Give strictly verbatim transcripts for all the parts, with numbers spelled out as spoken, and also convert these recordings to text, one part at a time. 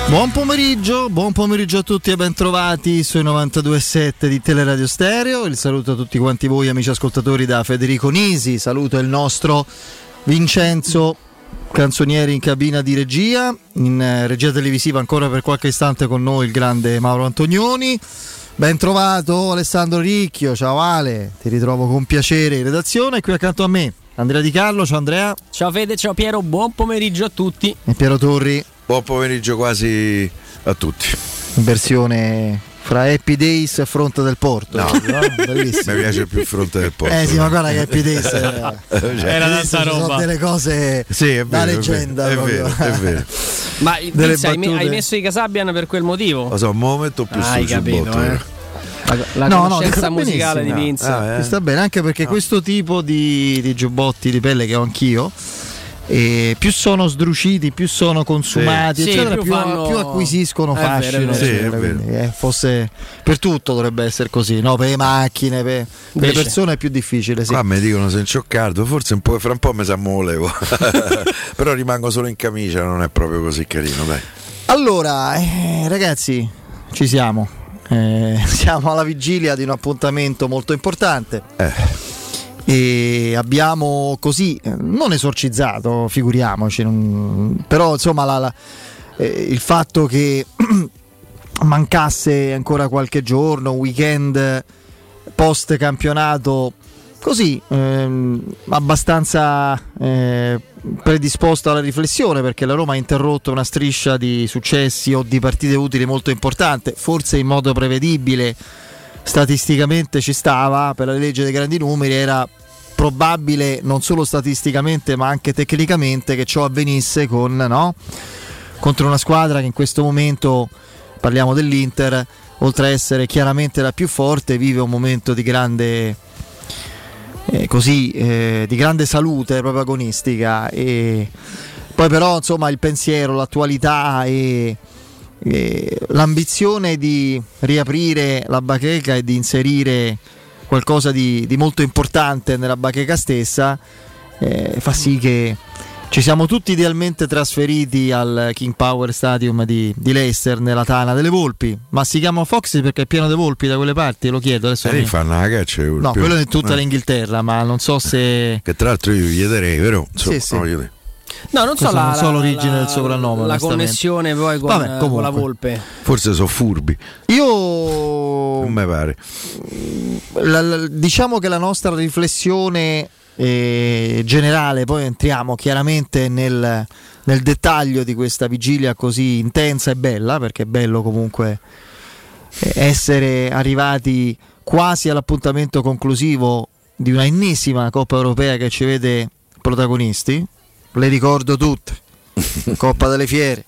Buon pomeriggio, buon pomeriggio a tutti e ben trovati sui novantadue virgola sette di Teleradio Stereo. Il saluto a tutti quanti voi amici ascoltatori da Federico Nisi, saluto il nostro Vincenzo Canzonieri in cabina di regia, in regia televisiva ancora per qualche istante con noi il grande Mauro Antonioni. Ben trovato Alessandro Ricchio, ciao Ale, ti ritrovo con piacere in redazione. E qui accanto a me Andrea Di Carlo, ciao Andrea. Ciao Fede, ciao Piero, buon pomeriggio a tutti. E Piero Torri. Buon pomeriggio quasi a tutti. In versione fra Happy Days e Fronte del Porto. No, no? Bellissimo. Mi piace più Fronte del Porto. Eh sì, ma guarda che Happy Days era, era tanta roba. Sono delle cose sì, è vero, da leggenda. È vero, è vero, è vero. Ma Vince, hai, me- hai messo i Casabian per quel motivo? Lo so, un momento più ah, sul capito, botto, eh. La, la no, conoscenza no, musicale di Vince ah, eh. sta bene, anche perché no. questo tipo di, di giubbotti di pelle che ho anch'io, e più sono sdruciti, più sono consumati, sì. eccetera, sì, più, più, fanno... più acquisiscono è fascino. vero, è eccetera, vero. quindi, eh, fosse per tutto dovrebbe essere così, no? Per le macchine, per, per le persone è più difficile. Sì. Qua mi dicono se incioccardo, forse un po', fra un po' mi sa volevo, però rimango solo in camicia, non è proprio così carino, dai. Allora, eh, ragazzi, ci siamo. Eh, siamo alla vigilia di un appuntamento molto importante. Eh. E abbiamo così non esorcizzato, figuriamoci, non, però insomma la, la, eh, il fatto che mancasse ancora qualche giorno, un weekend post campionato così ehm, abbastanza eh, predisposto alla riflessione, perché la Roma ha interrotto una striscia di successi o di partite utili molto importante, forse in modo prevedibile. Statisticamente ci stava, per la legge dei grandi numeri era probabile non solo statisticamente ma anche tecnicamente che ciò avvenisse con, no? contro una squadra che in questo momento, parliamo dell'Inter, oltre a essere chiaramente la più forte, vive un momento di grande eh, così eh, di grande salute proprio agonistica. E poi però insomma il pensiero, l'attualità e E l'ambizione di riaprire la bacheca e di inserire qualcosa di, di molto importante nella bacheca stessa eh, fa sì che ci siamo tutti idealmente trasferiti al King Power Stadium di, di Leicester, nella Tana delle Volpi. Ma si chiama Foxy perché è pieno di volpi da quelle parti? Lo chiedo adesso. E lì fanno una caccia. No, più. quello è tutta eh. l'Inghilterra, ma non so se. Che tra l'altro io chiederei, però insomma, sì, sì. no, io... No, non so, Questa la, non so la, l'origine la, del soprannome, la connessione poi con, Vabbè, con la Volpe. Forse sono furbi. Io non mi pare. La, la, diciamo che la nostra riflessione eh, generale, poi entriamo chiaramente nel, nel dettaglio di questa vigilia così intensa e bella, perché è bello comunque eh, essere arrivati quasi all'appuntamento conclusivo di una ennesima Coppa Europea che ci vede protagonisti. Le ricordo tutte: Coppa delle Fiere,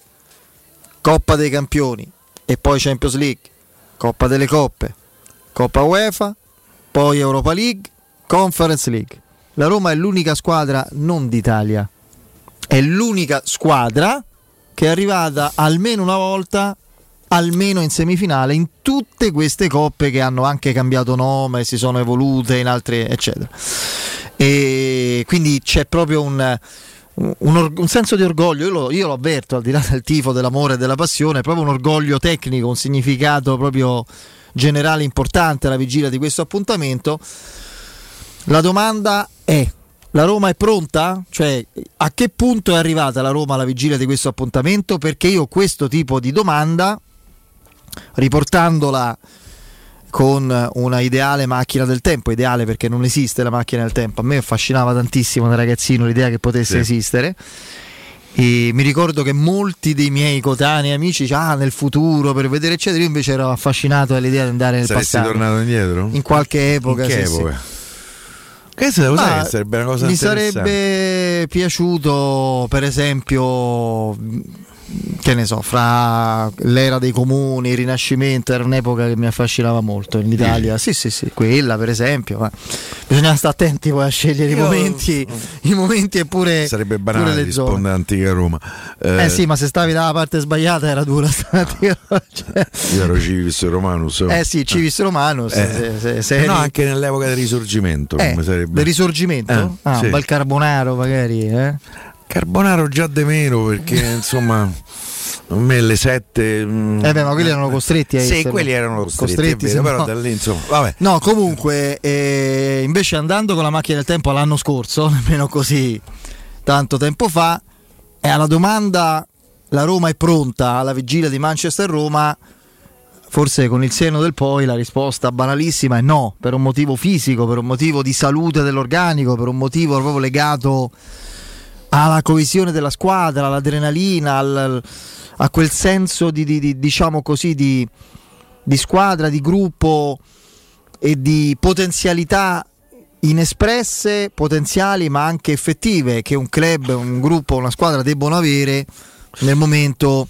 Coppa dei Campioni e poi Champions League, Coppa delle Coppe, Coppa UEFA, poi Europa League, Conference League. La Roma è l'unica squadra non d'Italia, è l'unica squadra che è arrivata almeno una volta, almeno in semifinale, in tutte queste coppe che hanno anche cambiato nome, si sono evolute in altre eccetera. E quindi c'è proprio un, un, or- un senso di orgoglio, io lo, io lo avverto, al di là del tifo, dell'amore e della passione, è proprio un orgoglio tecnico, un significato proprio generale importante alla vigilia di questo appuntamento. La domanda è: la Roma è pronta? Cioè, a che punto è arrivata la Roma alla vigilia di questo appuntamento? Perché io questo tipo di domanda, riportandola con una ideale macchina del tempo, ideale perché non esiste la macchina del tempo, a me affascinava tantissimo da ragazzino l'idea che potesse sì. esistere, e mi ricordo che molti dei miei coetanei amici dicevano ah, nel futuro per vedere eccetera, io invece ero affascinato dall'idea di andare nel Saresti passato. Saresti tornato indietro? In qualche epoca, in che sì, epoca? Sì. Che se lo sai, sarebbe una cosa mi interessante. sarebbe piaciuto per esempio, che ne so, fra l'era dei comuni, il Rinascimento, era un'epoca che mi affascinava molto in Italia. Sì, sì, sì, quella per esempio. Ma bisogna stare attenti poi a scegliere Io... i momenti, i momenti e pure sarebbe banale rispondere antica Roma. Eh, eh sì, ma se stavi dalla parte sbagliata era dura stamattina. Cioè... Io ero Civis Romanus. Eh sì, Civis Romanus. Eh. Se, se, se eri... No, anche nell'epoca del Risorgimento. Eh, come sarebbe. Del Risorgimento? Eh, ah, sì. un bel carbonaro magari, eh? Carbonaro già de meno perché insomma le sette mh, eh beh, ma quelli erano costretti a sì, essere. quelli erano costretti, costretti vero, però no. da lì, insomma, vabbè. No, comunque eh, invece andando con la macchina del tempo all'anno scorso, nemmeno così tanto tempo fa, e alla domanda la Roma è pronta alla vigilia di Manchester-Roma, forse con il seno del poi la risposta banalissima è no, per un motivo fisico, per un motivo di salute dell'organico, per un motivo proprio legato alla coesione della squadra, all'adrenalina, al, a quel senso di, di, di diciamo così di, di squadra, di gruppo e di potenzialità inespresse, potenziali ma anche effettive, che un club, un gruppo, una squadra debbono avere nel momento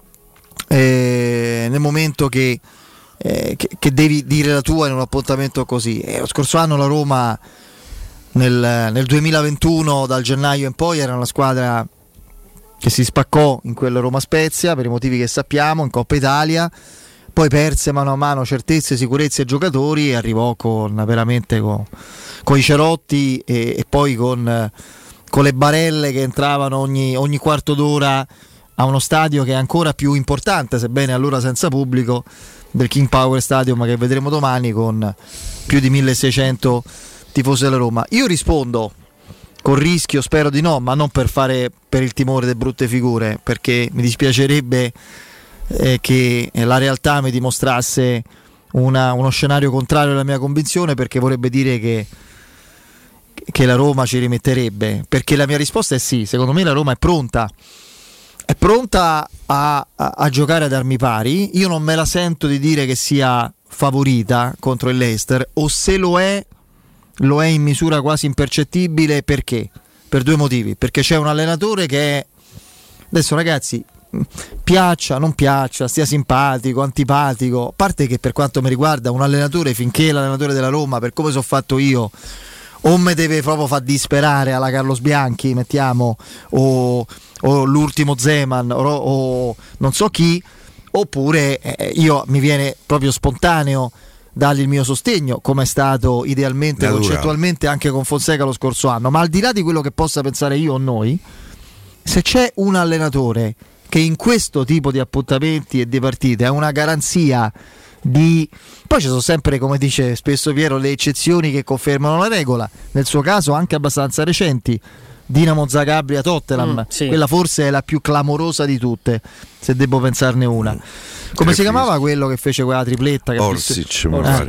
eh, nel momento che, eh, che, che devi dire la tua in un appuntamento così. E lo scorso anno la Roma nel, nel duemilaventuno, dal gennaio in poi, era una squadra che si spaccò in quel Roma Spezia per i motivi che sappiamo, in Coppa Italia, poi perse mano a mano certezze, sicurezze e giocatori, e arrivò con veramente con, con i cerotti e, e poi con, con le barelle che entravano ogni, ogni quarto d'ora a uno stadio che è ancora più importante, sebbene allora senza pubblico, del King Power Stadium, che vedremo domani, con più di milleseicento tifosi della Roma. Io rispondo con rischio, spero di no, ma non per fare per il timore delle brutte figure, perché mi dispiacerebbe eh, che la realtà mi dimostrasse una, uno scenario contrario alla mia convinzione, perché vorrebbe dire che che la Roma ci rimetterebbe, perché la mia risposta è sì, secondo me la Roma è pronta è pronta a, a, a giocare ad armi pari. Io non me la sento di dire che sia favorita contro il Leicester, o se lo è lo è in misura quasi impercettibile. Perché? Per due motivi: perché c'è un allenatore che è, adesso ragazzi, piaccia, non piaccia, stia simpatico, antipatico, a parte che per quanto mi riguarda un allenatore, finché è l'allenatore della Roma, per come sono fatto io, o me deve proprio far disperare alla Carlos Bianchi, mettiamo, o, o l'ultimo Zeman, o, o non so chi, oppure eh, io mi viene proprio spontaneo dargli il mio sostegno, come è stato idealmente, Natura. concettualmente anche con Fonseca lo scorso anno. Ma al di là di quello che possa pensare io o noi, se c'è un allenatore che in questo tipo di appuntamenti e di partite è una garanzia di... Poi ci sono sempre, come dice spesso Piero, le eccezioni che confermano la regola, nel suo caso anche abbastanza recenti. Dinamo Zagabria Tottenham, mm, sì. Quella forse è la più clamorosa di tutte, se devo pensarne una. Come che si chiamava fiso. Quello che fece quella tripletta? Che Orsic, mi pare.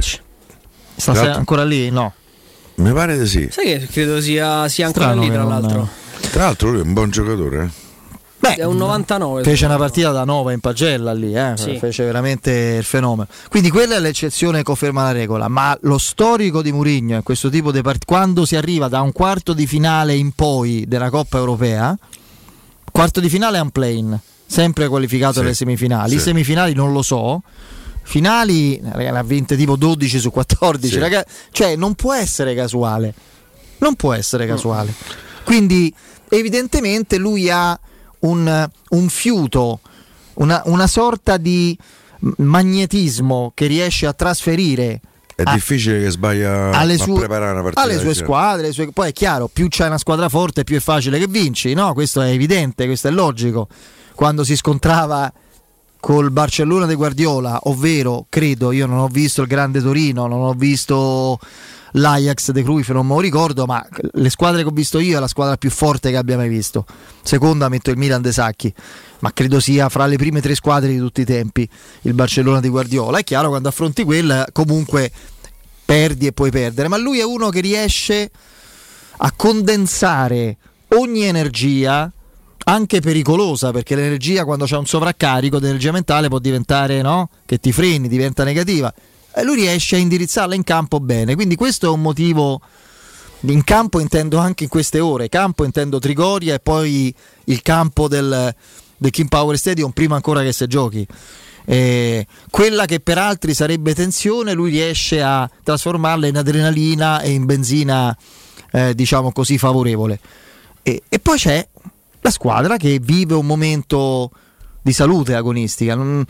Sta ancora lì? No. Mi pare di sì. Sai che credo sia, sia ancora Strano lì, tra non... l'altro. Tra l'altro lui è un buon giocatore, eh? Beh, è un novantanove. Fece una partita da nove in pagella lì, eh? Sì. Fece veramente il fenomeno. Quindi quella è l'eccezione che conferma la regola. Ma lo storico di Mourinho in questo tipo di partite, quando si arriva da un quarto di finale in poi della Coppa Europea, quarto di finale è un play-in, sempre qualificato alle sì. semifinali. Sì. Semifinali non lo so. Finali ne ha vinte tipo dodici su quattordici, sì. Ragazzi, cioè non può essere casuale. Non può essere casuale. Quindi evidentemente lui ha Un, un fiuto, una, una sorta di magnetismo che riesce a trasferire. È a, difficile che sbaglia alle a sue, preparare una partita alle sue squadre, sue, poi è chiaro, più c'è una squadra forte più è facile che vinci, no? Questo è evidente, questo è logico. Quando si scontrava col Barcellona di Guardiola, ovvero, credo, io non ho visto il Grande Torino, non ho visto l'Ajax de Cruyff, non me lo ricordo, ma le squadre che ho visto io è la squadra più forte che abbia mai visto. Seconda metto il Milan de Sacchi, ma credo sia fra le prime tre squadre di tutti i tempi il Barcellona di Guardiola. È chiaro, quando affronti quella comunque perdi e puoi perdere, ma lui è uno che riesce a condensare ogni energia, anche pericolosa, perché l'energia, quando c'è un sovraccarico di energia mentale, può diventare, no? Che ti freni, diventa negativa. E lui riesce a indirizzarla in campo bene, quindi questo è un motivo. In campo intendo anche in queste ore, campo intendo Trigoria e poi il campo del, del King Power Stadium prima ancora che se giochi. Eh, quella che per altri sarebbe tensione, lui riesce a trasformarla in adrenalina e in benzina, eh, diciamo così, favorevole. E, e poi c'è la squadra che vive un momento di salute agonistica. Non,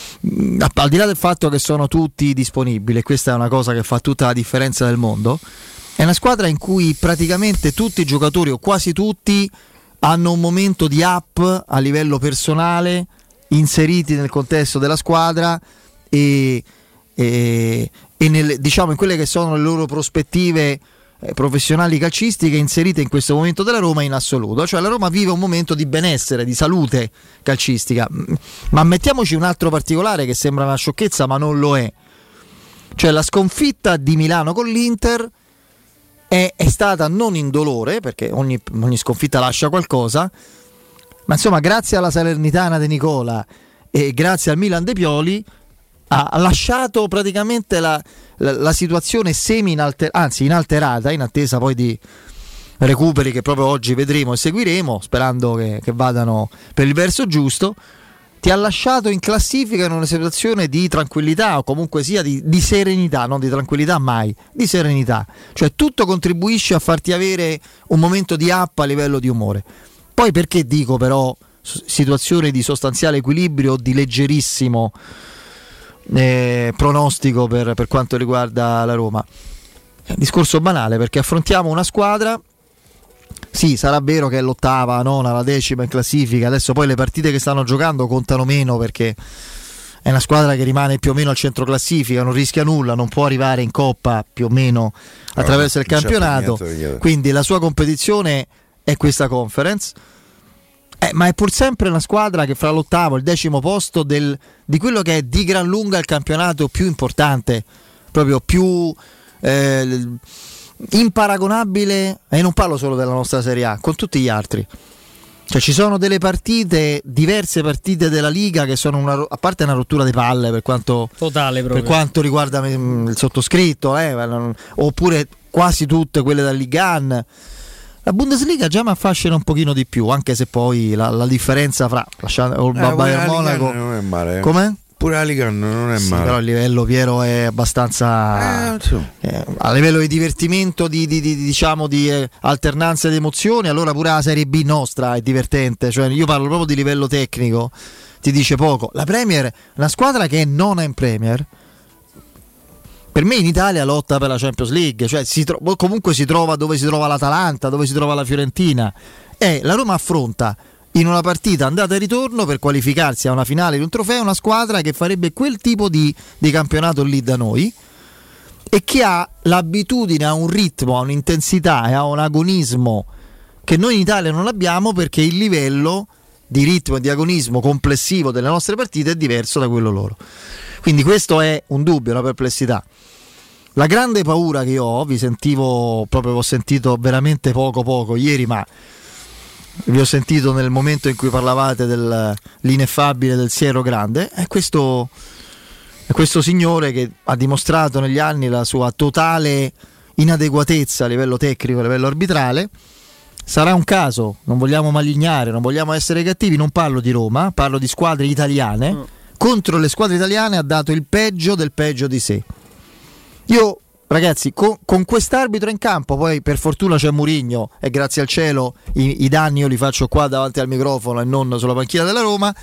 al di là del fatto che sono tutti disponibili, e questa è una cosa che fa tutta la differenza del mondo, è una squadra in cui praticamente tutti i giocatori, o quasi tutti, hanno un momento di up a livello personale inseriti nel contesto della squadra e, e, e nel, diciamo in quelle che sono le loro prospettive eh, professionali calcistiche inserite in questo momento della Roma in assoluto. Cioè la Roma vive un momento di benessere, di salute calcistica, ma mettiamoci un altro particolare che sembra una sciocchezza ma non lo è. Cioè la sconfitta di Milano con l'Inter è, è stata non indolore, perché ogni, ogni sconfitta lascia qualcosa, ma insomma grazie alla Salernitana De Nicola e grazie al Milan De Pioli ha, ha lasciato praticamente la, la, la situazione semi inalterata, anzi inalterata, in attesa poi di recuperi che proprio oggi vedremo e seguiremo, sperando che, che vadano per il verso giusto. Ti ha lasciato in classifica in una situazione di tranquillità, o comunque sia di, di serenità, non di tranquillità mai, di serenità. Cioè tutto contribuisce a farti avere un momento di up a livello di umore. Poi perché dico però situazione di sostanziale equilibrio o di leggerissimo eh, pronostico per, per quanto riguarda la Roma? È un discorso banale, perché affrontiamo una squadra. Sì, sarà vero che è l'ottava, la nona, la decima in classifica. Adesso poi le partite che stanno giocando contano meno, perché è una squadra che rimane più o meno al centro classifica, non rischia nulla, non può arrivare in Coppa più o meno attraverso oh, il campionato. Quindi la sua competizione è questa Conference, eh, ma è pur sempre una squadra che fra l'ottavo e il decimo posto del, di quello che è di gran lunga il campionato più importante, proprio più eh, imparagonabile, e non parlo solo della nostra Serie A, con tutti gli altri. Cioè ci sono delle partite, diverse partite della Liga che sono una, a parte una rottura di palle per quanto, totale per quanto riguarda il sottoscritto, eh, oppure quasi tutte quelle da Liga uno. La Bundesliga già mi affascina un pochino di più, anche se poi la, la differenza fra lasciando il eh, Bayern Monaco non è male, eh. Com'è? Pure la Liga non è sì, male. Però il livello, Piero, è abbastanza eh, so. eh, a livello di divertimento, di, di, di diciamo di eh, alternanza di emozioni. Allora pure la Serie B nostra è divertente, cioè io parlo proprio di livello tecnico, ti dice poco. La Premier, una squadra che è nona in Premier, per me in Italia lotta per la Champions League, cioè si tro- comunque si trova dove si trova l'Atalanta, dove si trova la Fiorentina, e la Roma affronta in una partita andata e ritorno per qualificarsi a una finale di un trofeo una squadra che farebbe quel tipo di, di campionato lì da noi, e che ha l'abitudine a un ritmo, a un'intensità e a un agonismo che noi in Italia non abbiamo, perché il livello di ritmo e di agonismo complessivo delle nostre partite è diverso da quello loro. Quindi questo è un dubbio, una perplessità. La grande paura che io ho, vi sentivo proprio, ho sentito veramente poco poco ieri, ma vi ho sentito nel momento in cui parlavate dell'ineffabile del Siero Grande, è questo, è questo signore che ha dimostrato negli anni la sua totale inadeguatezza a livello tecnico, a livello arbitrale. Sarà un caso, non vogliamo malignare, non vogliamo essere cattivi, non parlo di Roma, parlo di squadre italiane. Mm. Contro le squadre italiane ha dato il peggio del peggio di sé. Io, ragazzi, con, con quest'arbitro in campo, poi per fortuna c'è Mourinho e grazie al cielo i, i danni io li faccio qua davanti al microfono e non sulla panchina della Roma,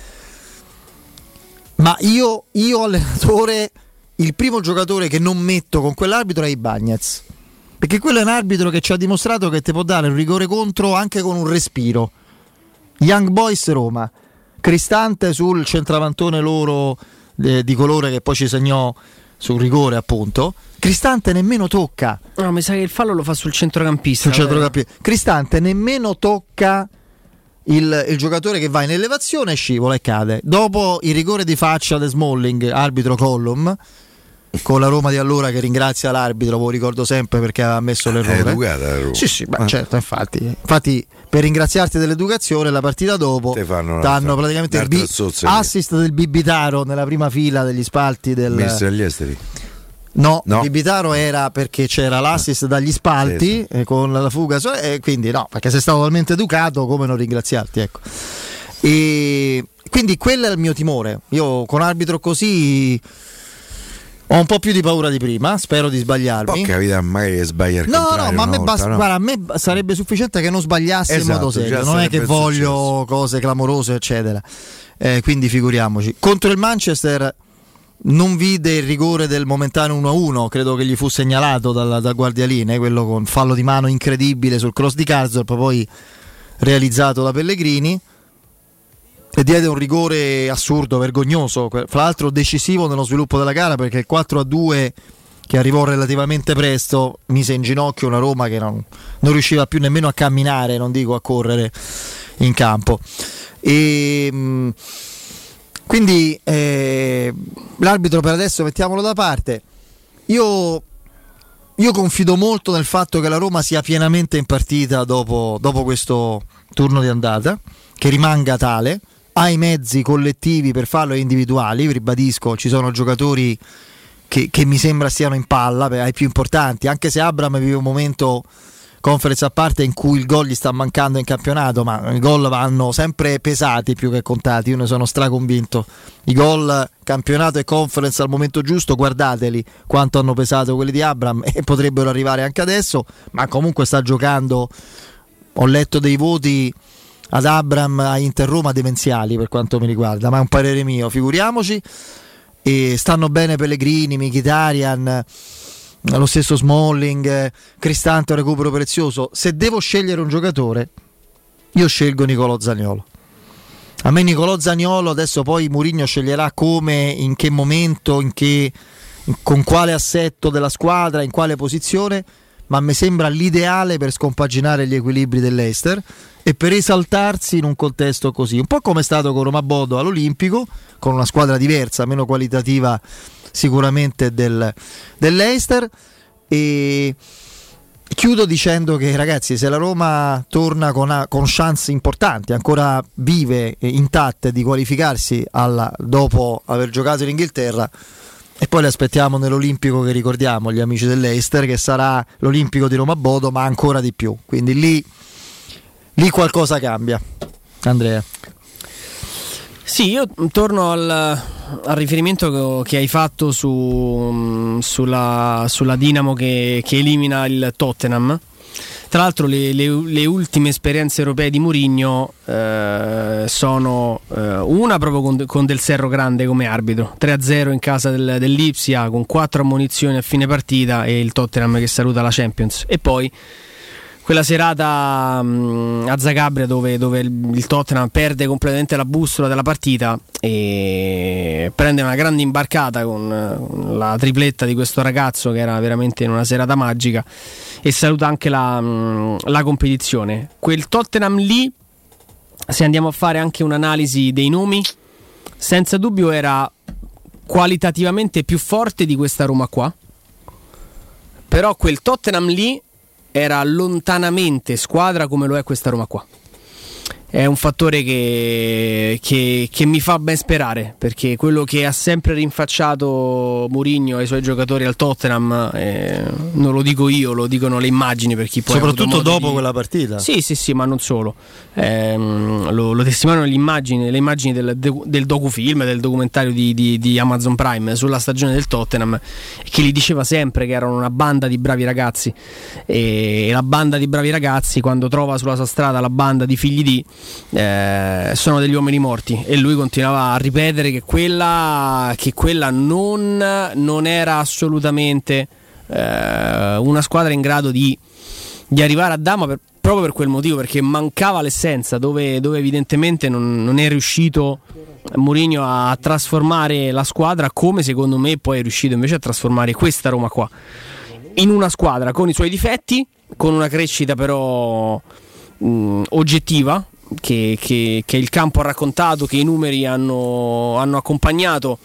ma io, io allenatore, il primo giocatore che non metto con quell'arbitro è Ibañez, perché quello è un arbitro che ci ha dimostrato che ti può dare un rigore contro anche con un respiro. Young Boys Roma, Cristante sul centravantone loro eh, di colore che poi ci segnò sul rigore, appunto. Cristante nemmeno tocca. No, mi sa che il fallo lo fa sul centrocampista. Sul centrocampista. Cristante nemmeno tocca il, il giocatore che va in elevazione e scivola e cade. Dopo il rigore di faccia di Smalling, arbitro Collum, con la Roma di allora che ringrazia l'arbitro, ve lo ricordo sempre perché aveva messo l'errore. È educata la Roma. Sì, sì, beh, certo, infatti. Infatti, per ringraziarti dell'educazione, la partita dopo danno praticamente il bi- assist del Bibitaro nella prima fila degli spalti del Ministro degli Esteri. No, no. Bibitaro era perché c'era l'assist dagli spalti, sì, sì. Eh, con la fuga, e quindi no, perché sei stato talmente educato, come non ringraziarti, ecco. E quindi quello è il mio timore. Io con arbitro così ho un po' più di paura di prima, spero di sbagliarmi. Porca vita, magari sbagliare. No, no, ma a me, basta, no? Guarda, a me sarebbe sufficiente che non sbagliasse, esatto, in modo serio. Non è che voglio successo. Cose clamorose, eccetera. Eh, quindi figuriamoci. Contro il Manchester non vide il rigore del momentaneo uno a uno, credo che gli fu segnalato dal, dal Guardialine, quello con fallo di mano incredibile sul cross di Karsdorp, poi realizzato da Pellegrini. e diede un rigore assurdo, vergognoso, fra l'altro decisivo nello sviluppo della gara, perché il quattro a due che arrivò relativamente presto mise in ginocchio una Roma che non, non riusciva più nemmeno a camminare, non dico a correre in campo. E mh, quindi eh, l'arbitro per adesso mettiamolo da parte. Io Io confido molto nel fatto che la Roma sia pienamente in partita dopo, dopo questo turno di andata, che rimanga tale, ha i mezzi collettivi per farlo e individuali, ribadisco, ci sono giocatori che, che mi sembra stiano in palla, ai più importanti, anche se Abraham vive un momento, conference a parte, in cui il gol gli sta mancando in campionato, ma i gol vanno sempre pesati più che contati, io ne sono straconvinto. I gol campionato e conference al momento giusto, guardateli quanto hanno pesato quelli di Abraham, e potrebbero arrivare anche adesso, ma comunque sta giocando, ho letto dei voti ad Abraham a Inter Roma demenziali per quanto mi riguarda, ma è un parere mio, figuriamoci. E stanno bene Pellegrini, Mkhitaryan, lo stesso Smalling, Cristante, un recupero prezioso. Se devo scegliere un giocatore, io scelgo Nicolò Zaniolo. A me Nicolò Zaniolo, adesso poi Mourinho sceglierà come, in che momento, in che, con quale assetto della squadra, in quale posizione, ma mi sembra l'ideale per scompaginare gli equilibri dell'Leicester e per esaltarsi in un contesto così, un po' come è stato con Roma Bodo all'Olimpico, con una squadra diversa, meno qualitativa sicuramente del, dell'Leicester. E chiudo dicendo che, ragazzi, se la Roma torna con, con chance importanti, ancora vive e intatte di qualificarsi alla, dopo aver giocato in Inghilterra, e poi le aspettiamo nell'Olimpico che ricordiamo, gli amici dell'Leicester, che sarà l'Olimpico di Roma Bodo, ma ancora di più, quindi lì, lì qualcosa cambia. Andrea. Sì, io torno al, al riferimento che hai fatto su, sulla, sulla Dinamo che, che elimina il Tottenham. Tra l'altro le, le, le ultime esperienze europee di Mourinho eh, sono eh, una proprio con, con Del Cerro Grande come arbitro, tre a zero in casa del, dell'Ipsia con quattro ammonizioni a fine partita e il Tottenham che saluta la Champions, e poi quella serata mh, a Zagabria dove, dove il, il Tottenham perde completamente la bussola della partita e prende una grande imbarcata con, con la tripletta di questo ragazzo che era veramente in una serata magica, e saluta anche la, mh, la competizione. Quel Tottenham lì, se andiamo a fare anche un'analisi dei nomi, senza dubbio era qualitativamente più forte di questa Roma qua, però quel Tottenham lì era lontanamente squadra come lo è questa Roma qua. È un fattore che, che, che mi fa ben sperare, perché quello che ha sempre rinfacciato Mourinho ai suoi giocatori al Tottenham, eh, non lo dico io, lo dicono le immagini, per chi poi soprattutto dopo di... quella partita. Sì, sì, sì, ma non solo. Eh, lo, lo testimoniano le immagini, le immagini del, del docufilm, del documentario di, di, di Amazon Prime sulla stagione del Tottenham, che gli diceva sempre che erano una banda di bravi ragazzi, e la banda di bravi ragazzi, quando trova sulla sua strada la banda di figli di Eh, sono degli uomini morti, e lui continuava a ripetere che quella, che quella non, non era assolutamente eh, una squadra in grado di, di arrivare a Dama, per, proprio per quel motivo, perché mancava l'essenza, dove, dove evidentemente non, non è riuscito Mourinho a trasformare la squadra, come secondo me poi è riuscito invece a trasformare questa Roma qua in una squadra con i suoi difetti, con una crescita però mh, oggettiva, Che, che, che il campo ha raccontato, che i numeri hanno, hanno accompagnato.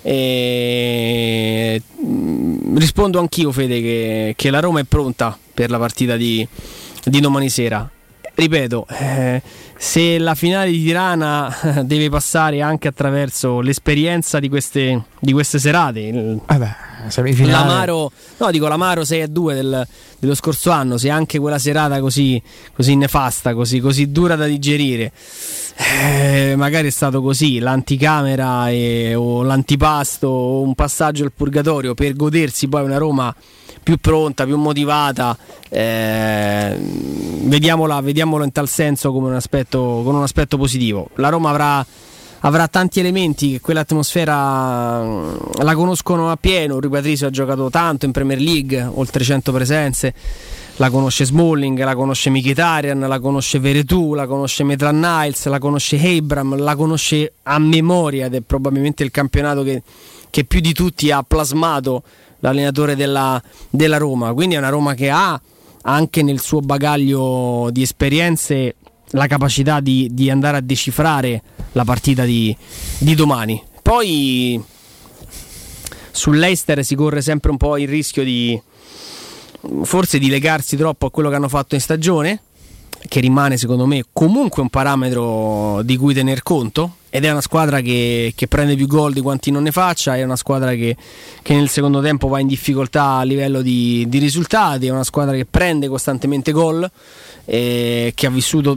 E rispondo anch'io, Fede, che, che la Roma è pronta per la partita di, di domani sera. Ripeto, eh, se la finale di Tirana deve passare anche attraverso l'esperienza di queste, di queste serate, il, eh beh, l'amaro, no, dico l'amaro sei a due del, dello scorso anno, se anche quella serata così, così nefasta, così, così dura da digerire, eh, magari è stato così l'anticamera e, o l'antipasto o un passaggio al purgatorio per godersi poi una Roma più pronta, più motivata, eh, vediamola, vediamolo in tal senso come un aspetto, con un aspetto positivo. La Roma avrà, avrà tanti elementi che quell'atmosfera la conoscono appieno. Rui Patricio ha giocato tanto in Premier League, oltre cento presenze, la conosce Smalling, la conosce Mkhitaryan, la conosce Veretout, la conosce Maitland-Niles, la conosce Abraham, la conosce a memoria, ed è probabilmente il campionato che, che più di tutti ha plasmato l'allenatore della, della Roma. Quindi è una Roma che ha anche nel suo bagaglio di esperienze la capacità di, di andare a decifrare la partita di, di domani. Poi sull'Leicester si corre sempre un po' il rischio di forse di legarsi troppo a quello che hanno fatto in stagione, che rimane secondo me comunque un parametro di cui tener conto, ed è una squadra che, che prende più gol di quanti non ne faccia, è una squadra che, che nel secondo tempo va in difficoltà a livello di, di risultati, è una squadra che prende costantemente gol, eh, che ha vissuto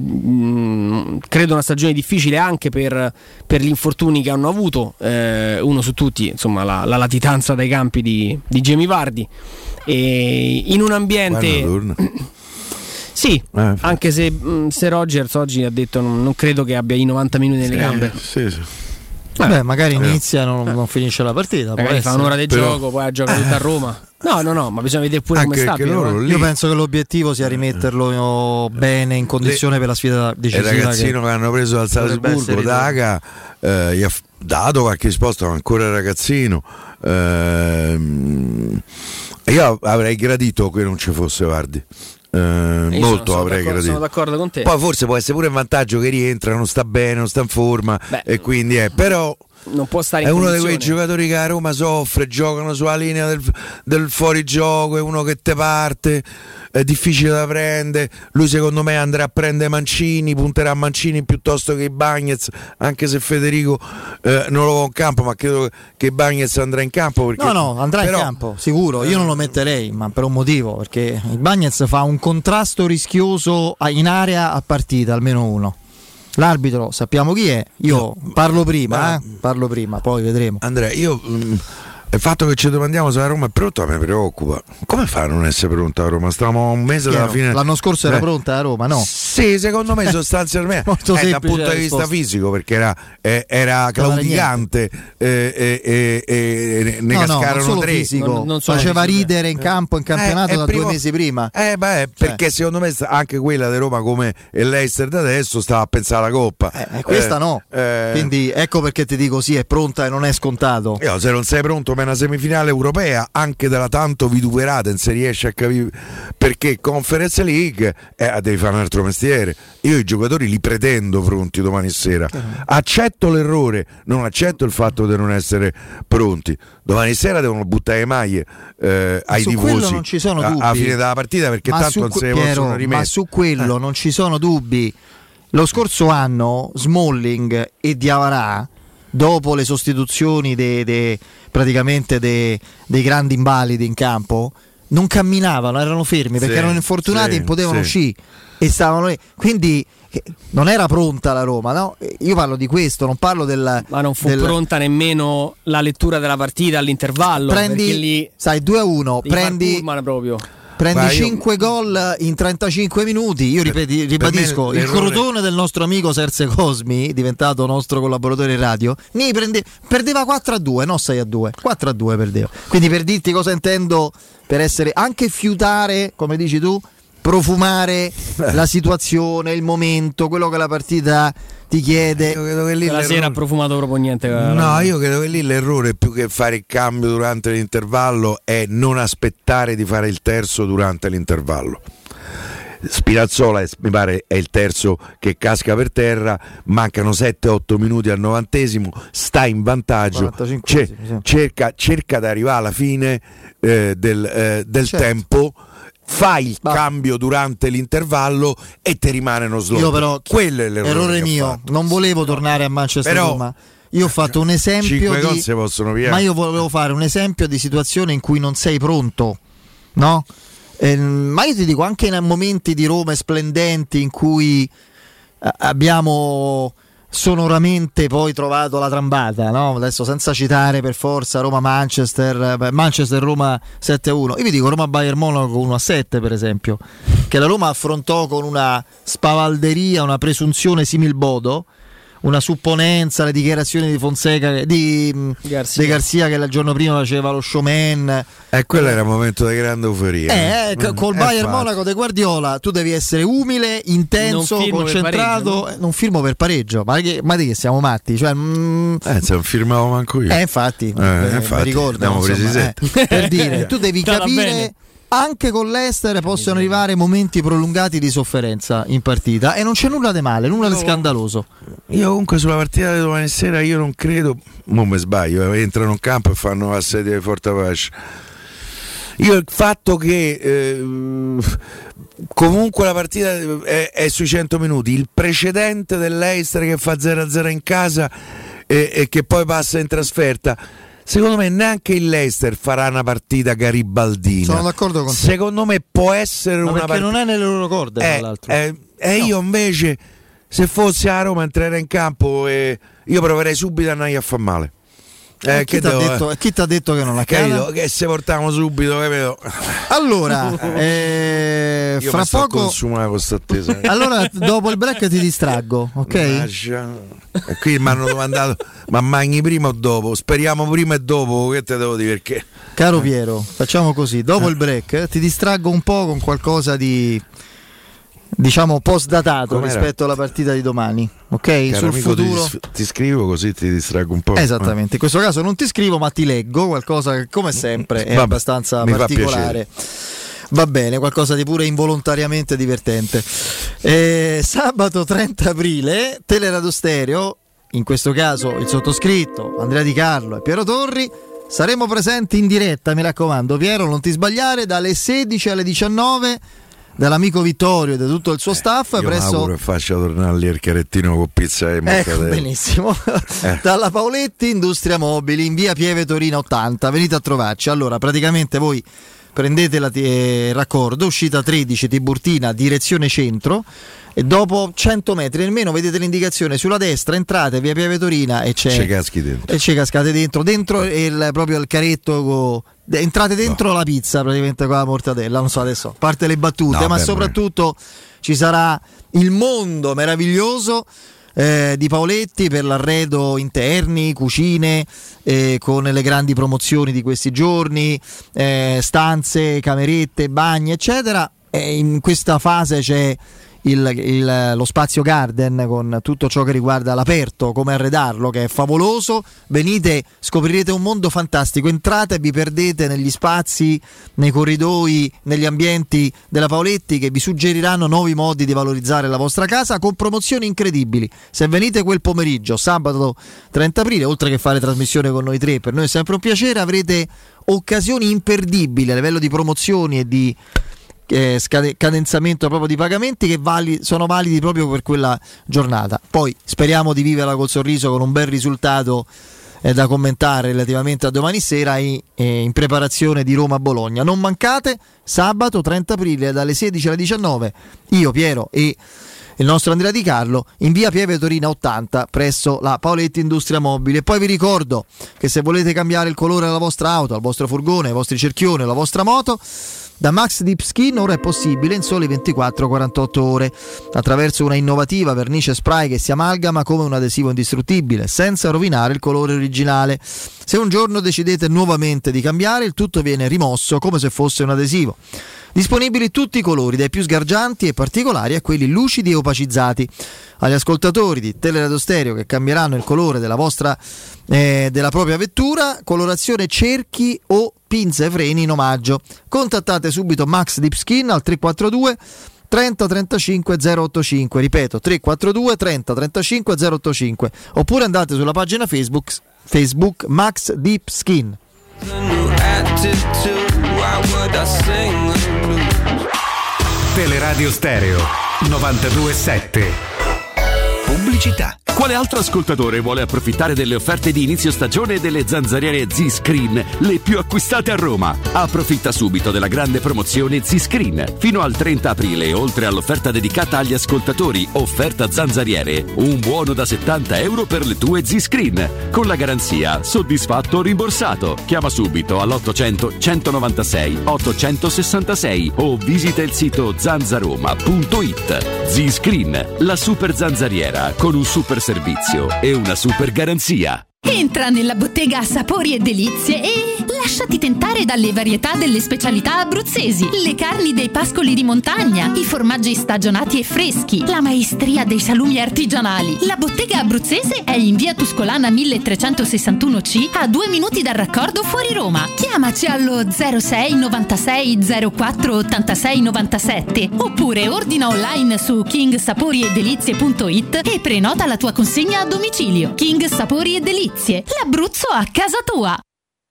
mh, credo una stagione difficile anche per, per gli infortuni che hanno avuto, eh, uno su tutti insomma la, la latitanza dai campi di, di Jamie Vardy, e in un ambiente sì, eh, anche se, se Rodgers oggi ha detto non, non credo che abbia i novanta minuti nelle sì, gambe. Sì, sì. Vabbè, magari inizia e non, non finisce la partita. Magari fa un'ora di Però... gioco, poi gioca tutta a Roma. No, no, no, ma bisogna vedere pure anche come sta. Però, lì... Io penso che l'obiettivo sia rimetterlo bene in condizione Le... per la sfida decisiva. Il ragazzino che, che hanno preso dal Salisburgo, Daga, eh, gli ha dato qualche risposta, ma ancora ragazzino. Eh, io avrei gradito che non ci fosse Vardy. Eh, molto sono, avrei sono gradito. Sono d'accordo con te. Poi forse può essere pure un vantaggio che rientra, non sta bene, non sta in forma. Beh, e quindi è però non può stare in è uno condizione. di quei giocatori che a Roma soffre, giocano sulla linea del, del fuorigioco, è uno che te parte, è difficile da prendere. Lui secondo me andrà a prendere Mancini, punterà a Mancini piuttosto che Bagnez, anche se Federico eh, non lo va in campo, ma credo che Bagnez andrà in campo perché... no no andrà però... in campo sicuro. Io non lo metterei, ma per un motivo, perché il Bagnez fa un contrasto rischioso in area a partita, almeno uno. L'arbitro sappiamo chi è, io parlo prima, eh? parlo prima, poi vedremo. Andrea, io mh, il fatto che ci domandiamo se la Roma è pronta mi preoccupa. Come fa a non essere pronta la Roma? Stavamo a un mese dalla fine. L'anno scorso era eh. pronta la Roma, no? Sì, secondo me sostanzialmente eh, dal punto di vista fisico, perché era, eh, era claudicante eh, eh, eh, eh, ne no, cascarono no, non tre fisico, non, non faceva ridere in campo in campionato eh, da primo, due mesi prima eh, beh, perché cioè. secondo me anche quella di Roma, come il Leicester da adesso, stava a pensare alla Coppa eh, questa eh, no eh, quindi ecco perché ti dico sì, è pronta e non è scontato. Io, se non sei pronto per una semifinale europea, anche della tanto vituperata, non si riesce a capire perché Conference League eh, devi fare un altro mestiere. Io i giocatori li pretendo pronti domani sera, accetto l'errore, non accetto il fatto di non essere pronti. Domani sera devono buttare le maglie eh, ai su tifosi non ci sono dubbi. a, a fine della partita, perché ma tanto non se ne Piero, possono rimettere. Ma su quello eh. non ci sono dubbi. Lo scorso anno Smalling e Diawara, dopo le sostituzioni de, de, praticamente de, dei grandi invalidi in campo, non camminavano, erano fermi perché sì, erano infortunati sì, e potevano sì. uscire e stavano lì. Quindi non era pronta la Roma, no? Io parlo di questo, non parlo del. Ma non fu del... pronta nemmeno la lettura della partita all'intervallo. Prendi, lì sai, due a uno, prendi. Proprio. Prendi io... cinque gol in trentacinque minuti. Io ripeti, ribadisco, il crotone del nostro amico Serse Cosmi, diventato nostro collaboratore in radio, ne prende, perdeva quattro a due, no sei a due, quattro a due perdeva. Quindi per dirti cosa intendo, per essere anche fiutare, come dici tu, profumare la situazione, il momento, quello che la partita ti chiede. Io credo che lì la sera ha profumato proprio niente. No, io credo che lì l'errore, più che fare il cambio durante l'intervallo, è non aspettare di fare il terzo durante l'intervallo. Spinazzola mi pare è il terzo che casca per terra, mancano sette otto minuti al novantesimo, sta in vantaggio, ce, cerca, cerca di arrivare alla fine eh, del, eh, del certo. tempo, fai il Ma... cambio durante l'intervallo e ti rimane uno slot. Io però, quello è l'errore errore mio, non volevo tornare a Manchester però, Roma. Io ho fatto un esempio di, si possono via. ma io volevo fare un esempio di situazione in cui non sei pronto, no? Eh, ma io ti dico, anche in momenti di Roma splendenti in cui eh, abbiamo sonoramente poi trovato la trambata, no? Adesso senza citare per forza Roma-Manchester, Manchester-Roma sette a uno, io vi dico Roma-Bayern Monaco uno a sette per esempio, che la Roma affrontò con una spavalderia, una presunzione simil Bodo, una supponenza, le dichiarazioni di Fonseca, di Garcia, di Garcia che il giorno prima faceva lo showman. E eh, quello era un momento di grande euforia. Eh, eh, col eh, Bayern Monaco di Guardiola tu devi essere umile, intenso, concentrato. Per non firmo per pareggio, ma che, ma di che siamo matti? Cioè, mm, eh, se non firmavo manco io. Eh, infatti, eh, eh, infatti mi ricordo, insomma, eh, per dire, tu devi capire. Anche con l'Ester possono arrivare momenti prolungati di sofferenza in partita e non c'è nulla di male, nulla di scandaloso. Io comunque sulla partita di domani sera io non credo, non mi sbaglio, entrano in campo e fanno assedio di Fortepace. Io il fatto che eh, comunque la partita è, è sui cento minuti, il precedente dell'Ester che fa zero a zero in casa e, e che poi passa in trasferta. Secondo me neanche il Leicester farà una partita garibaldina. Sono d'accordo con te. Secondo me può essere ma una partita. Part... non è nelle loro corde, eh, tra l'altro. Eh, e no. Io invece, se fossi a Roma, entrerei in campo e io proverei subito a andare a far male. Eh, chi ti ha detto, eh? detto che non la capito? Che se portiamo subito, capito? Allora, eh, io fra mi sto poco consumando con sta attesa. Allora, dopo il break ti distraggo, ok? E qui mi hanno domandato: ma mangi prima o dopo? Speriamo prima e dopo, che te devo dire perché? Caro Piero, facciamo così: dopo il break ti distraggo un po' con qualcosa di, diciamo, post-datato Com'era? rispetto alla partita di domani, ok? Caro Sul amico, futuro ti, ti scrivo così ti distraggo un po'. Esattamente, in questo caso non ti scrivo ma ti leggo qualcosa che come sempre è Vabbè, abbastanza particolare. Va bene, qualcosa di pure involontariamente divertente. Eh, sabato trenta aprile, Teleradio Stereo, in questo caso il sottoscritto, Andrea Di Carlo e Piero Torri, saremo presenti in diretta, mi raccomando Piero, non ti sbagliare, dalle sedici alle diciannove dall'amico Vittorio e da tutto il suo staff. Eh, io presso che faccia tornare lì il carettino con pizza e ecco, benissimo. eh. Dalla Paoletti Industria Mobili in via Pieve Torino ottanta, venite a trovarci. Allora, praticamente voi prendete il eh, raccordo, uscita tredici Tiburtina, direzione centro, e dopo cento metri nemmeno vedete l'indicazione sulla destra, entrate via Pieve Torina e c'è, c'è caschi dentro. E c'è cascate dentro, dentro il, proprio il caretto co, entrate dentro no. la pizza praticamente con la mortadella, non so adesso, a parte le battute, no, ma beh, soprattutto beh. ci sarà il mondo meraviglioso Eh, di Paoletti per l'arredo interni, cucine, eh, con le grandi promozioni di questi giorni, eh, stanze, camerette, bagni eccetera. E in questa fase c'è il, il, lo spazio garden con tutto ciò che riguarda l'aperto, come arredarlo, che è favoloso. Venite, scoprirete un mondo fantastico, entrate e vi perdete negli spazi, nei corridoi, negli ambienti della Paoletti che vi suggeriranno nuovi modi di valorizzare la vostra casa con promozioni incredibili. Se venite quel pomeriggio, sabato trenta aprile, oltre che fare trasmissione con noi tre, per noi è sempre un piacere, avrete occasioni imperdibili a livello di promozioni e di Eh, cadenzamento proprio di pagamenti che vali, sono validi proprio per quella giornata. Poi speriamo di viverla col sorriso con un bel risultato eh, da commentare relativamente a domani sera in, eh, in preparazione di Roma-Bologna. Non mancate, sabato trenta aprile dalle sedici alle diciannove, io, Piero e il nostro Andrea Di Carlo in via Pieve Torina ottanta presso la Paoletti Industria Mobili. E poi vi ricordo che se volete cambiare il colore della vostra auto, al vostro furgone, ai vostri cerchioni, la vostra moto, da Max Deep Skin ora è possibile in soli ventiquattro quarantotto ore attraverso una innovativa vernice spray che si amalgama come un adesivo indistruttibile senza rovinare il colore originale. Se un giorno decidete nuovamente di cambiare, il tutto viene rimosso come se fosse un adesivo. Disponibili tutti i colori, dai più sgargianti e particolari a quelli lucidi e opacizzati. Agli ascoltatori di Teleradio Stereo che cambieranno il colore della vostra eh, della propria vettura, colorazione cerchi o pinze e freni in omaggio. Contattate subito Max Deep Skin al tre quattro due trenta trentacinque zero ottantacinque, ripeto tre quattro due trenta trentacinque zero ottantacinque, oppure andate sulla pagina Facebook Facebook Max Deep Skin. Teleradio Stereo novantadue sette. Pubblicità. Quale altro ascoltatore vuole approfittare delle offerte di inizio stagione delle zanzariere Z-Screen, le più acquistate a Roma? Approfitta subito della grande promozione Z-Screen. Fino al trenta aprile, oltre all'offerta dedicata agli ascoltatori, offerta zanzariere, un buono da settanta euro per le tue Z-Screen, con la garanzia soddisfatto o rimborsato. Chiama subito all'ottocento centonovantasei ottocentosessantasei o visita il sito zanzaroma punto it. Z-Screen, la super zanzariera con un super servizio e una super garanzia. Entra nella bottega Sapori e Delizie e lasciati tentare dalle varietà delle specialità abruzzesi, le carni dei pascoli di montagna, i formaggi stagionati e freschi, la maestria dei salumi artigianali. La bottega abruzzese è in via Tuscolana milletrecentosessantuno C, a due minuti dal raccordo fuori Roma. Chiamaci allo zero sei novantasei zero quattro ottantasei novantasette oppure ordina online su king sapori e delizie punto it e prenota la tua consegna a domicilio. King Sapori e Delizie, l'Abruzzo a casa tua.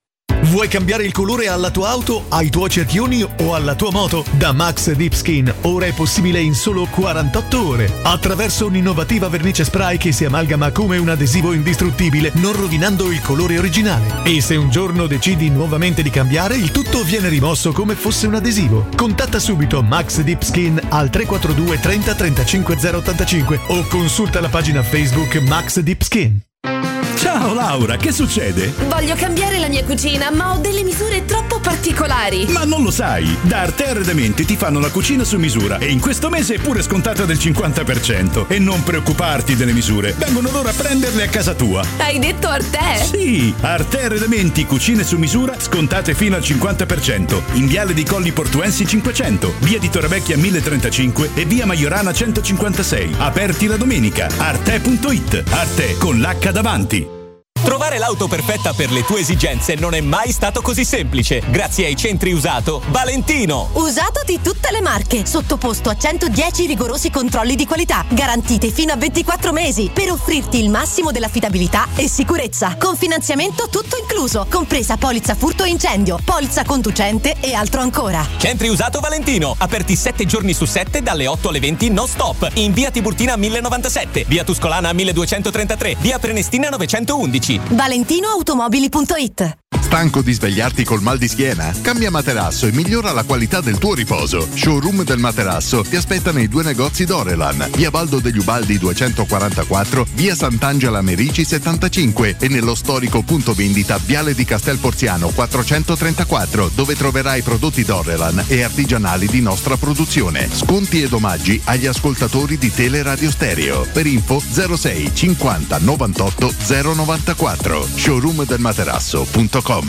Vuoi cambiare il colore alla tua auto, ai tuoi cerchioni o alla tua moto? Da Max Deep Skin ora è possibile in solo quarantotto ore attraverso un'innovativa vernice spray che si amalgama come un adesivo indistruttibile, non rovinando il colore originale. E se un giorno decidi nuovamente di cambiare, il tutto viene rimosso come fosse un adesivo. Contatta subito Max Deep Skin al tre quattro due trenta trentacinque zero ottantacinque o consulta la pagina Facebook Max Deep Skin. Ciao Laura, che succede? Voglio cambiare la mia cucina, ma ho delle misure troppo particolari. Ma non lo sai, da Arte Arredamenti ti fanno la cucina su misura e in questo mese è pure scontata del cinquanta per cento. E non preoccuparti delle misure, vengono loro a prenderle a casa tua. Hai detto Arte? Sì, Arte Arredamenti, cucine su misura, scontate fino al cinquanta per cento. In Viale dei Colli Portuensi cinquecento, via di Torrevecchia mille trentacinque e via Maiorana centocinquantasei. Aperti la domenica. arte punto it. Arte con l'H davanti. Trovare l'auto perfetta per le tue esigenze non è mai stato così semplice. Grazie ai centri usato Valentino. Usato di tutte le marche, sottoposto a centodieci rigorosi controlli di qualità, garantiti fino a ventiquattro mesi, per offrirti il massimo dell'affidabilità e sicurezza. Con finanziamento tutto incluso, compresa polizza furto e incendio, polizza conducente e altro ancora. Centri usato Valentino, aperti sette giorni su sette dalle otto alle venti non stop. In via Tiburtina millenovantasette, via Tuscolana milleduecentotrentatré, via Prenestina novecentoundici. valentinoautomobili punto it. Stanco di svegliarti col mal di schiena? Cambia materasso e migliora la qualità del tuo riposo. Showroom del materasso ti aspetta nei due negozi Dorelan, via Baldo degli Ubaldi duecentoquarantaquattro, via Sant'Angela Merici settantacinque e nello storico punto vendita Viale di Castel Porziano quattrocentotrentaquattro, dove troverai prodotti Dorelan e artigianali di nostra produzione. Sconti ed omaggi agli ascoltatori di Teleradio Stereo. Per info zero sei cinquanta novantotto zero novantaquattro. showroom del materasso punto com.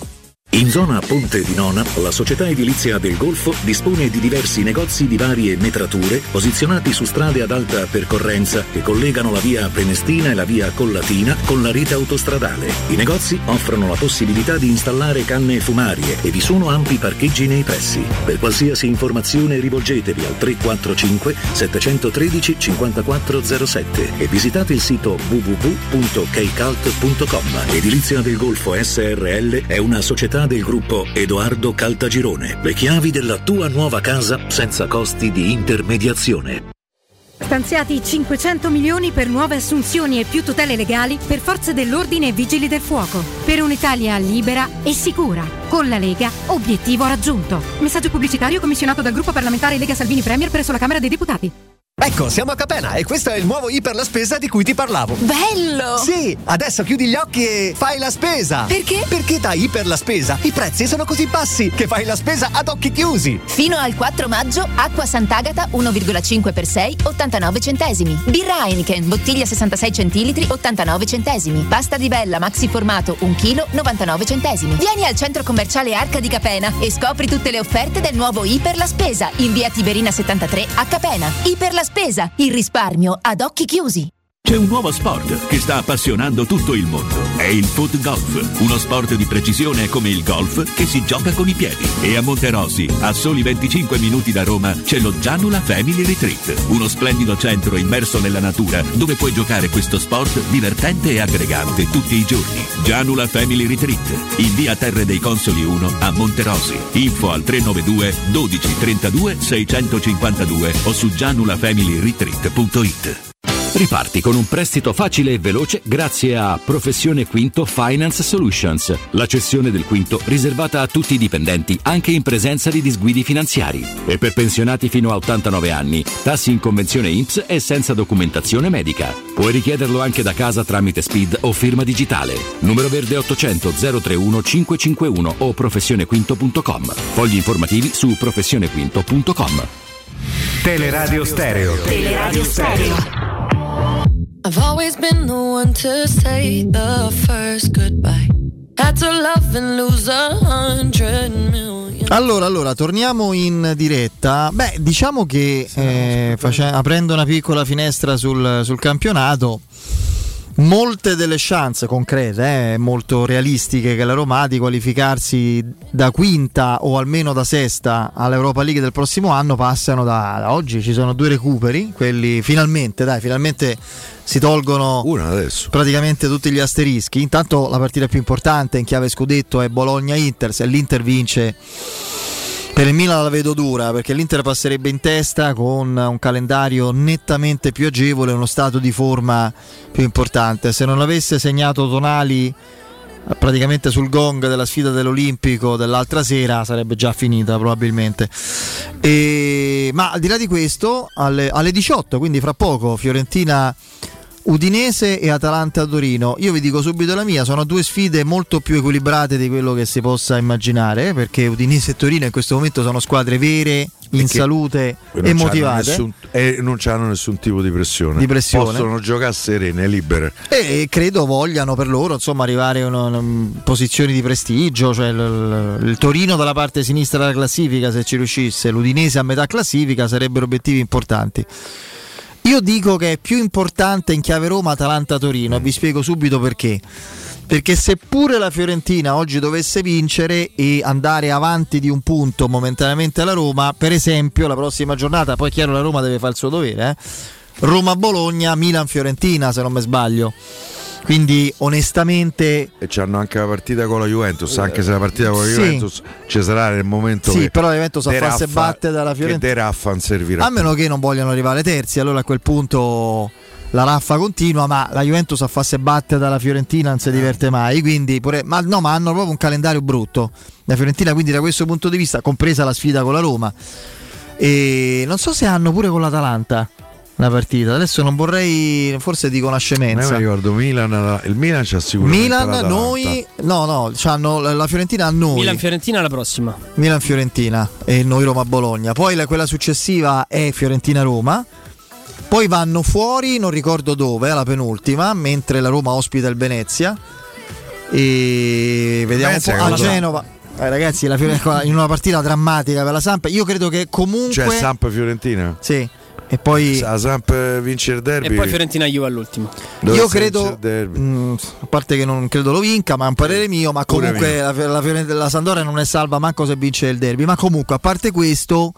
In zona Ponte di Nona, la società edilizia del Golfo dispone di diversi negozi di varie metrature posizionati su strade ad alta percorrenza che collegano la via Prenestina e la via Collatina con la rete autostradale. I negozi offrono la possibilità di installare canne fumarie e vi sono ampi parcheggi nei pressi. Per qualsiasi informazione rivolgetevi al tre quattro cinque sette uno tre cinque zero sette e visitate il sito w w w punto keycult punto com. Edilizia del Golfo S R L è una società del gruppo Edoardo Caltagirone. Le chiavi della tua nuova casa senza costi di intermediazione. Stanziati cinquecento milioni per nuove assunzioni e più tutele legali per forze dell'ordine e vigili del fuoco. Per un'Italia libera e sicura. Con la Lega, obiettivo raggiunto. Messaggio pubblicitario commissionato dal gruppo parlamentare Lega Salvini Premier presso la Camera dei Deputati. Ecco, siamo a Capena e questo è il nuovo Iper la Spesa di cui ti parlavo. Bello! Sì, adesso chiudi gli occhi e fai la spesa. Perché? Perché da Iper la Spesa i prezzi sono così bassi che fai la spesa ad occhi chiusi. Fino al quattro maggio, acqua Sant'Agata uno virgola cinque per sei, ottantanove centesimi. Birra Heineken, bottiglia sessantasei centilitri, ottantanove centesimi. Pasta di Bella maxi formato un chilo, novantanove centesimi. Vieni al centro commerciale Arca di Capena e scopri tutte le offerte del nuovo Iper la Spesa in via Tiberina settantatré a Capena. Iper la Spesa, il risparmio ad occhi chiusi. C'è un nuovo sport che sta appassionando tutto il mondo. È il foot golf, uno sport di precisione come il golf che si gioca con i piedi. E a Monterosi, a soli venticinque minuti da Roma, c'è lo Gianula Family Retreat, uno splendido centro immerso nella natura dove puoi giocare questo sport divertente e aggregante tutti i giorni. Gianula Family Retreat, in via Terre dei Consoli uno a Monterosi. Info al tre nove due dodici trentadue seicentocinquantadue o su gianula family retreat punto it. Riparti con un prestito facile e veloce grazie a Professione Quinto Finance Solutions, la cessione del quinto riservata a tutti i dipendenti anche in presenza di disguidi finanziari. E per pensionati fino a ottantanove anni, tassi in convenzione I N P S e senza documentazione medica. Puoi richiederlo anche da casa tramite S P I D o firma digitale. Numero verde ottocento zero trentuno cinquecentocinquantuno o professionequinto punto com. Fogli informativi su professionequinto punto com. Teleradio Stereo. Teleradio Stereo. I've always been the one to say the first goodbye. Had to love and lose a hundred million. Allora, allora, torniamo in diretta. Beh, diciamo che eh, face- aprendo una piccola finestra sul, sul campionato, molte delle chance concrete, eh, molto realistiche, che la Roma ha di qualificarsi da quinta o almeno da sesta all'Europa League del prossimo anno passano da, da oggi. Ci sono due recuperi, quelli finalmente, dai, finalmente si tolgono uno adesso praticamente tutti gli asterischi. Intanto la partita più importante in chiave scudetto è Bologna-Inter. Se l'Inter vince, per il Milan la vedo dura, perché l'Inter passerebbe in testa con un calendario nettamente più agevole e uno stato di forma più importante. Se non avesse segnato Tonali praticamente sul gong della sfida dell'Olimpico dell'altra sera, sarebbe già finita probabilmente. E, ma al di là di questo, alle, alle diciotto, quindi fra poco, Fiorentina Udinese e Atalanta Torino. Io vi dico subito la mia, sono due sfide molto più equilibrate di quello che si possa immaginare, perché Udinese e Torino in questo momento sono squadre vere, in salute e motivate, nessun, e non hanno nessun tipo di pressione. di pressione possono giocare serene, libere, e credo vogliano per loro, insomma, arrivare a una, una, posizioni di prestigio. Cioè il, il Torino dalla parte sinistra della classifica, se ci riuscisse, l'Udinese a metà classifica, sarebbero obiettivi importanti. Io dico che è più importante in chiave Roma Atalanta-Torino, e vi spiego subito perché. Perché seppure la Fiorentina oggi dovesse vincere e andare avanti di un punto momentaneamente alla Roma, per esempio la prossima giornata, poi è chiaro la Roma deve fare il suo dovere, eh? Roma-Bologna, Milan-Fiorentina se non mi sbaglio. Quindi onestamente, e c'hanno anche la partita con la Juventus, anche se la partita con la sì. Juventus ci sarà nel momento, sì, che però la Juventus a farsi battere dalla Fiorentina, che De Raffa servirà, a meno che non vogliano arrivare terzi, allora a quel punto la raffa continua, ma la Juventus a farsi battere dalla Fiorentina non si diverte mai, quindi pure, ma no, ma hanno proprio un calendario brutto la Fiorentina, quindi da questo punto di vista, compresa la sfida con la Roma, e non so se hanno pure con l'Atalanta la partita, adesso non vorrei, forse dico una scemenza. Ma io mi ricordo Milan, il Milan ci ha sicuramente Milan, l'Atalanta. noi no no c'hanno la Fiorentina a noi, Milan-Fiorentina la prossima, Milan-Fiorentina e noi Roma-Bologna, poi la, quella successiva è Fiorentina-Roma, poi vanno fuori non ricordo dove, alla penultima, mentre la Roma ospita il Venezia, e vediamo Venezia, un po' a Genova. Eh, ragazzi, la Fiorentina in una partita drammatica per la Samp, io credo che comunque, cioè Samp-Fiorentina, sì. E poi la Samp vince il derby e poi Fiorentina Juve all'ultimo. Dove io credo, mh, a parte che non credo lo vinca, ma è un parere mio, ma comunque la, la, la, la Sampdoria non è salva manco se vince il derby. Ma comunque, a parte questo,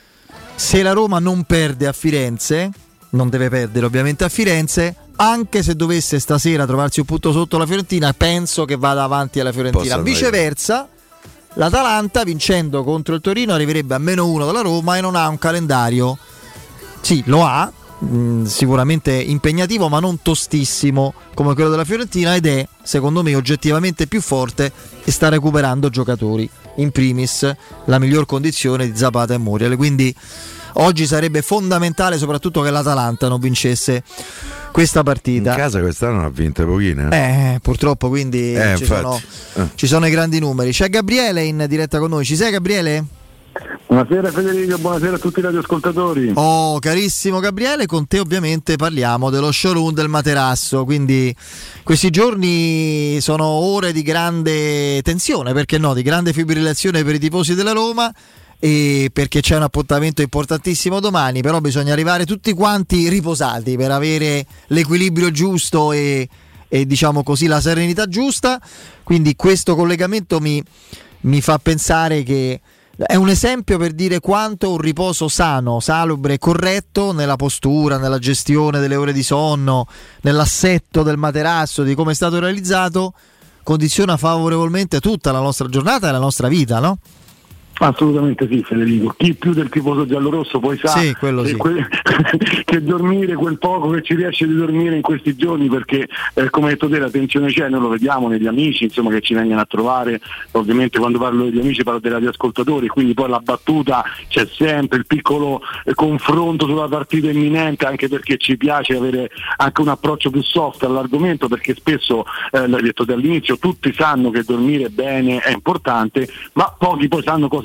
se la Roma non perde a Firenze, non deve perdere ovviamente a Firenze, anche se dovesse stasera trovarsi un punto sotto la Fiorentina, penso che vada avanti alla Fiorentina. Viceversa, l'Atalanta vincendo contro il Torino arriverebbe a meno uno dalla Roma e non ha un calendario, sì, lo ha, mh, sicuramente impegnativo, ma non tostissimo come quello della Fiorentina, ed è secondo me oggettivamente più forte e sta recuperando giocatori, in primis la miglior condizione di Zapata e Muriel, quindi oggi sarebbe fondamentale soprattutto che l'Atalanta non vincesse questa partita. In casa quest'anno ha vinto pochine, eh, purtroppo, quindi eh, ci, sono, eh. ci sono i grandi numeri. C'è Gabriele in diretta con noi, ci sei Gabriele? Buonasera Federico, buonasera a tutti i radioascoltatori. Oh, carissimo Gabriele, con te ovviamente parliamo dello showroom del materasso, quindi questi giorni sono ore di grande tensione, perché no, di grande fibrillazione per i tifosi della Roma, e perché c'è un appuntamento importantissimo domani, però bisogna arrivare tutti quanti riposati per avere l'equilibrio giusto e, e diciamo così la serenità giusta, quindi questo collegamento mi, mi fa pensare che è un esempio per dire quanto un riposo sano, salubre e corretto nella postura, nella gestione delle ore di sonno, nell'assetto del materasso, di come è stato realizzato, condiziona favorevolmente tutta la nostra giornata e la nostra vita, no? Assolutamente sì, Federico. Chi più del tifoso giallorosso poi sa sì, quello che, sì. que- che dormire quel poco che ci riesce di dormire in questi giorni, perché eh, come hai detto te la tensione c'è, noi lo vediamo negli amici insomma che ci vengono a trovare, ovviamente quando parlo degli amici parlo dei radioascoltatori, quindi poi la battuta c'è sempre, il piccolo eh, confronto sulla partita imminente, anche perché ci piace avere anche un approccio più soft all'argomento, perché spesso, eh, l'hai detto te all'inizio, tutti sanno che dormire bene è importante, ma pochi poi sanno cosa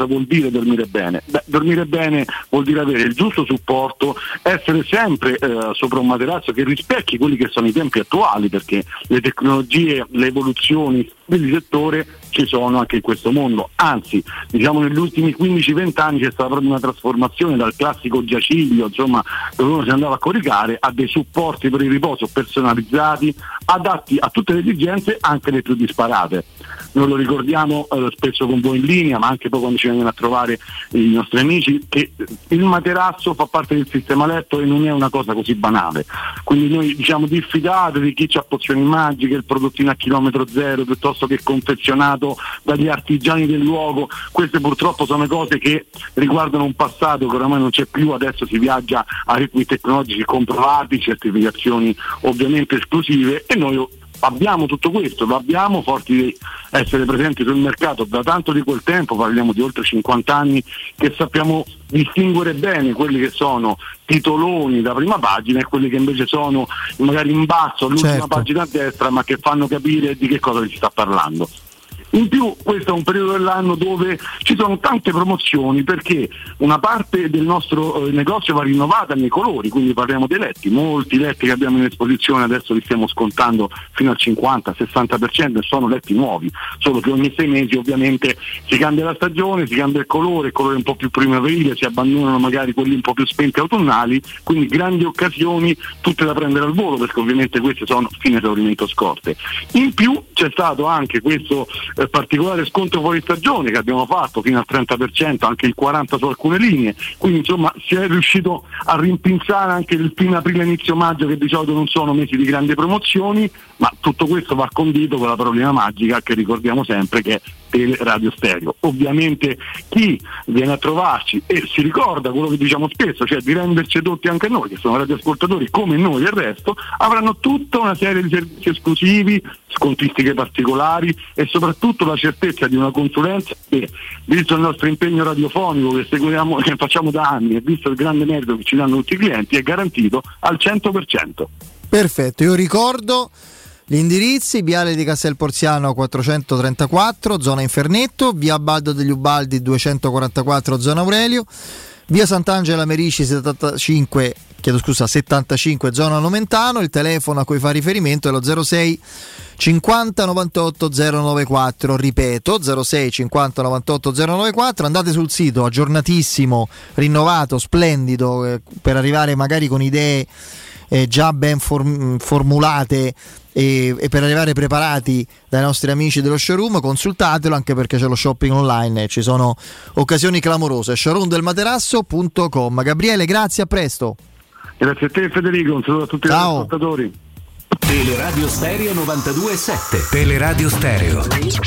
cosa vuol dire dormire bene? Beh, dormire bene vuol dire avere il giusto supporto, essere sempre eh, sopra un materasso che rispecchi quelli che sono i tempi attuali, perché le tecnologie, le evoluzioni del settore ci sono anche in questo mondo, anzi diciamo negli ultimi quindici venti anni c'è stata proprio una trasformazione dal classico giaciglio, insomma, dove uno si andava a coricare, a dei supporti per il riposo personalizzati, adatti a tutte le esigenze, anche le più disparate. Noi lo ricordiamo eh, spesso con voi in linea, ma anche poi quando ci vengono a trovare i nostri amici, che il materasso fa parte del sistema letto e non è una cosa così banale. Quindi noi diciamo diffidate di chi ha pozioni magiche, il prodottino a chilometro zero piuttosto che confezionato dagli artigiani del luogo. Queste purtroppo sono cose che riguardano un passato che oramai non c'è più, adesso si viaggia a ritmi tecnologici comprovati, certificazioni ovviamente esclusive, e noi abbiamo tutto questo, lo abbiamo, forti di essere presenti sul mercato da tanto di quel tempo, parliamo di oltre cinquanta anni, che sappiamo distinguere bene quelli che sono titoloni da prima pagina e quelli che invece sono magari in basso all'ultima certo. pagina a destra, ma che fanno capire di che cosa si sta parlando. In più questo è un periodo dell'anno dove ci sono tante promozioni, perché una parte del nostro eh, negozio va rinnovata nei colori, quindi parliamo dei letti, molti letti che abbiamo in esposizione adesso li stiamo scontando fino al cinquanta sessanta per cento e sono letti nuovi, solo che ogni sei mesi ovviamente si cambia la stagione, si cambia il colore, il colore un po' più primaverile, si abbandonano magari quelli un po' più spenti autunnali, quindi grandi occasioni tutte da prendere al volo, perché ovviamente queste sono fine esaurimento scorte. In più c'è stato anche questo eh, particolare sconto fuori stagione che abbiamo fatto fino al trenta per cento, anche il quaranta per cento su alcune linee, quindi insomma si è riuscito a rimpinzare anche il fine aprile inizio maggio, che di solito non sono mesi di grandi promozioni, ma tutto questo va condito con la parolina magica che ricordiamo sempre, che è Tele Radio Stereo. Ovviamente chi viene a trovarci e si ricorda quello che diciamo spesso, cioè di renderci edotti anche noi, che sono radioascoltatori come noi e il resto, avranno tutta una serie di servizi esclusivi, scontistiche particolari e soprattutto la certezza di una consulenza che, visto il nostro impegno radiofonico che seguiamo, che facciamo da anni, e visto il grande merito che ci danno tutti i clienti, è garantito al cento per cento. Perfetto, io ricordo gli indirizzi: Viale di Castel Porziano quattrocentotrentaquattro, zona Infernetto, via Baldo degli Ubaldi duecentoquarantaquattro, zona Aurelio, via Sant'Angela Merici settantacinque, chiedo scusa, settantacinque, zona Nomentano. Il telefono a cui fa riferimento è lo zero sei cinquanta novantotto zero novantaquattro, ripeto zero sei cinquanta novantotto zero novantaquattro. Andate sul sito, aggiornatissimo, rinnovato, splendido, eh, per arrivare magari con idee eh, già ben form- formulate e, e per arrivare preparati dai nostri amici dello showroom. Consultatelo, anche perché c'è lo shopping online e ci sono occasioni clamorose. showroom del materasso punto com. Gabriele, grazie, a presto. Grazie a te Federico, un saluto a tutti. Ciao. Gli ascoltatori. Teleradio Stereo novantadue virgola sette. Teleradio Stereo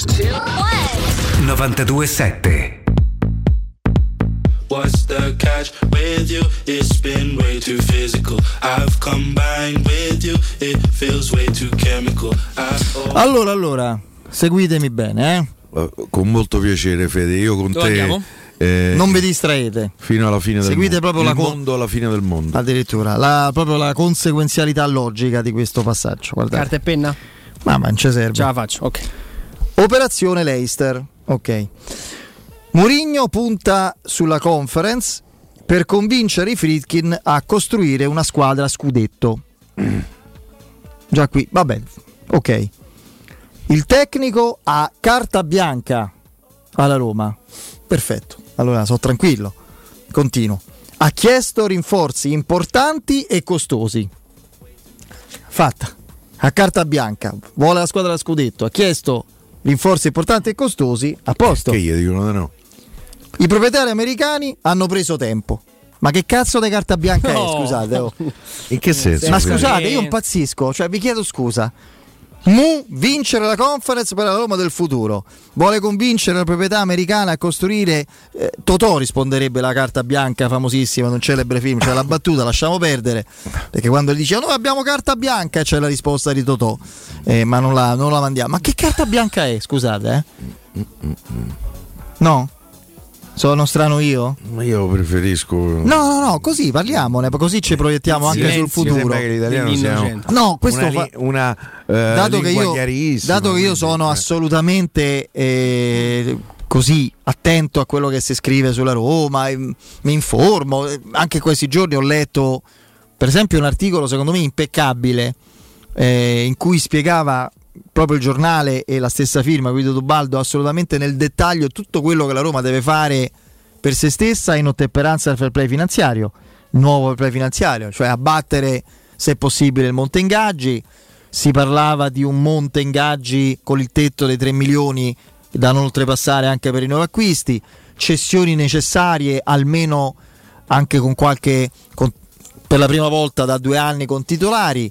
novantadue virgola sette. What's the catch with you? It's been way too physical. I've combined with you. It feels way too chemical. I... Allora, allora, seguitemi bene, eh? Con molto piacere, Fede. Io con Dove te. andiamo? Eh, non vi distraete. Fino alla fine Seguite del mondo. proprio il la con- mondo alla fine del mondo. Addirittura la, proprio la conseguenzialità logica di questo passaggio. Guardate. Carta e penna? Ma non ci serve. Ce la faccio, ok. Operazione Leicester, ok. Mourinho punta sulla Conference per convincere i Friedkin a costruire una squadra scudetto. Già qui, va bene, ok. Il tecnico ha carta bianca alla Roma. Perfetto, allora sono tranquillo. Continuo. Ha chiesto rinforzi importanti e costosi. Fatta. A carta bianca, vuole la squadra da scudetto, ha chiesto rinforzi importanti e costosi, a posto. Che gli dicono di no? I proprietari americani hanno preso tempo. Ma che cazzo di carta bianca no. è? Scusate. Oh. In che senso? Ma scusate, io impazzisco, cioè vi chiedo scusa. Mu vincere la Conference per la Roma del futuro. Vuole convincere la proprietà americana a costruire eh, Totò risponderebbe la carta bianca famosissima di un celebre film, cioè la battuta lasciamo perdere, perché quando gli dice noi abbiamo carta bianca c'è la risposta di Totò, eh, ma non la, non la mandiamo. Ma che carta bianca è? Scusate, eh? No? Sono strano io? Io preferisco. No, no, no, così parliamone, così ci proiettiamo anche sul futuro. Che l'italiano sia no, questo una, fa... una uh, dato, che io, chiarissima, dato che io sono eh. assolutamente eh, così attento a quello che si scrive sulla Roma, mi informo. Anche questi giorni ho letto per esempio un articolo secondo me impeccabile eh, in cui spiegava proprio il giornale e la stessa firma Guido Dubaldo assolutamente nel dettaglio tutto quello che la Roma deve fare per se stessa in ottemperanza al fair play finanziario, nuovo fair play finanziario, cioè abbattere se possibile il monte ingaggi. Si parlava di un monte ingaggi con il tetto dei tre milioni da non oltrepassare anche per i nuovi acquisti, cessioni necessarie almeno anche con qualche con, per la prima volta da due anni con titolari,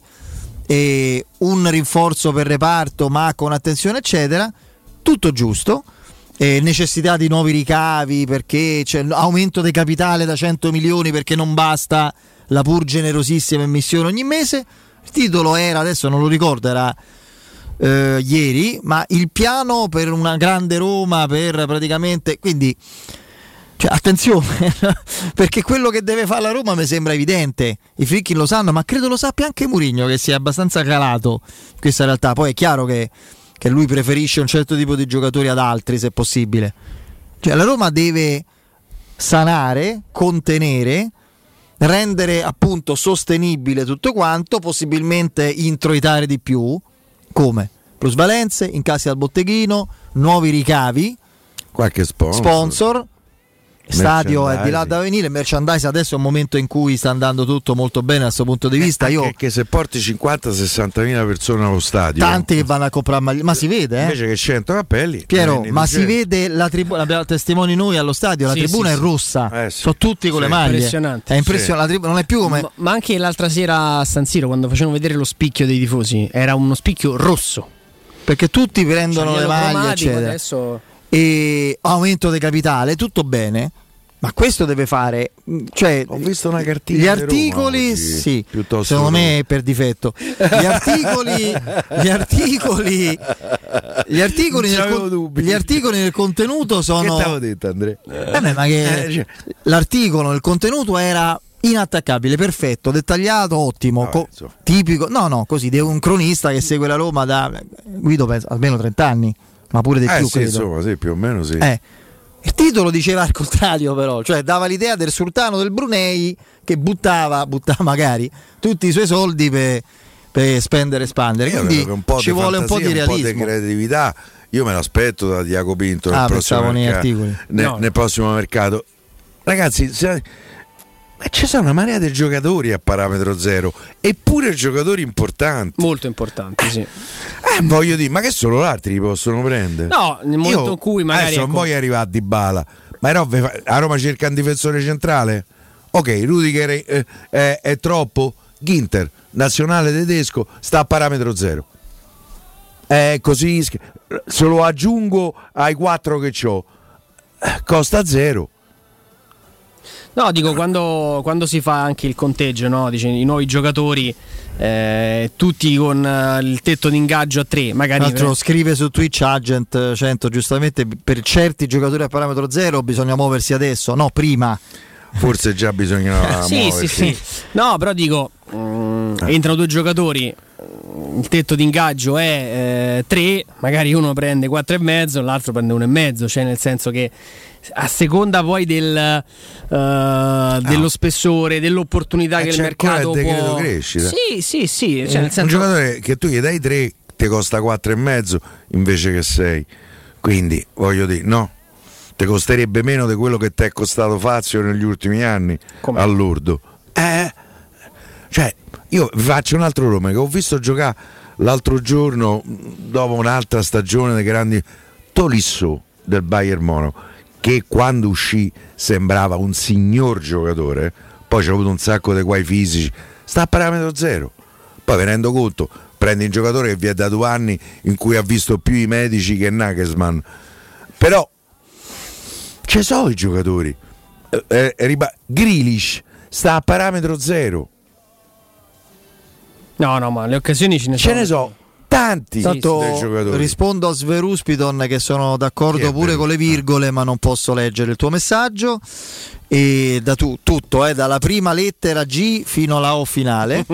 e un rinforzo per reparto ma con attenzione eccetera, tutto giusto, e necessità di nuovi ricavi perché c'è aumento del capitale da cento milioni perché non basta la pur generosissima emissione ogni mese. Il titolo era, adesso non lo ricordo, era eh, ieri, ma il piano per una grande Roma per praticamente, quindi cioè, attenzione perché quello che deve fare la Roma mi sembra evidente, i Friedkin lo sanno, ma credo lo sappia anche Mourinho che si è abbastanza calato in questa realtà. Poi è chiaro che, che lui preferisce un certo tipo di giocatori ad altri se possibile, cioè la Roma deve sanare, contenere, rendere appunto sostenibile tutto quanto, possibilmente introitare di più, come plusvalenze, incassi al botteghino, nuovi ricavi, qualche sponsor, sponsor stadio è di là da venire, merchandise adesso è un momento in cui sta andando tutto molto bene da questo punto di vista. Io che se porti cinquanta sessanta mila persone allo stadio, tanti che vanno a comprare maglie, ma si vede eh? invece che cento cappelli Piero, ma si vede la tribuna, abbiamo testimoni noi allo stadio, la sì, tribuna sì, è sì. rossa, eh, sì. sono tutti con sì. le maglie, impressionante, è impressionante, sì. Non è più come ma, ma anche l'altra sera a San Siro quando facevano vedere lo spicchio dei tifosi era uno spicchio rosso perché tutti prendono cioè, le maglie eccetera. Adesso... E aumento di capitale, tutto bene, ma questo deve fare, cioè ho visto una cartina gli articoli Roma, sì, piuttosto secondo me è per difetto gli articoli gli articoli gli articoli nel, con, gli articoli nel contenuto sono che t'avevo detto Andrea? Eh beh, ma che eh, cioè... l'articolo nel contenuto era inattaccabile, perfetto, dettagliato, ottimo, Vabbè, co- tipico, no no così di un cronista che segue la Roma da Guido penso almeno trenta anni, ma pure di eh, più sì, credo. insomma sì, più o meno sì. Eh, il titolo diceva al contrario però, cioè dava l'idea del sultano del Brunei che buttava, buttava magari tutti i suoi soldi per, per spendere e spandere. Io quindi un po' ci vuole fantasia, un po' di realismo, un po' di creatività. Io me l'aspetto da Diaco Pinto ah, nel, prossimo mercato, nel, no. nel prossimo mercato. Ragazzi, se, ci sono una marea di giocatori a parametro zero, eppure giocatori importanti, molto importanti, sì. Eh, voglio dire, ma che solo l'altri li possono prendere? No, nel momento Io, in cui magari adesso ecco... non voglio arrivare a Dybala, ma a Roma cerca un difensore centrale? Ok, Rudiger è, è, è, è troppo. Ginter, nazionale tedesco, sta a parametro zero. È così, se lo aggiungo ai quattro che ho, costa zero. No, dico quando, quando si fa anche il conteggio, no? Dice, i nuovi giocatori, eh, tutti con uh, il tetto di ingaggio a tre, magari. Tra l'altro scrive su Twitch Agent cento giustamente, per certi giocatori a parametro zero bisogna muoversi adesso, no prima. Forse già bisognava sì, muoversi. sì, sì. No, però dico, mh, entrano due giocatori, il tetto di ingaggio è eh, tre, magari uno prende quattro e mezzo, l'altro prende uno e mezzo, cioè nel senso che a seconda poi del, uh, dello spessore, dell'opportunità eh, che il c'è mercato il decreto può... crescita. Sì, sì, sì. Cioè, un, nel senso... un giocatore che tu gli dai tre ti costa quattro e mezzo invece che sei. Quindi voglio dire, no, ti costerebbe meno di quello che ti è costato Fazio negli ultimi anni. Com'è? All'urdo. Eh, cioè, io vi faccio un altro nome che ho visto giocare l'altro giorno dopo un'altra stagione dei grandi, Tolisso del Bayern Monaco, che quando uscì sembrava un signor giocatore, poi c'ha avuto un sacco di guai fisici, sta a parametro zero. Poi mi rendo conto, prendi un giocatore che vi è da due anni in cui ha visto più i medici che Nagelsmann, però ci sono i giocatori. eh, eh, riba- Grealish sta a parametro zero. No, no, ma le occasioni ce ne ce sono. ne so tanti. Tanto dei giocatori. rispondo a Sveruspiton che sono d'accordo pure con le virgole, ma non posso leggere il tuo messaggio. e da tu, tutto, eh, dalla prima lettera G fino alla O finale.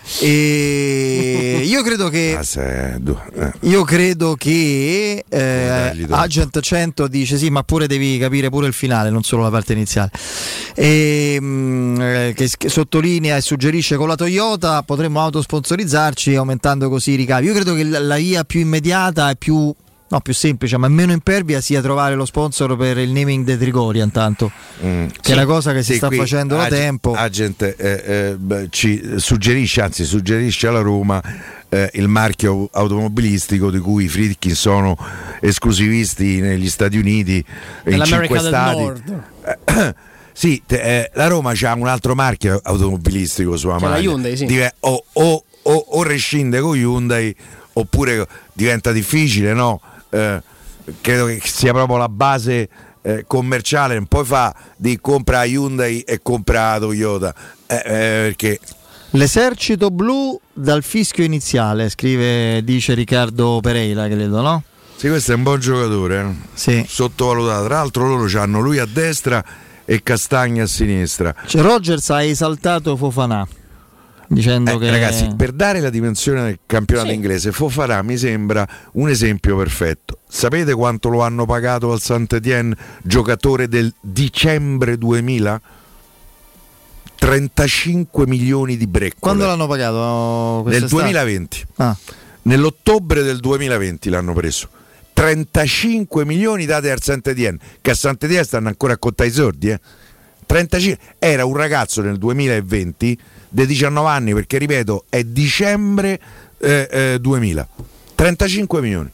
E io credo che io credo che eh, Agent cento dice sì, ma pure devi capire pure il finale, non solo la parte iniziale. E, mh, che, che sottolinea e suggerisce con la Toyota potremmo autosponsorizzarci aumentando così i ricavi. Io credo che la, la via più immediata e più no, più semplice, ma meno impervia sia trovare lo sponsor per il naming dei Trigoria, intanto mm, che sì, è una cosa che si sì, sta facendo da Agent, tempo. Agent eh, eh, ci suggerisce, anzi suggerisce alla Roma eh, il marchio automobilistico di cui i Friedkin sono esclusivisti negli Stati Uniti e in cinque stati. Nord. Eh, sì, te, eh, la Roma c'ha un altro marchio automobilistico sulla maglia. La Hyundai, sì. Dive, o, o, o, o rescinde con Hyundai oppure diventa difficile, no? Eh, credo che sia proprio la base eh, commerciale, non puoi fa di compra Hyundai e compra Toyota eh, eh, perché l'esercito blu dal fischio iniziale, scrive, dice Riccardo Pereira, credo, no? Sì, questo è un buon giocatore, eh? Sì. Sottovalutato. Tra l'altro loro hanno lui a destra e Castagna a sinistra. Cioè, Rogers ha esaltato Fofana dicendo eh, che ragazzi, per dare la dimensione del campionato sì. inglese, Fofana mi sembra un esempio perfetto. Sapete quanto lo hanno pagato al Saint-Étienne, giocatore del dicembre duemila? trentacinque milioni di breccole. Quando l'hanno pagato? Nel duemilaventi. Ah. Nell'ottobre del duemilaventi l'hanno preso. trentacinque milioni dati al Saint-Étienne, che a Saint-Étienne stanno ancora a contare i soldi, eh? trentacinque Era un ragazzo nel duemilaventi dei diciannove anni, perché ripeto è dicembre eh, eh, duemila. trentacinque milioni.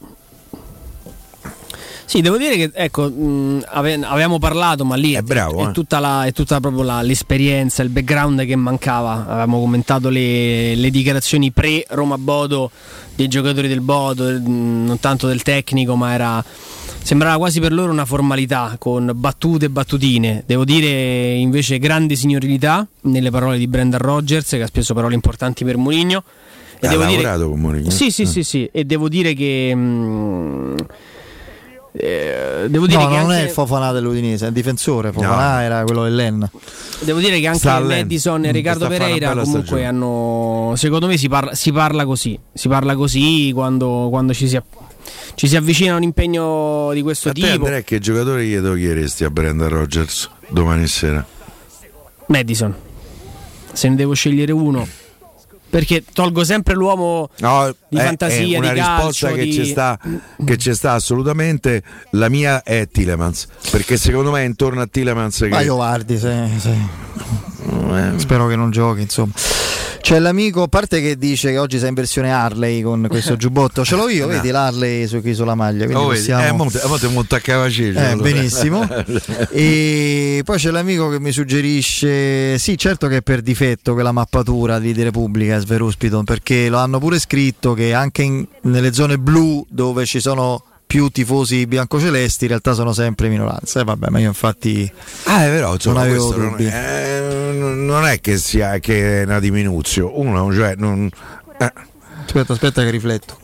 Sì, devo dire che ecco, mh, ave- avevamo parlato, ma lì è, bravo, è, eh. è tutta, la, è tutta proprio la, l'esperienza, il background che mancava. Avevamo commentato le, le dichiarazioni pre Roma Bodo dei giocatori del Bodo, mh, non tanto del tecnico, ma era sembrava quasi per loro una formalità, con battute e battutine. Devo dire invece grande signorilità nelle parole di Brendan Rodgers, che ha speso parole importanti per Mourinho. E ha devo lavorato dire... con Mourinho? Sì, sì, eh. sì, sì. E devo dire che mh, eh, devo dire no, che non anche... è il Fofana dell'Udinese, è il difensore. Fofana no. era quello dell'En. Devo dire che anche Madison e Riccardo Pereira comunque stagione. hanno, secondo me si parla, si parla così, si parla così quando, quando ci si ci si avvicina a un impegno di questo a tipo. Te, Andrea, che giocatore gli chiederesti a Brendan Rodgers domani sera? Madison, se ne devo scegliere uno, perché tolgo sempre l'uomo no, di è, fantasia, è una di risposta calcio, che di... ci sta che ci sta assolutamente. La mia è Tielemans, perché secondo me è intorno a Tielemans che... Ma io guardi se, se... Eh. spero che non giochi, insomma. C'è l'amico, a parte che dice che oggi sei in versione Harley con questo giubbotto, ce l'ho io, no. Vedi l'Harley su chi sulla maglia, quindi oh, possiamo... eh, monte, a volte monta a cavaceggio, eh, benissimo. E poi c'è l'amico che mi suggerisce, sì, certo che è per difetto quella mappatura di Repubblica Sveruspiton, perché lo hanno pure scritto che anche in, nelle zone blu dove ci sono più tifosi biancocelesti in realtà sono sempre minoranze. Eh, vabbè, ma io infatti ah, è vero, insomma, non avevo non dubbi. È, non è che sia che è una diminuzione, uno, cioè non eh. aspetta, aspetta che rifletto.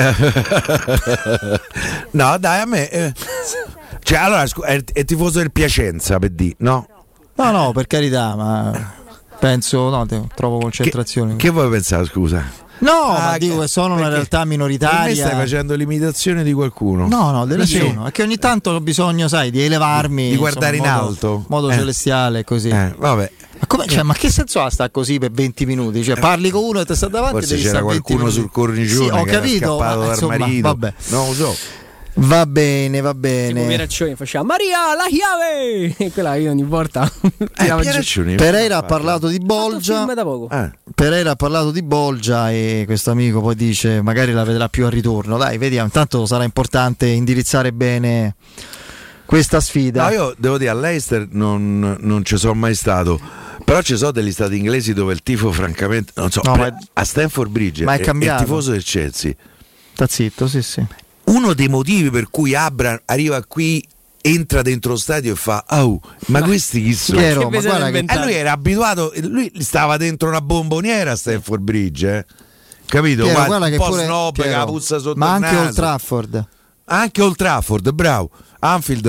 No, dai, a me eh. cioè allora è, è tifoso del Piacenza, per dire, no? No, no, per carità, ma penso no, te, trovo concentrazione. Che, che vuoi pensare, scusa? No, ah, ma dico che sono una realtà minoritaria. Me stai facendo l'imitazione di qualcuno? No, no, di nessuno. È che ogni tanto ho bisogno, sai, di elevarmi, di guardare insomma, in modo, alto, modo eh. celestiale, così. Eh, vabbè. Ma, come, cioè, ma che senso ha sta così per venti minuti? Cioè, parli con uno e ti sta davanti. Forse devi c'era qualcuno sul cornicione, sì, ho che capito, era scappato ma, dal insomma, marito. Vabbè. Non lo so. Va bene, va bene. Pieraccioni faceva Maria la chiave e quella io ogni volta eh, Pereira ha parlato di Bolgia eh. Pereira ha parlato di Bolgia e questo amico poi dice magari la vedrà più al ritorno. Dai, vediamo, intanto sarà importante indirizzare bene questa sfida. No, io devo dire, all'Eister non, non ci sono mai stato, però ci sono degli stati inglesi dove il tifo francamente non so, no, pre- ma è... a Stamford Bridge ma è, è, cambiato. è il tifoso del Chelsea. Sta zitto, sì sì. Uno dei motivi per cui Abram arriva qui, entra dentro lo stadio e fa oh, ma questi chi sono? Che Roma, guarda che... E lui era abituato, lui stava dentro una bomboniera a Stamford Bridge, eh? Capito? Piero, guarda, un che po' pure, snob, Piero, che la puzza sotto ma il anche naso. Old Trafford. Anche Old Trafford, bravo. Anfield no.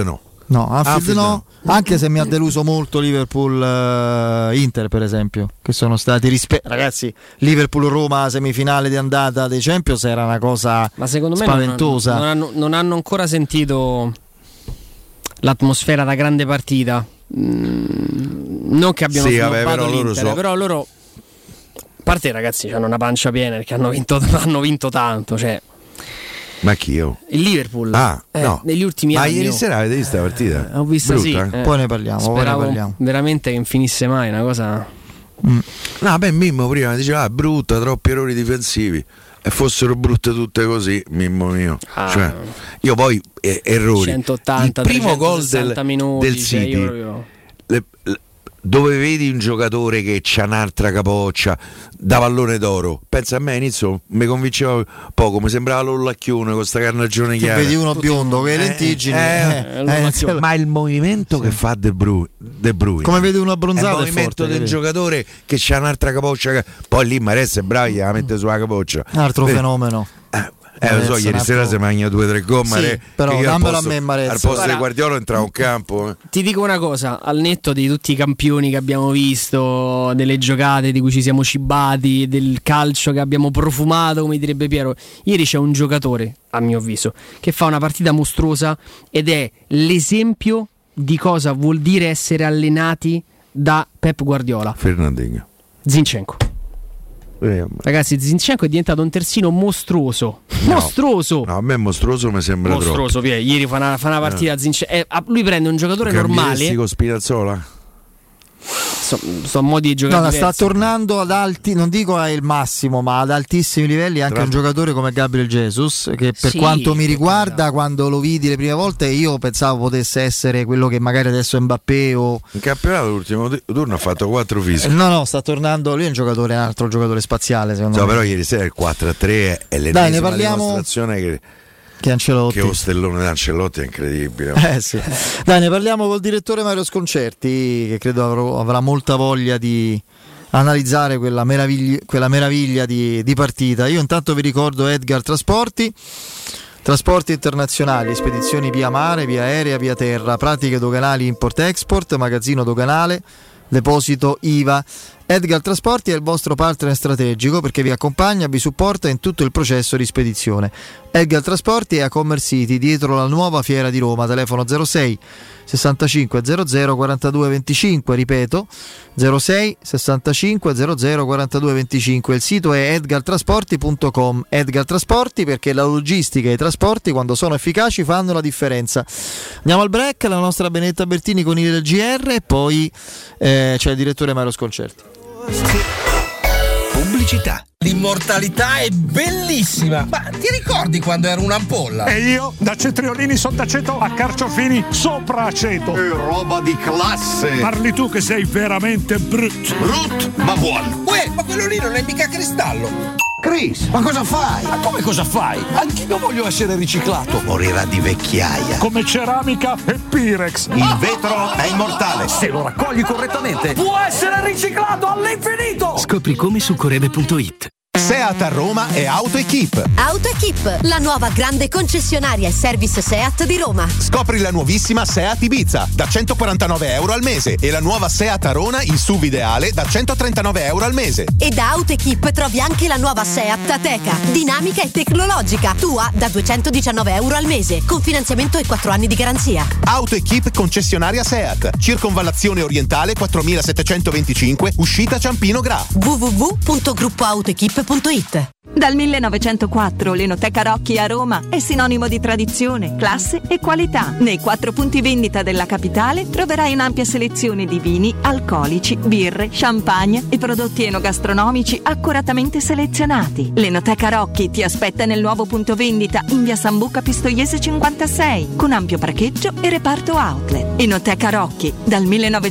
No, Anfield, Anfield no, no. Anche se mi ha deluso molto Liverpool-Inter, per esempio, che sono stati rispe- ragazzi, Liverpool-Roma semifinale di andata dei Champions era una cosa Ma secondo me spaventosa. non, non, hanno, non hanno ancora sentito l'atmosfera da grande partita. Mm, non che abbiano sì, snobbato vabbè, però l'Inter, loro so- però loro, a parte i ragazzi, hanno una pancia piena perché hanno vinto, hanno vinto tanto, cioè. Ma chi io? Il Liverpool ah, eh, no. negli ultimi Ma anni. Ma ieri io... sera avete visto la partita? Eh, ho visto sì. Brutta, Eh. Poi ne parliamo. Speravo poi ne parliamo. veramente che non finisse mai una cosa. Mm. No, beh, Mimmo prima diceva ah, brutta, troppi errori difensivi. E fossero brutte tutte così, Mimmo mio. Ah. Cioè, io poi eh, errori. centottanta, il primo gol del, minuti, del cioè City, io... le, le, dove vedi un giocatore che c'ha un'altra capoccia da pallone d'oro, pensa a me inizio mi convinceva poco, mi sembrava l'Ollacchione con sta carnagione chiara. Vedi uno biondo con le lentiggini, eh, eh, eh, ma il movimento sì. che fa De Bruyne, De Bruyne come vedi uno abbronzato, è il movimento è forte, del giocatore che c'ha un'altra capoccia, poi lì Maressa è bravo, la mette sulla capoccia, un altro vedi? fenomeno. eh, Eh, lo so, ieri sera si mangia due o tre gomme. Sì, però dammelo a me, Marezzo. Al posto di Guardiola entrava un campo. Eh. Ti dico una cosa, al netto di tutti i campioni che abbiamo visto, delle giocate di cui ci siamo cibati, del calcio che abbiamo profumato, come direbbe Piero, ieri c'è un giocatore, a mio avviso, che fa una partita mostruosa ed è l'esempio di cosa vuol dire essere allenati da Pep Guardiola. Fernandinho. Zinchenko. Ragazzi, Zinchenko è diventato un terzino mostruoso. No, mostruoso. No, a me mostruoso mi sembra mostruoso, troppo. Mostruoso, ieri fa una, fa una partita. Eh. Zinchenko, eh, lui prende un giocatore normale. Con Spinazzola? Sono modi di giocare. No, diversi. sta tornando ad alti, non dico al massimo, ma ad altissimi livelli anche Tra... un giocatore come Gabriel Jesus, che per sì, quanto mi riguarda, no. quando lo vidi le prime volte, io pensavo potesse essere quello che magari adesso è Mbappé o. In campionato l'ultimo turno ha fatto quattro fischi. No, no, sta tornando. Lui è un giocatore, un altro giocatore spaziale. Secondo so, me. Però ieri sera il quattro a tre è l'ennesima Dai, ne parliamo... dimostrazione che. Che Ancelotti. Che Ostellone di Ancelotti è incredibile. Eh sì. Dai, ne parliamo col direttore Mario Sconcerti, che credo avrò, avrà molta voglia di analizzare quella meraviglia, quella meraviglia di, di partita. Io intanto vi ricordo Edgar Trasporti. Trasporti internazionali, spedizioni via mare, via aerea, via terra, pratiche doganali import-export, magazzino doganale, deposito I V A. Edgar Trasporti è il vostro partner strategico perché vi accompagna e vi supporta in tutto il processo di spedizione. Edgar Trasporti è a Commerce City, dietro la nuova fiera di Roma, telefono zero sei sessantacinque zero zero quarantadue venticinque, ripeto zero sei sessantacinque zero zero quarantadue venticinque. Il sito è edgar trasporti punto com. Edgar Trasporti, perché la logistica e i trasporti quando sono efficaci fanno la differenza. Andiamo al break, la nostra Benetta Bertini con il G R e poi eh, c'è il direttore Mario Sconcerti. Pubblicità. L'immortalità è bellissima. Ma ti ricordi quando ero un'ampolla? E io da Cetriolini sotto aceto a Carciofini sopra aceto. È roba di classe. Parli tu che sei veramente brut. Brut ma buono. Uè, ma quello lì non è mica cristallo. Chris, ma cosa fai? Ma come cosa fai? Anch'io voglio essere riciclato. Morirà di vecchiaia. Come ceramica e Pirex. Il vetro è immortale. Se lo raccogli correttamente, può essere riciclato all'infinito. Scopri come su coreve punto it. Seat a Roma e AutoEquip. AutoEquip, la nuova grande concessionaria e service Seat di Roma. Scopri la nuovissima Seat Ibiza da centoquarantanove euro al mese e la nuova Seat Arona in S U V ideale da centotrentanove euro al mese. E da AutoEquip trovi anche la nuova Seat Ateca, dinamica e tecnologica, tua da duecentodiciannove euro al mese, con finanziamento e quattro anni di garanzia. AutoEquip concessionaria Seat, Circonvallazione Orientale quattromilasettecentoventicinque, uscita Ciampino Gra. w w w punto gruppo autoequip punto it. Dal millenovecentoquattro l'Enoteca Rocchi a Roma è sinonimo di tradizione, classe e qualità. Nei quattro punti vendita della capitale troverai un'ampia selezione di vini, alcolici, birre, champagne e prodotti enogastronomici accuratamente selezionati. L'Enoteca Rocchi ti aspetta nel nuovo punto vendita in via Sambuca Pistoiese cinquantasei, con ampio parcheggio e reparto outlet. Enoteca Rocchi, dal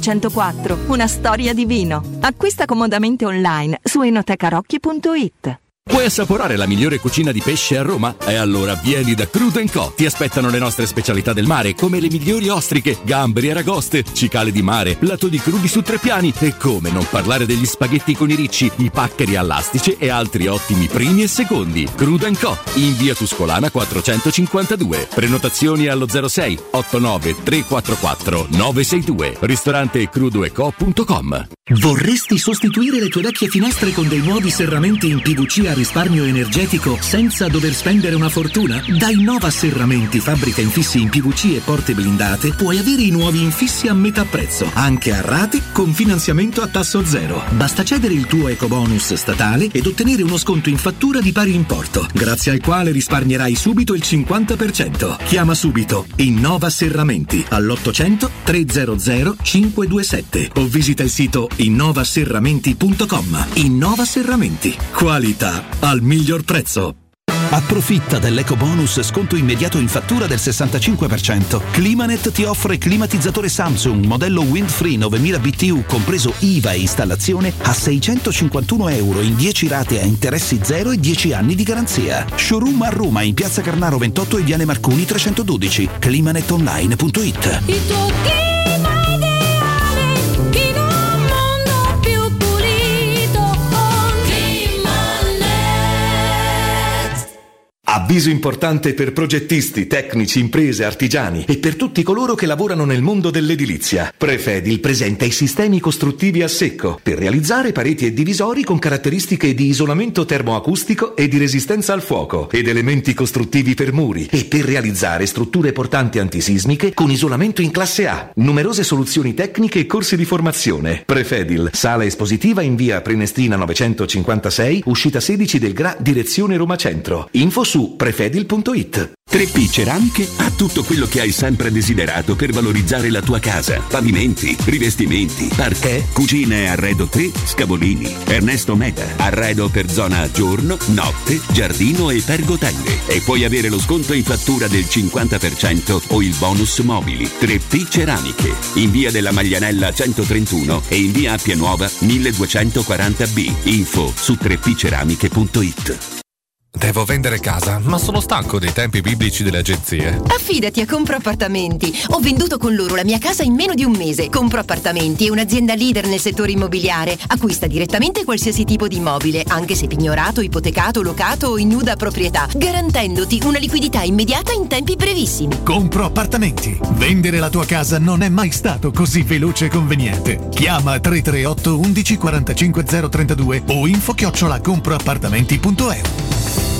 millenovecentoquattro, una storia di vino. Acquista comodamente online su enotecarocchi punto it. Vuoi assaporare la migliore cucina di pesce a Roma? E allora vieni da Crudo and Co. Ti aspettano le nostre specialità del mare, come le migliori ostriche, gamberi, aragoste, cicale di mare, plato di crudi su tre piani e come non parlare degli spaghetti con i ricci, i paccheri all'astice e altri ottimi primi e secondi. Crudo and Co. in via Tuscolana quattrocentocinquantadue. Prenotazioni allo zero sei otto nove tre quattro quattro nove sei due. Ristorante crudo e co punto com. Vorresti sostituire le tue vecchie finestre con dei nuovi serramenti in P V C a risparmio energetico senza dover spendere una fortuna? Da Innova Serramenti, fabbrica infissi in P V C e porte blindate, puoi avere i nuovi infissi a metà prezzo, anche a rate con finanziamento a tasso zero. Basta cedere il tuo ecobonus statale ed ottenere uno sconto in fattura di pari importo, grazie al quale risparmierai subito il cinquanta per cento. Chiama subito Innova Serramenti all'ottocento trecento cinque due sette o visita il sito innova serramenti punto com. Innova Serramenti, qualità al miglior prezzo. Approfitta dell'ecobonus sconto immediato in fattura del sessantacinque per cento. Climanet ti offre climatizzatore Samsung modello Windfree novemila B T U compreso I V A e installazione a seicentocinquantuno euro in dieci rate a interessi zero e dieci anni di garanzia. Showroom a Roma in Piazza Carnaro ventotto e Viale Marconi trecentododici. climanet online punto it. Il tuo clima ideale in un mondo più pulito con Climanet. Avviso importante per progettisti, tecnici, imprese, artigiani e per tutti coloro che lavorano nel mondo dell'edilizia. Prefedil presenta i sistemi costruttivi a secco per realizzare pareti e divisori con caratteristiche di isolamento termoacustico e di resistenza al fuoco ed elementi costruttivi per muri e per realizzare strutture portanti antisismiche con isolamento in classe A. Numerose soluzioni tecniche e corsi di formazione. Prefedil, sala espositiva in via Prenestina novecentocinquantasei, uscita sedici del Gra, direzione Roma Centro. Info su prefedil punto it. tre P Ceramiche ha tutto quello che hai sempre desiderato per valorizzare la tua casa. Pavimenti, rivestimenti, parquet, cucina e arredo tre, Scavolini. Ernesto Meda, arredo per zona giorno, notte, giardino e pergotelle. E puoi avere lo sconto in fattura del cinquanta per cento o il bonus mobili. tre P Ceramiche, in via della Maglianella centotrentuno e in via Appia Nuova milleduecentoquaranta B. Info su tre p ceramiche punto it. Devo vendere casa, ma sono stanco dei tempi biblici delle agenzie. Affidati a Compro Appartamenti. Ho venduto con loro la mia casa in meno di un mese. Compro Appartamenti è un'azienda leader nel settore immobiliare. Acquista direttamente qualsiasi tipo di immobile, anche se pignorato, ipotecato, locato o in nuda proprietà, garantendoti una liquidità immediata in tempi brevissimi. Compro Appartamenti. Vendere la tua casa non è mai stato così veloce e conveniente. Chiama tre tre otto undici quarantacinque zero trentadue o info chiocciola comproappartamenti punto e u.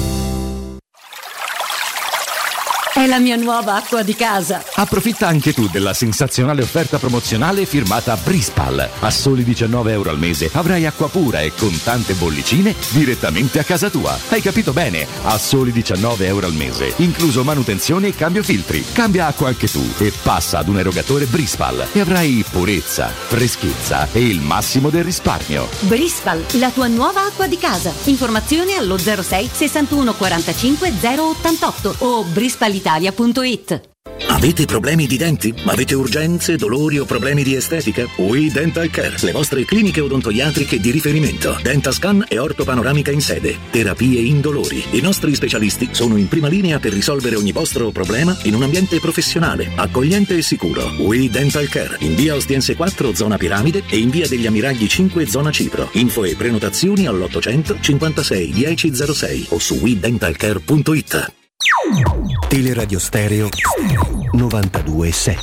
È la mia nuova acqua di casa. Approfitta anche tu della sensazionale offerta promozionale firmata Brispal. A soli diciannove euro al mese avrai acqua pura e con tante bollicine direttamente a casa tua. Hai capito bene? A soli diciannove euro al mese, incluso manutenzione e cambio filtri. Cambia acqua anche tu e passa ad un erogatore Brispal e avrai purezza, freschezza e il massimo del risparmio. Brispal, la tua nuova acqua di casa. Informazioni allo zero sei sessantuno quarantacinque zero ottantotto o brispalitalia punto it. Avete problemi di denti? Avete urgenze, dolori o problemi di estetica? We Dental Care, le vostre cliniche odontoiatriche di riferimento. Dentascan e ortopanoramica in sede. Terapie indolori. I nostri specialisti sono in prima linea per risolvere ogni vostro problema in un ambiente professionale, accogliente e sicuro. We Dental Care, in via Ostiense quattro, zona Piramide e in via degli Ammiragli cinque, zona Cipro. Info e prenotazioni all'ottocento cinquantasei dieci zero sei o su we dental care punto it. Teleradio Stereo novantadue sette.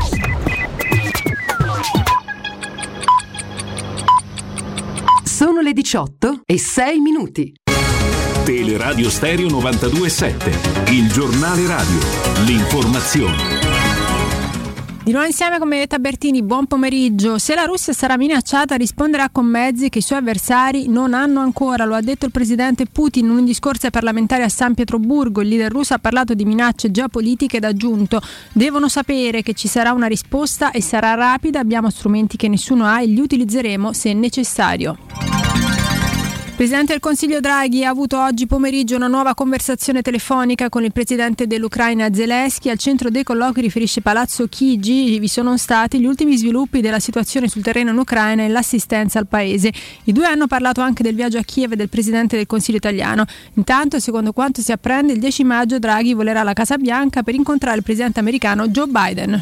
Sono le diciotto e sei minuti. Teleradio Stereo novantadue sette, il giornale radio, l'informazione. Di nuovo insieme con Benedetta Bertini, buon pomeriggio. Se la Russia sarà minacciata risponderà con mezzi che i suoi avversari non hanno ancora, lo ha detto il presidente Putin in un discorso ai parlamentari a San Pietroburgo. Il leader russo ha parlato di minacce geopolitiche ed ha aggiunto: devono sapere che ci sarà una risposta e sarà rapida, abbiamo strumenti che nessuno ha e li utilizzeremo se necessario. Il Presidente del Consiglio Draghi ha avuto oggi pomeriggio una nuova conversazione telefonica con il Presidente dell'Ucraina Zelensky. Al centro dei colloqui, riferisce Palazzo Chigi, vi sono stati gli ultimi sviluppi della situazione sul terreno in Ucraina e l'assistenza al paese. I due hanno parlato anche del viaggio a Kiev del Presidente del Consiglio italiano. Intanto, secondo quanto si apprende, il dieci maggio Draghi volerà alla Casa Bianca per incontrare il Presidente americano Joe Biden.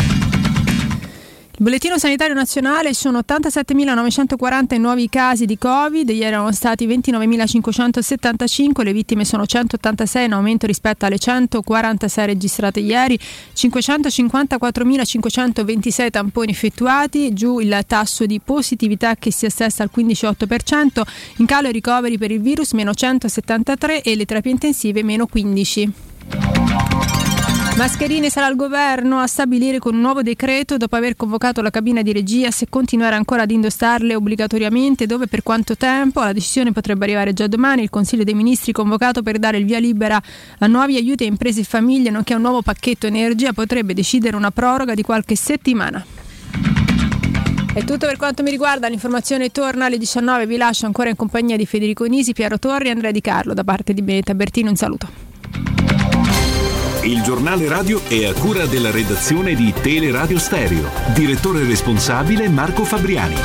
Il bollettino sanitario nazionale: sono ottantasettemilanovecentoquaranta i nuovi casi di Covid, ieri erano stati ventinovemilacinquecentosettantacinque, le vittime sono centottantasei, in aumento rispetto alle centoquarantasei registrate ieri, cinquecentocinquantaquattromilacinquecentoventisei tamponi effettuati, giù il tasso di positività che si assesta al quindici virgola otto per cento, in calo i ricoveri per il virus meno centosettantatré e le terapie intensive meno quindici. Mascherine sarà il governo a stabilire con un nuovo decreto, dopo aver convocato la cabina di regia, se continuare ancora ad indossarle obbligatoriamente, dove e per quanto tempo. La decisione potrebbe arrivare già domani. Il Consiglio dei Ministri, convocato per dare il via libera a nuovi aiuti a imprese e famiglie, nonché a un nuovo pacchetto energia, potrebbe decidere una proroga di qualche settimana. È tutto per quanto mi riguarda, l'informazione torna alle diciannove, vi lascio ancora in compagnia di Federico Nisi, Piero Torri e Andrea Di Carlo. Da parte di Benetta Bertino un saluto. Il giornale radio è a cura della redazione di Teleradio Stereo. Direttore responsabile Marco Fabriani.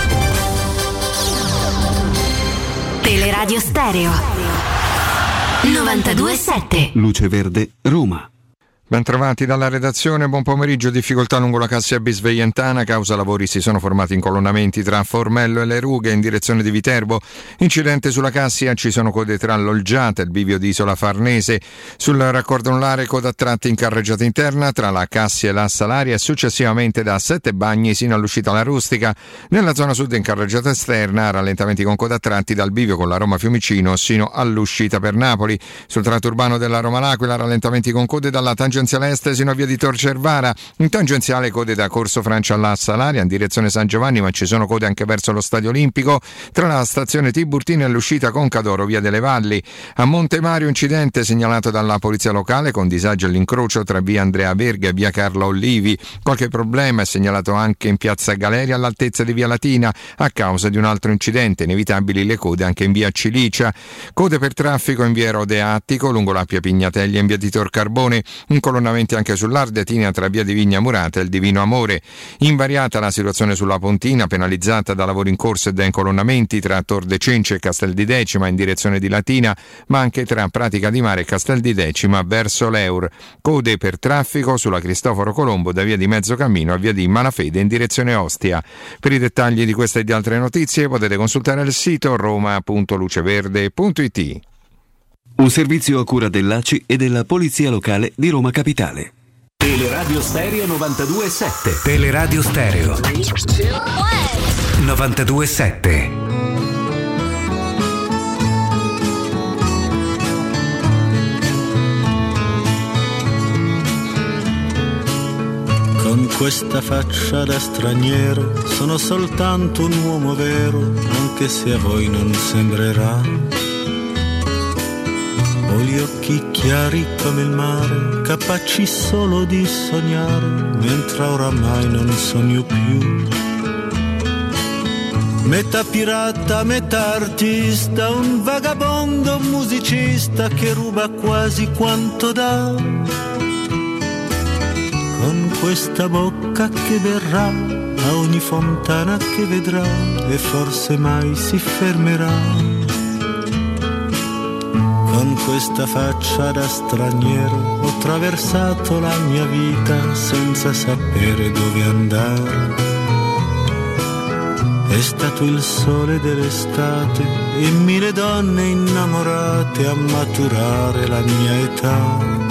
Teleradio Stereo novantadue sette. Luce Verde, Roma. Bentrovati dalla redazione, buon pomeriggio. Difficoltà lungo la Cassia Bisveientana, causa lavori si sono formati incolonnamenti tra Formello e Le Rughe in direzione di Viterbo. Incidente sulla Cassia, ci sono code tra l'Olgiata e il bivio di Isola Farnese. Sul raccordo anulare coda a tratti in carreggiata interna tra la Cassia e la Salaria e successivamente da Sette Bagni sino all'uscita alla Rustica. Nella zona sud in carreggiata esterna rallentamenti con coda a tratti dal bivio con la Roma Fiumicino sino all'uscita per Napoli. Sul tratto urbano della Roma L'Aquila rallentamenti con code dalla tangenziale est sino a via di Tor Cervara, in tangenziale code da Corso Francia alla Salaria in direzione San Giovanni, ma ci sono code anche verso lo Stadio Olimpico tra la stazione Tiburtina e l'uscita Concadoro via delle Valli. A Monte Mario incidente segnalato dalla polizia locale con disagi all'incrocio tra via Andrea Verga e via Carlo Olivi. Qualche problema è segnalato anche in piazza Galeria all'altezza di via Latina a causa di un altro incidente, inevitabili le code anche in via Cilicia. Code per traffico in via Erode Attico lungo l'Appia Pignatelli e in via di Tor Carbone, incolonnamenti anche sull'Ardetina tra via di Vigna Murata e il Divino Amore. Invariata la situazione sulla Pontina, penalizzata da lavori in corso e da incolonnamenti tra Tor de Cenci e Castel di Decima in direzione di Latina, ma anche tra Pratica di Mare e Castel di Decima verso l'Eur. Code per traffico sulla Cristoforo Colombo da via di Mezzocammino a via di Malafede in direzione Ostia. Per i dettagli di queste e di altre notizie potete consultare il sito roma punto luceverde punto it. Un servizio a cura dell'A C I e della Polizia Locale di Roma Capitale. Teleradio Stereo novantadue sette. Teleradio Stereo novantadue sette. Con questa faccia da straniero sono soltanto un uomo vero, anche se a voi non sembrerà. Ho gli occhi chiari come il mare, capaci solo di sognare, mentre oramai non sogno più. Metà pirata, metà artista, un vagabondo musicista che ruba quasi quanto dà. Con questa bocca che verrà a ogni fontana che vedrà e forse mai si fermerà. Con questa faccia da straniero ho attraversato la mia vita senza sapere dove andare. È stato il sole dell'estate e mille donne innamorate a maturare la mia età.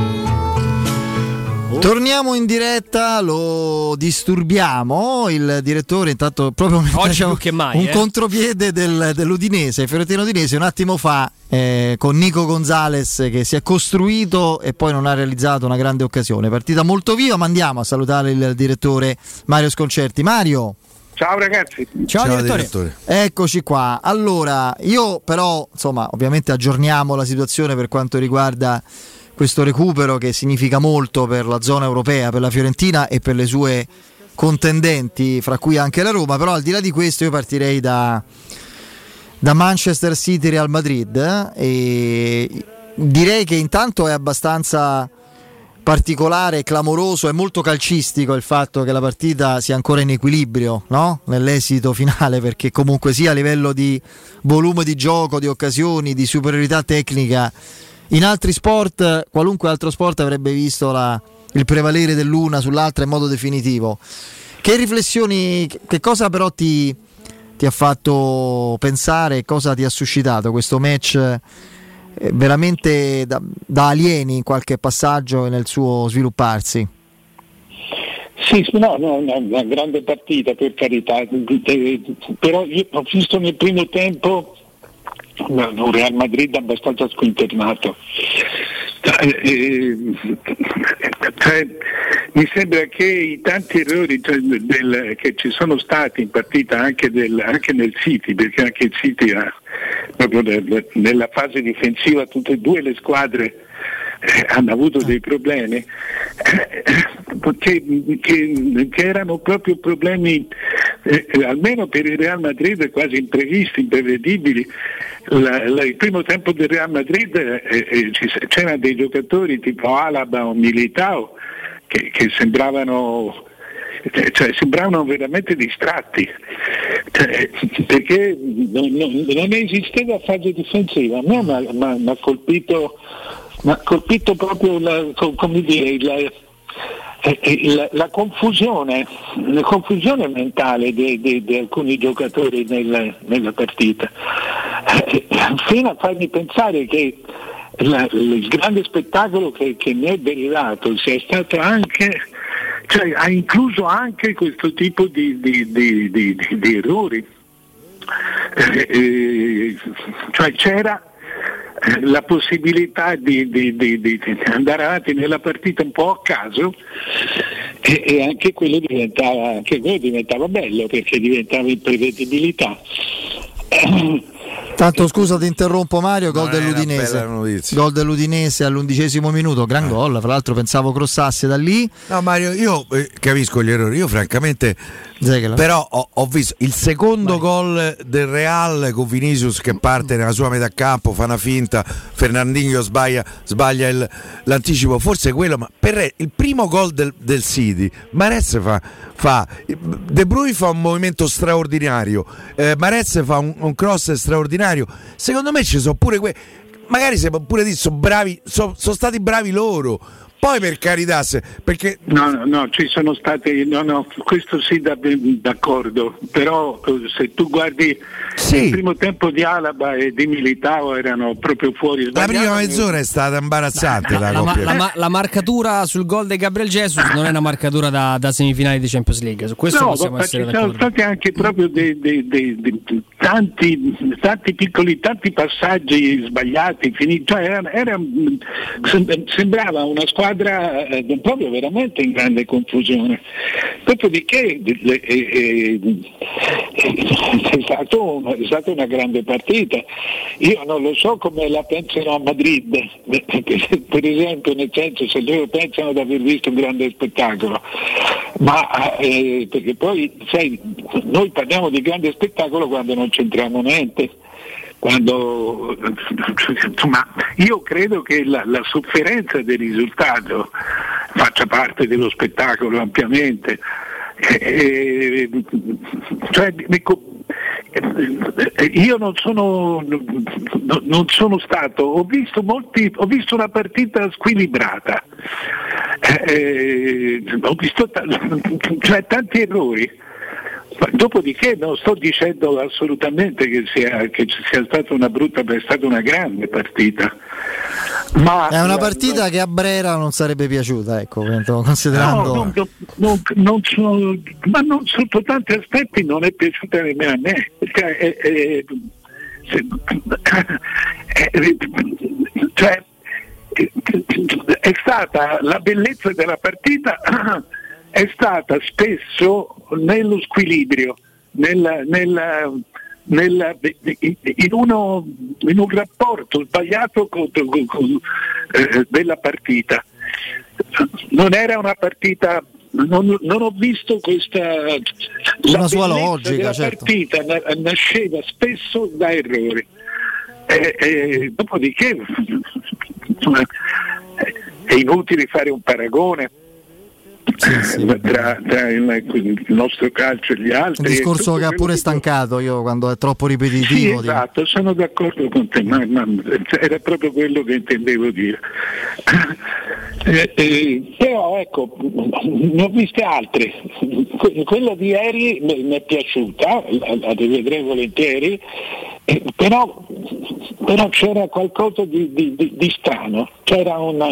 Torniamo in diretta, lo disturbiamo, il direttore intanto proprio oggi diciamo, più che mai, un eh? contropiede del, dell'Udinese, Fiorentino Udinese un attimo fa eh, con Nico Gonzalez che si è costruito e poi non ha realizzato una grande occasione, partita molto viva, ma andiamo a salutare il direttore Mario Sconcerti. Mario. Ciao ragazzi. Ciao, Ciao direttore. direttore. Eccoci qua. Allora, io però, insomma, ovviamente aggiorniamo la situazione per quanto riguarda questo recupero che significa molto per la zona europea, per la Fiorentina e per le sue contendenti, fra cui anche la Roma, però al di là di questo io partirei da da Manchester City Real Madrid, eh? E direi che intanto è abbastanza particolare, clamoroso e molto calcistico il fatto che la partita sia ancora in equilibrio, no? Nell'esito finale, perché comunque sia a livello di volume di gioco, di occasioni, di superiorità tecnica, in altri sport, qualunque altro sport avrebbe visto la, il prevalere dell'una sull'altra in modo definitivo. Che riflessioni, che cosa però ti, ti ha fatto pensare, cosa ti ha suscitato questo match veramente da, da alieni in qualche passaggio nel suo svilupparsi? Sì, no, no, una, una grande partita, per carità, però io ho visto nel primo tempo un Real Madrid abbastanza squinternato. Eh, cioè, mi sembra che i tanti errori cioè, del, che ci sono stati in partita anche, del, anche nel City, perché anche il City ha, proprio nel, nella fase difensiva tutte e due le squadre eh, hanno avuto dei problemi eh, che, che, che erano proprio problemi eh, almeno per il Real Madrid quasi imprevisti, imprevedibili. La, la, il primo tempo del Real Madrid eh, eh, c'erano dei giocatori tipo Alaba o Militao che, che sembravano cioè sembravano veramente distratti, cioè, perché non, non, non esisteva fase difensiva. A me mi ha colpito m'ha colpito proprio la, come dire, la, la, la confusione la confusione mentale di, di, di alcuni giocatori nel, nella partita, fino a farmi pensare che la, il grande spettacolo che, che ne è derivato sia stato anche, cioè ha incluso anche questo tipo di, di, di, di, di, di errori, eh, eh, cioè c'era la possibilità di, di, di, di andare avanti nella partita un po' a caso e, e anche quello diventava anche quello diventava bello, perché diventava imprevedibilità. Tanto scusa ti interrompo Mario, gol dell'Udinese gol dell'Udinese all'undicesimo minuto, gran gol, fra l'altro pensavo crossasse da lì. No Mario, io eh, capisco gli errori, io francamente però ho, ho visto il secondo gol del Real con Vinicius che parte nella sua metà campo, fa una finta, Fernandinho sbaglia, sbaglia il, l'anticipo, forse quello, ma per il primo gol del, del City Mahrez fa, fa De Bruyne fa un movimento straordinario, eh, Mahrez fa un, un cross straordinario, secondo me ci sono pure que- magari se pure dire sono bravi, sono, sono stati bravi loro. Poi per carità, se, perché no, no, no, ci sono stati, no, no, questo sì da, d'accordo, però se tu guardi sì. Il primo tempo di Alaba e di Militao erano proprio fuori. La prima mezz'ora è stata imbarazzante. La, la, la, la, la marcatura sul gol di Gabriel Jesus non è una marcatura da, da semifinali di Champions League, su questo no, possiamo essere ci d'accordo. Sono stati anche proprio dei, dei, dei, dei, tanti, tanti piccoli, tanti passaggi sbagliati, finiti, cioè era, era, sembrava una squadra Eh, proprio veramente in grande confusione. Dopodiché eh, eh, è, stato un, è stata una grande partita. Io non lo so come la pensano a Madrid, per esempio, nel senso, se loro pensano di aver visto un grande spettacolo, ma eh, perché poi sai, noi parliamo di grande spettacolo quando non c'entriamo niente. Quando, insomma, io credo che la, la sofferenza del risultato faccia parte dello spettacolo ampiamente. E, cioè, io non sono, non sono stato, ho visto molti, ho visto una partita squilibrata, eh, ho visto t- cioè, tanti errori. Dopodiché non sto dicendo assolutamente che sia, che sia stata una brutta, è stata una grande partita. Ma è una partita la, che a Brera non sarebbe piaciuta, ecco, considerando. No, non, non, non sono, ma non sotto tanti aspetti non è piaciuta nemmeno a me. Cioè, è, è, è, cioè, è stata la bellezza della partita. È stata spesso nello squilibrio, nella, nella, nella, in, uno, in un rapporto sbagliato con, con, con, eh, della partita. Non era una partita non, non ho visto questa una sua logica, la certo. partita na- nasceva spesso da errori e, e dopodiché è inutile fare un paragone sì, sì, tra, tra il, il nostro calcio e gli altri. Un discorso che ha pure che stancato io quando è troppo ripetitivo. sì, esatto, di... sono d'accordo con te, ma, ma era proprio quello che intendevo dire. Eh, eh, però ecco, ne ho viste altre. Que- quella di ieri mi, mi è piaciuta, la, la rivedrei volentieri, eh, però, però c'era qualcosa di, di, di, di strano, c'era una...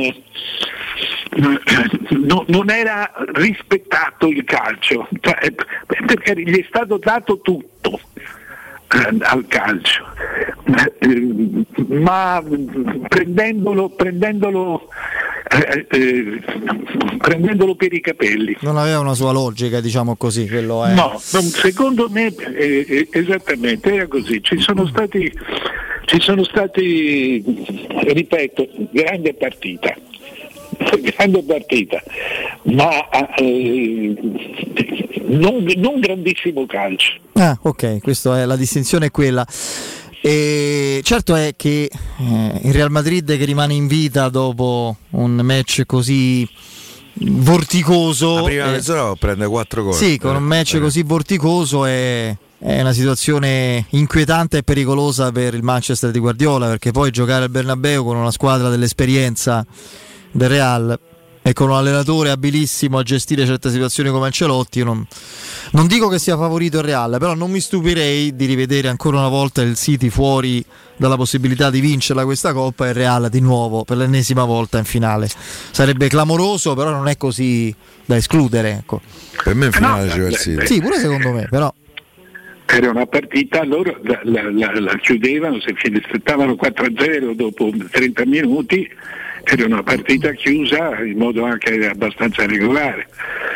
No, non era rispettato il calcio, cioè, perché gli è stato dato tutto eh, al calcio, eh, ma prendendolo, prendendolo, eh, eh, prendendolo per i capelli. Non aveva una sua logica, diciamo così, quello è. No, non, secondo me eh, eh, esattamente era così. Ci sono stati, ci sono stati, ripeto, grande partita. grande partita, ma eh, non, non grandissimo calcio. Ah, ok, questa è la distinzione, è quella. E certo è che eh, il Real Madrid che rimane in vita dopo un match così vorticoso, la prima eh, mezz'ora prende quattro gol. Sì, con un match eh. così vorticoso è, è una situazione inquietante e pericolosa per il Manchester di Guardiola, perché poi giocare al Bernabeu con una squadra dell'esperienza del Real e con un allenatore abilissimo a gestire certe situazioni come Ancelotti, io non, non dico che sia favorito il Real, però non mi stupirei di rivedere ancora una volta il City fuori dalla possibilità di vincerla questa Coppa e il Real di nuovo per l'ennesima volta in finale. Sarebbe clamoroso, però non è così da escludere, ecco. Per me in finale c'è il City. Sì, pure secondo me, però era una partita, loro la, la, la, la chiudevano, se stavano quattro a zero dopo trenta minuti, era una partita chiusa in modo anche abbastanza regolare.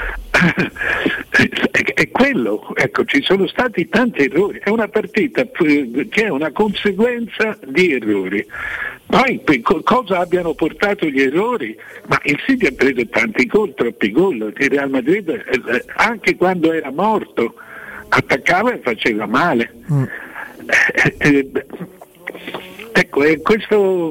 È quello, ecco, ci sono stati tanti errori, è una partita che è una conseguenza di errori. Poi cosa abbiano portato gli errori? Ma il City ha preso tanti gol, troppi gol, il Real Madrid anche quando era morto attaccava e faceva male. Mm. Eh, eh, ecco, eh, questo,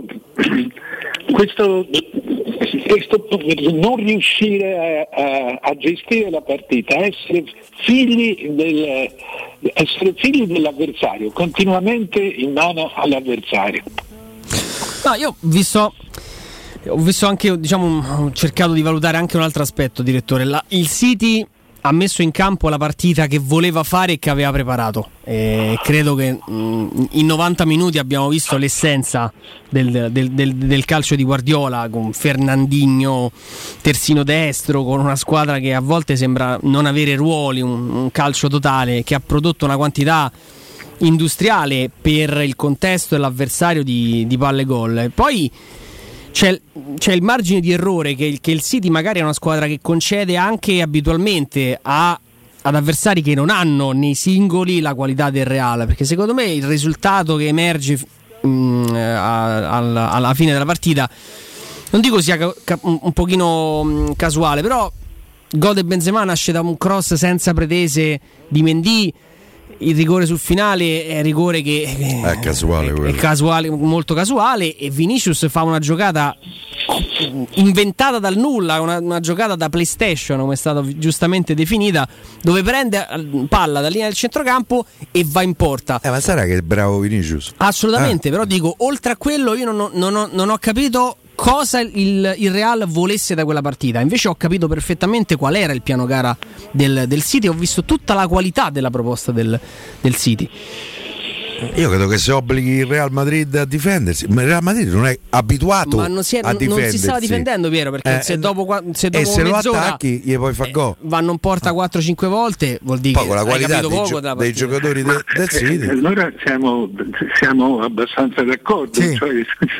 questo, questo non riuscire a, a, a gestire la partita, essere figli, del, essere figli dell'avversario, continuamente in mano all'avversario. No, io ho visto, ho visto anche, diciamo, ho cercato di valutare anche un altro aspetto, direttore. La, il City ha messo in campo la partita che voleva fare e che aveva preparato. E credo che mh, in novanta minuti abbiamo visto l'essenza del, del, del, del calcio di Guardiola, con Fernandinho terzino destro, con una squadra che a volte sembra non avere ruoli, un, un calcio totale che ha prodotto una quantità industriale per il contesto e l'avversario di, di palle gol. E poi C'è, c'è il margine di errore che il, che il City magari è una squadra che concede anche abitualmente a, ad avversari che non hanno nei singoli la qualità del Real, perché secondo me il risultato che emerge mh, a, alla, alla fine della partita, non dico sia ca- ca- un pochino mh, casuale, però il gol di Benzema nasce da un cross senza pretese di Mendy. Il rigore sul finale è rigore che è casuale, è, è casuale, molto casuale, e Vinicius fa una giocata inventata dal nulla, una, una giocata da PlayStation, come è stata giustamente definita, dove prende palla dalla linea del centrocampo e va in porta. Eh, ma sarà che è bravo Vinicius? Assolutamente, ah. però dico, oltre a quello io non ho, non ho, non ho capito cosa il, il Real volesse da quella partita. Invece ho capito perfettamente qual era il piano gara del, del City, ho visto tutta la qualità della proposta del, del City. Io credo che se obblighi il Real Madrid a difendersi, ma il Real Madrid non è abituato ma non si, è, a non, difendersi. Non si stava difendendo, Piero, perché eh, se dopo, se dopo e se lo mezz'ora attacchi gli puoi far gol. Eh, vanno in porta quattro cinque volte, vuol dire poi che con la hai qualità capito dei, poco gio- della dei giocatori de- del City. Eh, allora siamo, siamo abbastanza d'accordo, sì. Cioè,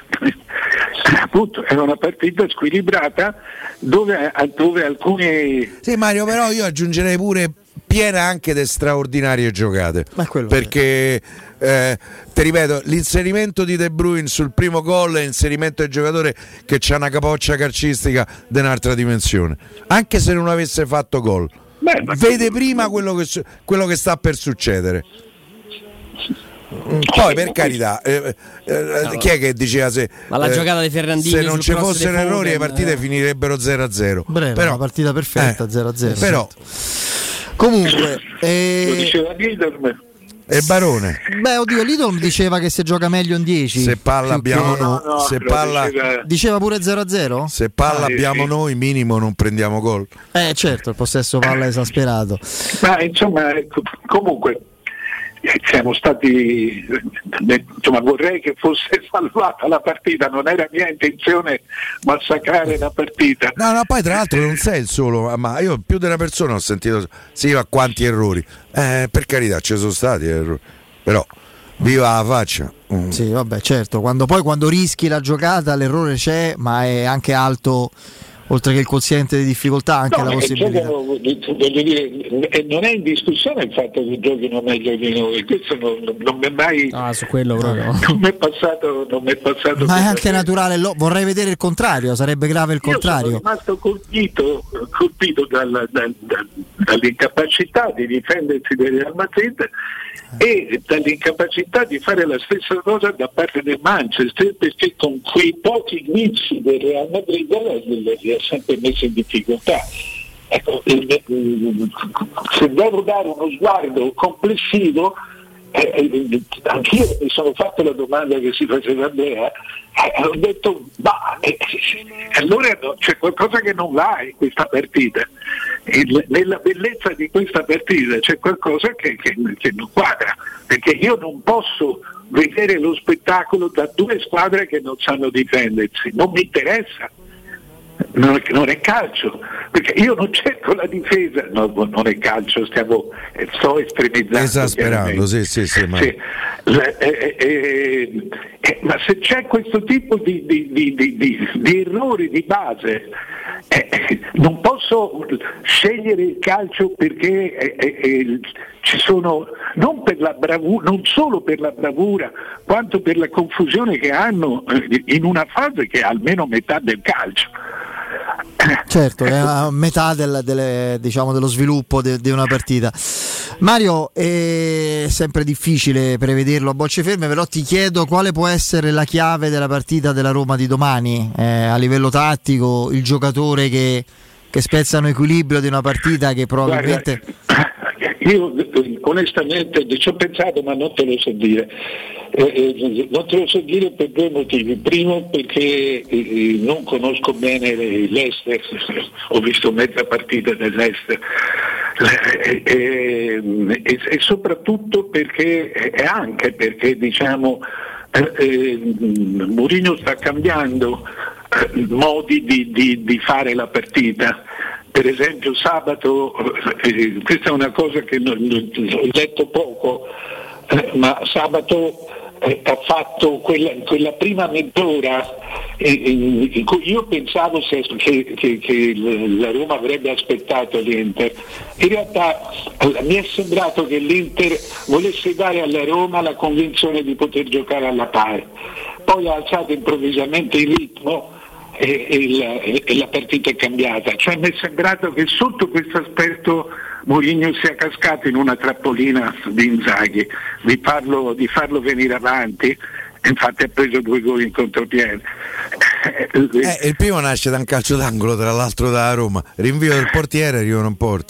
appunto è una partita squilibrata dove, dove alcuni sì Mario, però io aggiungerei pure piena anche di straordinarie giocate, perché eh, ti ripeto, l'inserimento di De Bruyne sul primo gol è l'inserimento del giocatore che c'ha una capoccia calcistica di un'altra dimensione, anche se non avesse fatto gol. Beh, vede prima quello che, quello che sta per succedere. Poi per carità, eh, eh, no, chi è che diceva se, ma la eh, giocata di Ferrandini se non ci fossero errori le partite eh. finirebbero zero a zero. Breve, però una partita perfetta eh, zero a zero. Però comunque eh... lo diceva Lidl. E Barone. Beh, oddio, Lidl diceva che se gioca meglio in dieci. Se palla abbiamo no, no, no, se palla diceva... diceva pure zero a zero? Se palla ah, abbiamo sì. noi, minimo non prendiamo gol. Eh certo, il possesso palla è esasperato. Ma insomma, comunque siamo stati, insomma, vorrei che fosse salvata la partita, non era mia intenzione massacrare la partita. No, no, poi tra l'altro non sei il solo, ma io più di una persona ho sentito, sì, ma quanti errori. Eh, per carità, ci sono stati errori, però viva la faccia. Mm. Sì, vabbè, certo, quando poi quando rischi la giocata l'errore c'è, ma è anche alto. Oltre che il quoziente di difficoltà, anche no, la possibilità. Giocano, voglio dire, non è in discussione il fatto che giochino meglio di noi, questo non, non mi è mai. Ah, su quello proprio. Non mi è passato, non mi è passato. Ma è anche naturale, lo, vorrei vedere il contrario, sarebbe grave il Io contrario. Sono rimasto colpito, colpito dalla, dal, dal, dall'incapacità di difendersi del Real Madrid e dall'incapacità di fare la stessa cosa da parte del Manchester, perché con quei pochi guizzi del Real Madrid li ha sempre messo in difficoltà. Ecco, se devo dare uno sguardo complessivo, eh, eh, anch'io mi sono fatto la domanda che si faceva Andrea, eh, ho detto ma eh, allora no, c'è qualcosa che non va in questa partita. Il, nella bellezza di questa partita c'è qualcosa che, che, che non quadra, perché io non posso vedere lo spettacolo da due squadre che non sanno difendersi, non mi interessa. Non è, non è calcio, perché io non cerco la difesa, no, non è calcio, stiamo, eh, sto estremizzando. Esasperando, sì, sì, sì, ma... sì. Eh, eh, eh, eh, ma se c'è questo tipo di, di, di, di, di, di errori di base, eh, non posso scegliere il calcio perché eh, eh, ci sono, non, per la bravura, non solo per la bravura, quanto per la confusione che hanno eh, in una fase che è almeno metà del calcio. Certo, è a metà del, delle, diciamo, dello sviluppo di de una partita. Mario, è sempre difficile prevederlo a bocce ferme, però ti chiedo quale può essere la chiave della partita della Roma di domani, eh, a livello tattico, il giocatore che, che spezza l'equilibrio di una partita che probabilmente... Guarda, io onestamente ci ho pensato, ma non te lo so dire. Eh, eh, non te lo so dire per due motivi. Primo, perché eh, non conosco bene l'Ester, ho visto mezza partita dell'Ester, eh, eh, e, e soprattutto perché, e anche perché diciamo eh, eh, Mourinho sta cambiando eh, modi di, di, di fare la partita. Per esempio sabato, eh, questa è una cosa che non, ho letto poco, eh, ma sabato eh, ha fatto quella, quella prima mezz'ora eh, in cui io pensavo se, che, che, che la Roma avrebbe aspettato l'Inter. In realtà eh, mi è sembrato che l'Inter volesse dare alla Roma la convinzione di poter giocare alla pari. Poi ha alzato improvvisamente il ritmo E, e, la, e la partita è cambiata, cioè mi è sembrato che sotto questo aspetto Mourinho sia cascato in una trappolina di Inzaghi, di farlo, di farlo venire avanti, e infatti ha preso due gol in contropiede. Eh, il primo nasce da un calcio d'angolo, tra l'altro da Roma, rinvio del portiere, arriva in porta.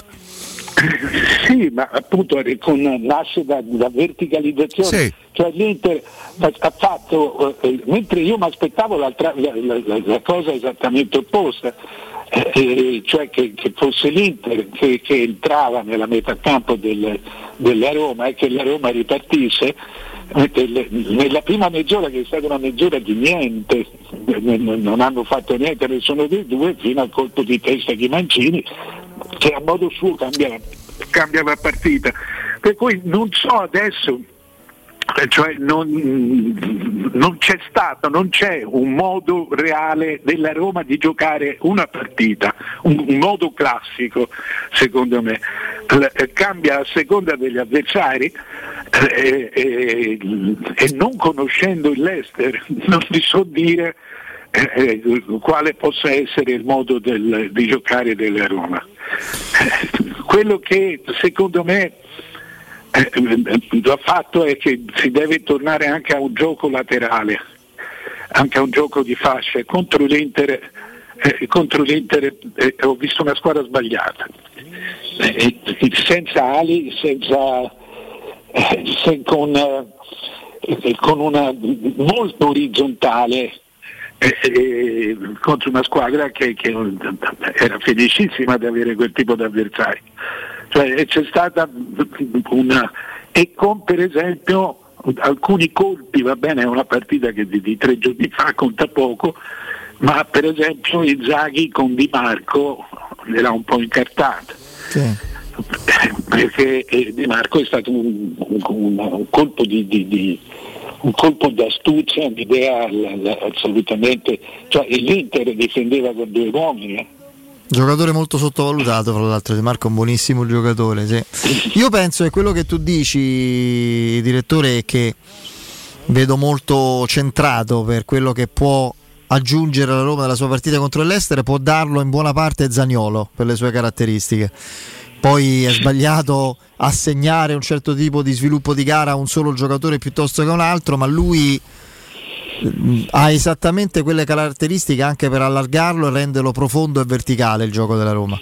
Sì, ma appunto con, nasce da, da verticalizzazione, sì. Cioè l'Inter ha fatto, eh, mentre io mi aspettavo la, la, la, la cosa esattamente opposta, eh, cioè che, che fosse l'Inter che, che entrava nella metà campo del, della Roma e che la Roma ripartisse. Nella prima mezz'ora, che è stata una mezz'ora di niente, non hanno fatto niente nessuno dei due, fino al colpo di testa di Mancini che a modo suo cambia, cambia la partita, per cui non so adesso cioè non, non c'è stato, non c'è un modo reale della Roma di giocare una partita, un, un modo classico secondo me. L- cambia a seconda degli avversari eh, eh, e non conoscendo il Leicester non vi so dire eh, quale possa essere il modo del, di giocare della Roma. Eh, quello che secondo me va fatto è che si deve tornare anche a un gioco laterale, anche a un gioco di fasce. Contro l'Inter, eh, contro l'Inter eh, ho visto una squadra sbagliata, eh, senza ali, senza, eh, sen, con, eh, con una molto orizzontale eh, eh, contro una squadra che, che era felicissima di avere quel tipo di avversari. Cioè, c'è stata una e con per esempio alcuni colpi, va bene, è una partita che di, di tre giorni fa conta poco, ma per esempio Inzaghi con Di Marco era un po' incartato, sì. Perché eh, Di Marco è stato un, un, un colpo di, di, di un colpo d'astuzia, un'idea assolutamente, cioè l'Inter difendeva con due uomini. Eh. Giocatore molto sottovalutato, fra l'altro. Di Marco è un buonissimo giocatore, sì. Io penso che quello che tu dici, direttore, è che vedo molto centrato per quello che può aggiungere la Roma nella sua partita contro l'Ester, può darlo in buona parte Zaniolo per le sue caratteristiche. Poi è sbagliato assegnare un certo tipo di sviluppo di gara a un solo giocatore piuttosto che a un altro, ma lui ha esattamente quelle caratteristiche anche per allargarlo e renderlo profondo e verticale il gioco della Roma.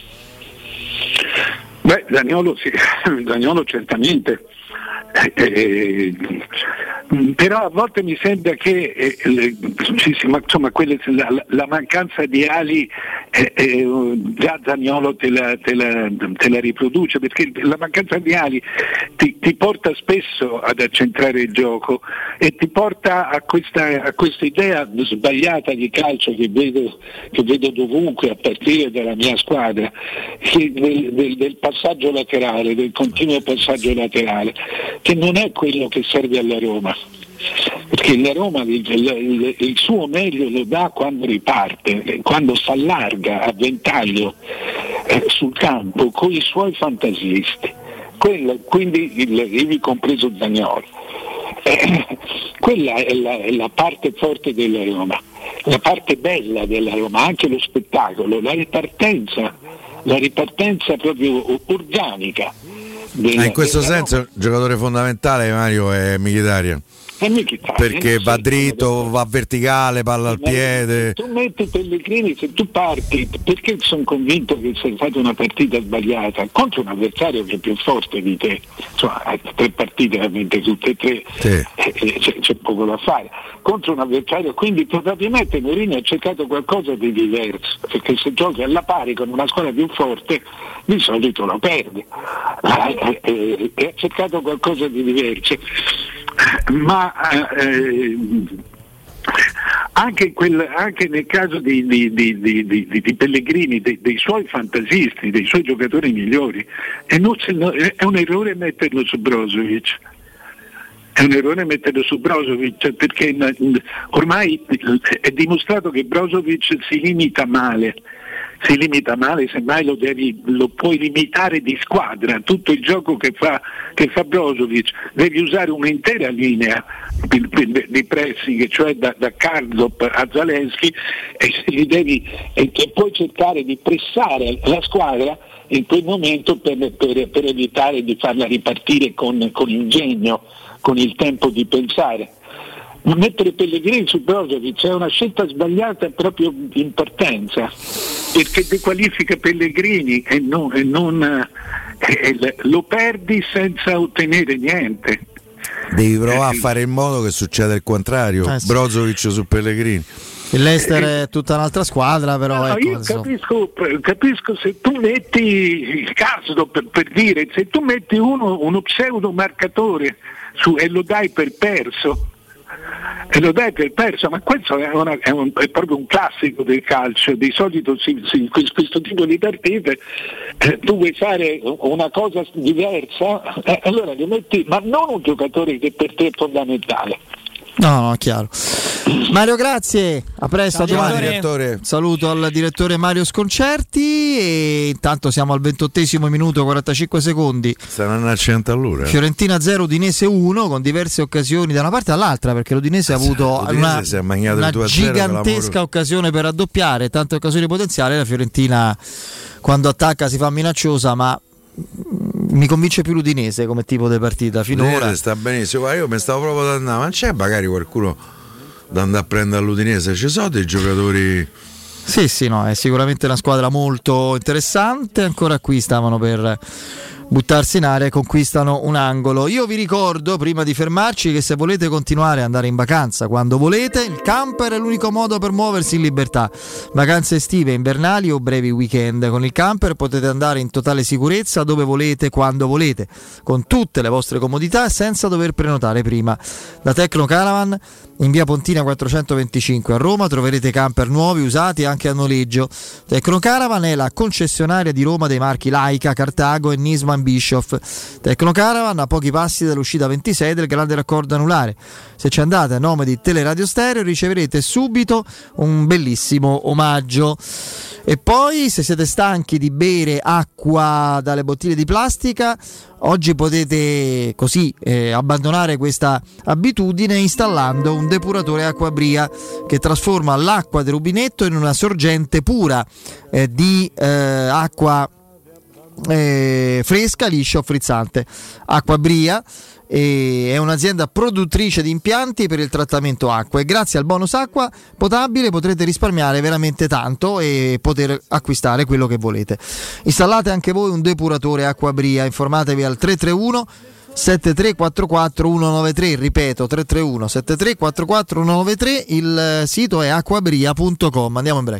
Beh, Zaniolo sì, Zaniolo certamente. Eh, eh, però a volte mi sembra che eh, le, sì, sì, ma, insomma, quelle, la, la mancanza di ali eh, eh, già Zaniolo te la, te, la, te la riproduce, perché la mancanza di ali ti, ti porta spesso ad accentrare il gioco e ti porta a questa, a questa idea sbagliata di calcio che vedo, che vedo dovunque, a partire dalla mia squadra, che del, del, del passaggio laterale, del continuo passaggio laterale, che non è quello che serve alla Roma, perché la Roma il, il, il suo meglio lo dà quando riparte, quando si allarga a ventaglio eh, sul campo con i suoi fantasisti. Quella, quindi il, ivi compreso Zaniolo. Eh, quella è la, è la parte forte della Roma, la parte bella della Roma, anche lo spettacolo, la ripartenza, la ripartenza proprio organica. Della, in questo senso il giocatore fondamentale, Mario, è Mkhitaryan. Perché va dritto, va verticale, palla al piede. Tu metti Pellegrini, se tu parti, perché sono convinto che sei fatto una partita sbagliata contro un avversario che è più forte di te, insomma, tre partite veramente tutte e tre, sì. eh, c'è, c'è poco da fare contro un avversario, quindi probabilmente Mourinho ha cercato qualcosa di diverso, perché se giochi alla pari con una squadra più forte di solito lo perdi, eh, eh, eh, ha cercato qualcosa di diverso. Ma eh, anche, quel, anche nel caso di, di, di, di, di, di Pellegrini, dei, dei suoi fantasisti, dei suoi giocatori migliori, è, non, è un errore metterlo su Brozovic. È un errore metterlo su Brozovic, perché ormai è dimostrato che Brozovic si limita male. Si limita male, semmai lo, devi, lo puoi limitare di squadra, tutto il gioco che fa, che fa Brozovic, devi usare un'intera linea di pressing, cioè da, da Karsdorp a Zalewski, e, li devi, e, e puoi cercare di pressare la squadra in quel momento per, per, per evitare di farla ripartire con, con ingegno, con il tempo di pensare. Ma mettere Pellegrini su Brozovic è una scelta sbagliata proprio in partenza, perché dequalifica Pellegrini e non, e non eh, lo perdi senza ottenere niente. Devi provare eh, a fare in modo che succeda il contrario, eh sì. Brozovic su Pellegrini. Il Leicester è tutta un'altra squadra, però no, ecco, io capisco, capisco se tu metti il caso per, per dire, se tu metti uno, uno pseudo marcatore su e lo dai per perso, e lo dai per perso, ma questo è, una, è, un, è proprio un classico del calcio. Di solito si, si, questo tipo di partite eh, tu vuoi fare una cosa diversa, eh, allora li metti, ma non un giocatore che per te è fondamentale. No, no, chiaro. Mario, grazie, a presto. Ciao, direttore. Saluto al direttore Mario Sconcerti e intanto siamo al ventottesimo minuto, quarantacinque secondi. Saranno a cento all'ora. Fiorentina zero, Udinese uno, con diverse occasioni da una parte all'altra, perché l'Udinese ha avuto l'Udinese una, una gigantesca occasione per raddoppiare, tante occasioni potenziali. La Fiorentina quando attacca si fa minacciosa, ma mi convince più l'Udinese come tipo di partita finora. L'Udinese sta benissimo. Guarda, io mi stavo proprio ad andare, ma c'è magari qualcuno da andare a prendere all'Udinese? Ci sono dei giocatori? Sì, sì, no, è sicuramente una squadra molto interessante. Ancora qui stavano per buttarsi in area e conquistano un angolo. Io vi ricordo, prima di fermarci, che se volete continuare ad andare in vacanza quando volete, il camper è l'unico modo per muoversi in libertà. Vacanze estive, invernali o brevi weekend. Con il camper potete andare in totale sicurezza dove volete, quando volete, con tutte le vostre comodità senza dover prenotare prima. Da Tecno Caravan in via Pontina quattrocentoventicinque a Roma troverete camper nuovi, usati e anche a noleggio. Tecno Caravan è la concessionaria di Roma dei marchi Laika, Cartago e Nisman Bischoff. Tecno Caravan a pochi passi dall'uscita ventisei del grande raccordo anulare. Se ci andate a nome di Teleradio Stereo riceverete subito un bellissimo omaggio. E poi, se siete stanchi di bere acqua dalle bottiglie di plastica, oggi potete così eh, abbandonare questa abitudine installando un depuratore Acquabria che trasforma l'acqua del rubinetto in una sorgente pura eh, di eh, acqua eh, fresca, liscia o frizzante. Acquabria e è un'azienda produttrice di impianti per il trattamento acqua e grazie al bonus acqua potabile potrete risparmiare veramente tanto e poter acquistare quello che volete. Installate anche voi un depuratore Acquabria, informatevi al tre tre uno sette tre quattro quattro uno nove tre, ripeto tre tre uno sette tre quattro quattro uno nove tre, il sito è acquabria punto com. Andiamo in break.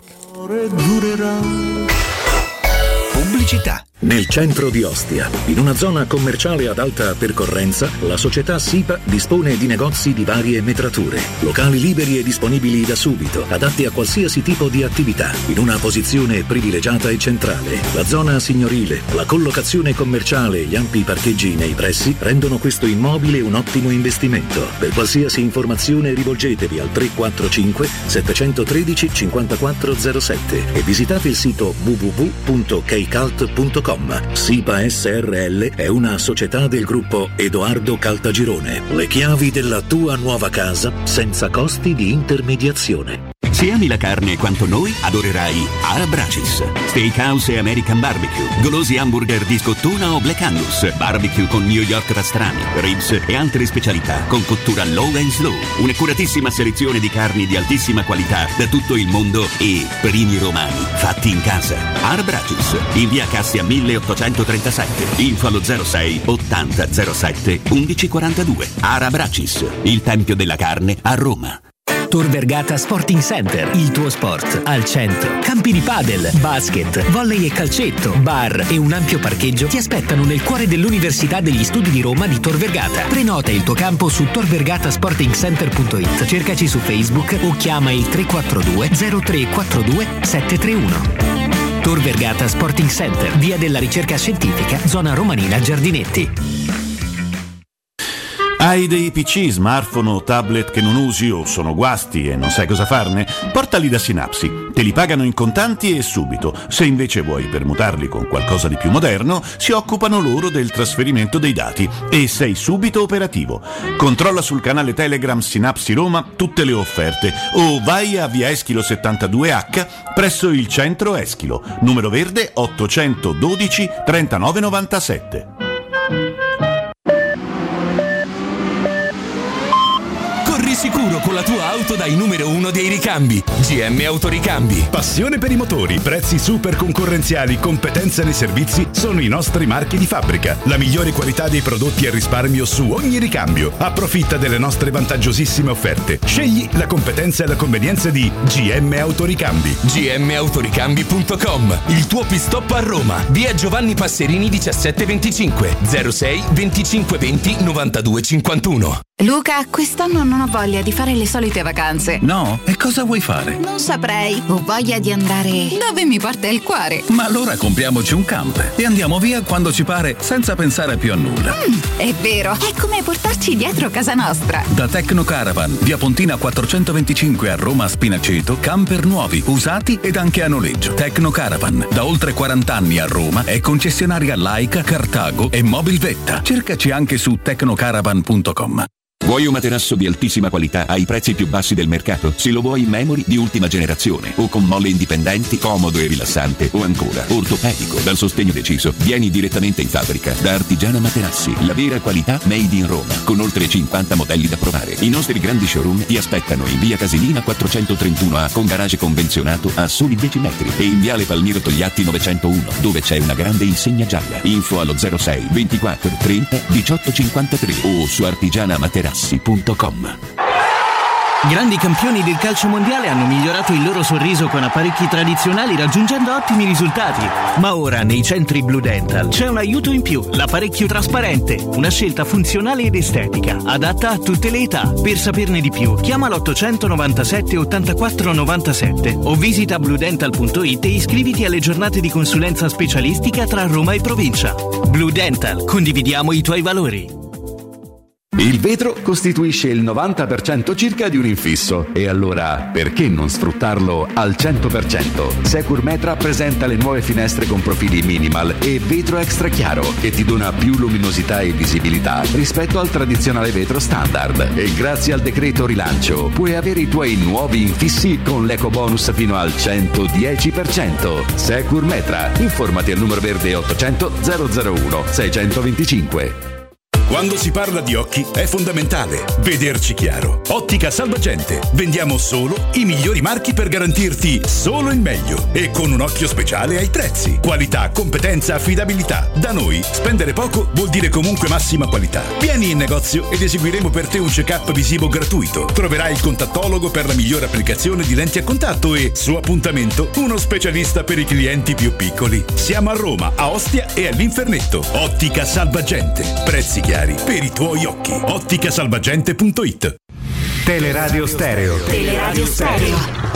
Pubblicità. Nel centro di Ostia, in una zona commerciale ad alta percorrenza, la società SIPA dispone di negozi di varie metrature, locali liberi e disponibili da subito, adatti a qualsiasi tipo di attività, in una posizione privilegiata e centrale. La zona signorile, la collocazione commerciale e gli ampi parcheggi nei pressi rendono questo immobile un ottimo investimento. Per qualsiasi informazione rivolgetevi al tre quattro cinque sette uno tre cinque quattro zero sette e visitate il sito w w w punto keycult punto com. SIPA S R L è una società del gruppo Edoardo Caltagirone. Le chiavi della tua nuova casa senza costi di intermediazione. Se ami la carne quanto noi, adorerai Arabracis. Steakhouse e American Barbecue, golosi hamburger di scottuna o Black Angus, barbecue con New York pastrami, ribs e altre specialità con cottura low and slow. Un'accuratissima selezione di carni di altissima qualità da tutto il mondo e primi romani fatti in casa. Arabracis, in via Cassia milleottocentotrentasette, info allo zero sei ottanta zero sette undici quarantadue. Arabracis, il tempio della carne a Roma. Tor Vergata Sporting Center, il tuo sport al centro. Campi di padel, basket, volley e calcetto, bar e un ampio parcheggio ti aspettano nel cuore dell'Università degli Studi di Roma di Tor Vergata. Prenota il tuo campo su tor vergata sporting center punto it, cercaci su Facebook o chiama il tre quattro due zero tre quattro due sette tre uno. Tor Vergata Sporting Center, via della ricerca scientifica, zona romanina Giardinetti. Hai dei P C, smartphone o tablet che non usi o sono guasti e non sai cosa farne? Portali da Synapsi. Te li pagano in contanti e subito. Se invece vuoi permutarli con qualcosa di più moderno, si occupano loro del trasferimento dei dati e sei subito operativo. Controlla sul canale Telegram Synapsi Roma tutte le offerte o vai a via Eschilo settantadue H presso il centro Eschilo, numero verde ottocentododici trentanove novantasette. Sicuro con la tua auto dai numero uno dei ricambi. G M Autoricambi. Passione per i motori, prezzi super concorrenziali, competenza nei servizi sono i nostri marchi di fabbrica. La migliore qualità dei prodotti e risparmio su ogni ricambio. Approfitta delle nostre vantaggiosissime offerte. Scegli la competenza e la convenienza di G M Autoricambi. G M Autoricambi punto com. Il tuo pit stop a Roma. Via Giovanni Passerini diciassette venticinque zero sei venticinque venti novantadue cinquantuno. Luca, quest'anno non ho voglia di fare le solite vacanze. No? E cosa vuoi fare? Non saprei. Ho voglia di andare dove mi porta il cuore. Ma allora compriamoci un camper e andiamo via quando ci pare, senza pensare più a nulla. Mm, è vero, è come portarci dietro casa nostra. Da Tecno Caravan, via Pontina quattrocentoventicinque a Roma Spinaceto, camper nuovi, usati ed anche a noleggio. Tecno Caravan, da oltre quaranta anni a Roma, è concessionaria Laika, Cartago e Mobilvetta. Cercaci anche su tecnocaravan punto com. Vuoi un materasso di altissima qualità ai prezzi più bassi del mercato? Se lo vuoi in memory di ultima generazione o con molle indipendenti, comodo e rilassante, o ancora ortopedico dal sostegno deciso, vieni direttamente in fabbrica da Artigiana Materassi, la vera qualità made in Roma, con oltre cinquanta modelli da provare. I nostri grandi showroom ti aspettano in via Casilina quattrocentotrentuno A con garage convenzionato a soli dieci metri e in viale Palmiro Togliatti novecentouno, dove c'è una grande insegna gialla. Info allo zero sei ventiquattro trenta diciotto cinquantatré o su artigiana materassi punto com. Grandi campioni del calcio mondiale hanno migliorato il loro sorriso con apparecchi tradizionali raggiungendo ottimi risultati. Ma ora nei centri Blue Dental c'è un aiuto in più, l'apparecchio trasparente, una scelta funzionale ed estetica, adatta a tutte le età. Per saperne di più, chiama l'ottocento novantasette ottantaquattro novantasette o visita blue dental punto it e iscriviti alle giornate di consulenza specialistica tra Roma e provincia. Blue Dental, condividiamo i tuoi valori. Il vetro costituisce il novanta per cento circa di un infisso e allora perché non sfruttarlo al cento per cento? Securmetra presenta le nuove finestre con profili minimal e vetro extra chiaro che ti dona più luminosità e visibilità rispetto al tradizionale vetro standard e grazie al decreto rilancio puoi avere i tuoi nuovi infissi con l'eco bonus fino al centodieci per cento. Securmetra, informati al numero verde ottocento zero zero uno seicentoventicinque. Quando si parla di occhi è fondamentale vederci chiaro. Ottica Salvagente. Vendiamo solo i migliori marchi per garantirti solo il meglio e con un occhio speciale ai prezzi. Qualità, competenza, affidabilità. Da noi spendere poco vuol dire comunque massima qualità. Vieni in negozio ed eseguiremo per te un check-up visivo gratuito. Troverai il contattologo per la migliore applicazione di lenti a contatto e, su appuntamento, uno specialista per i clienti più piccoli. Siamo a Roma, a Ostia e all'Infernetto. Ottica Salvagente. Prezzi chiari per i tuoi occhi. otticasalvagente punto it. Teleradio Stereo. Teleradio Stereo.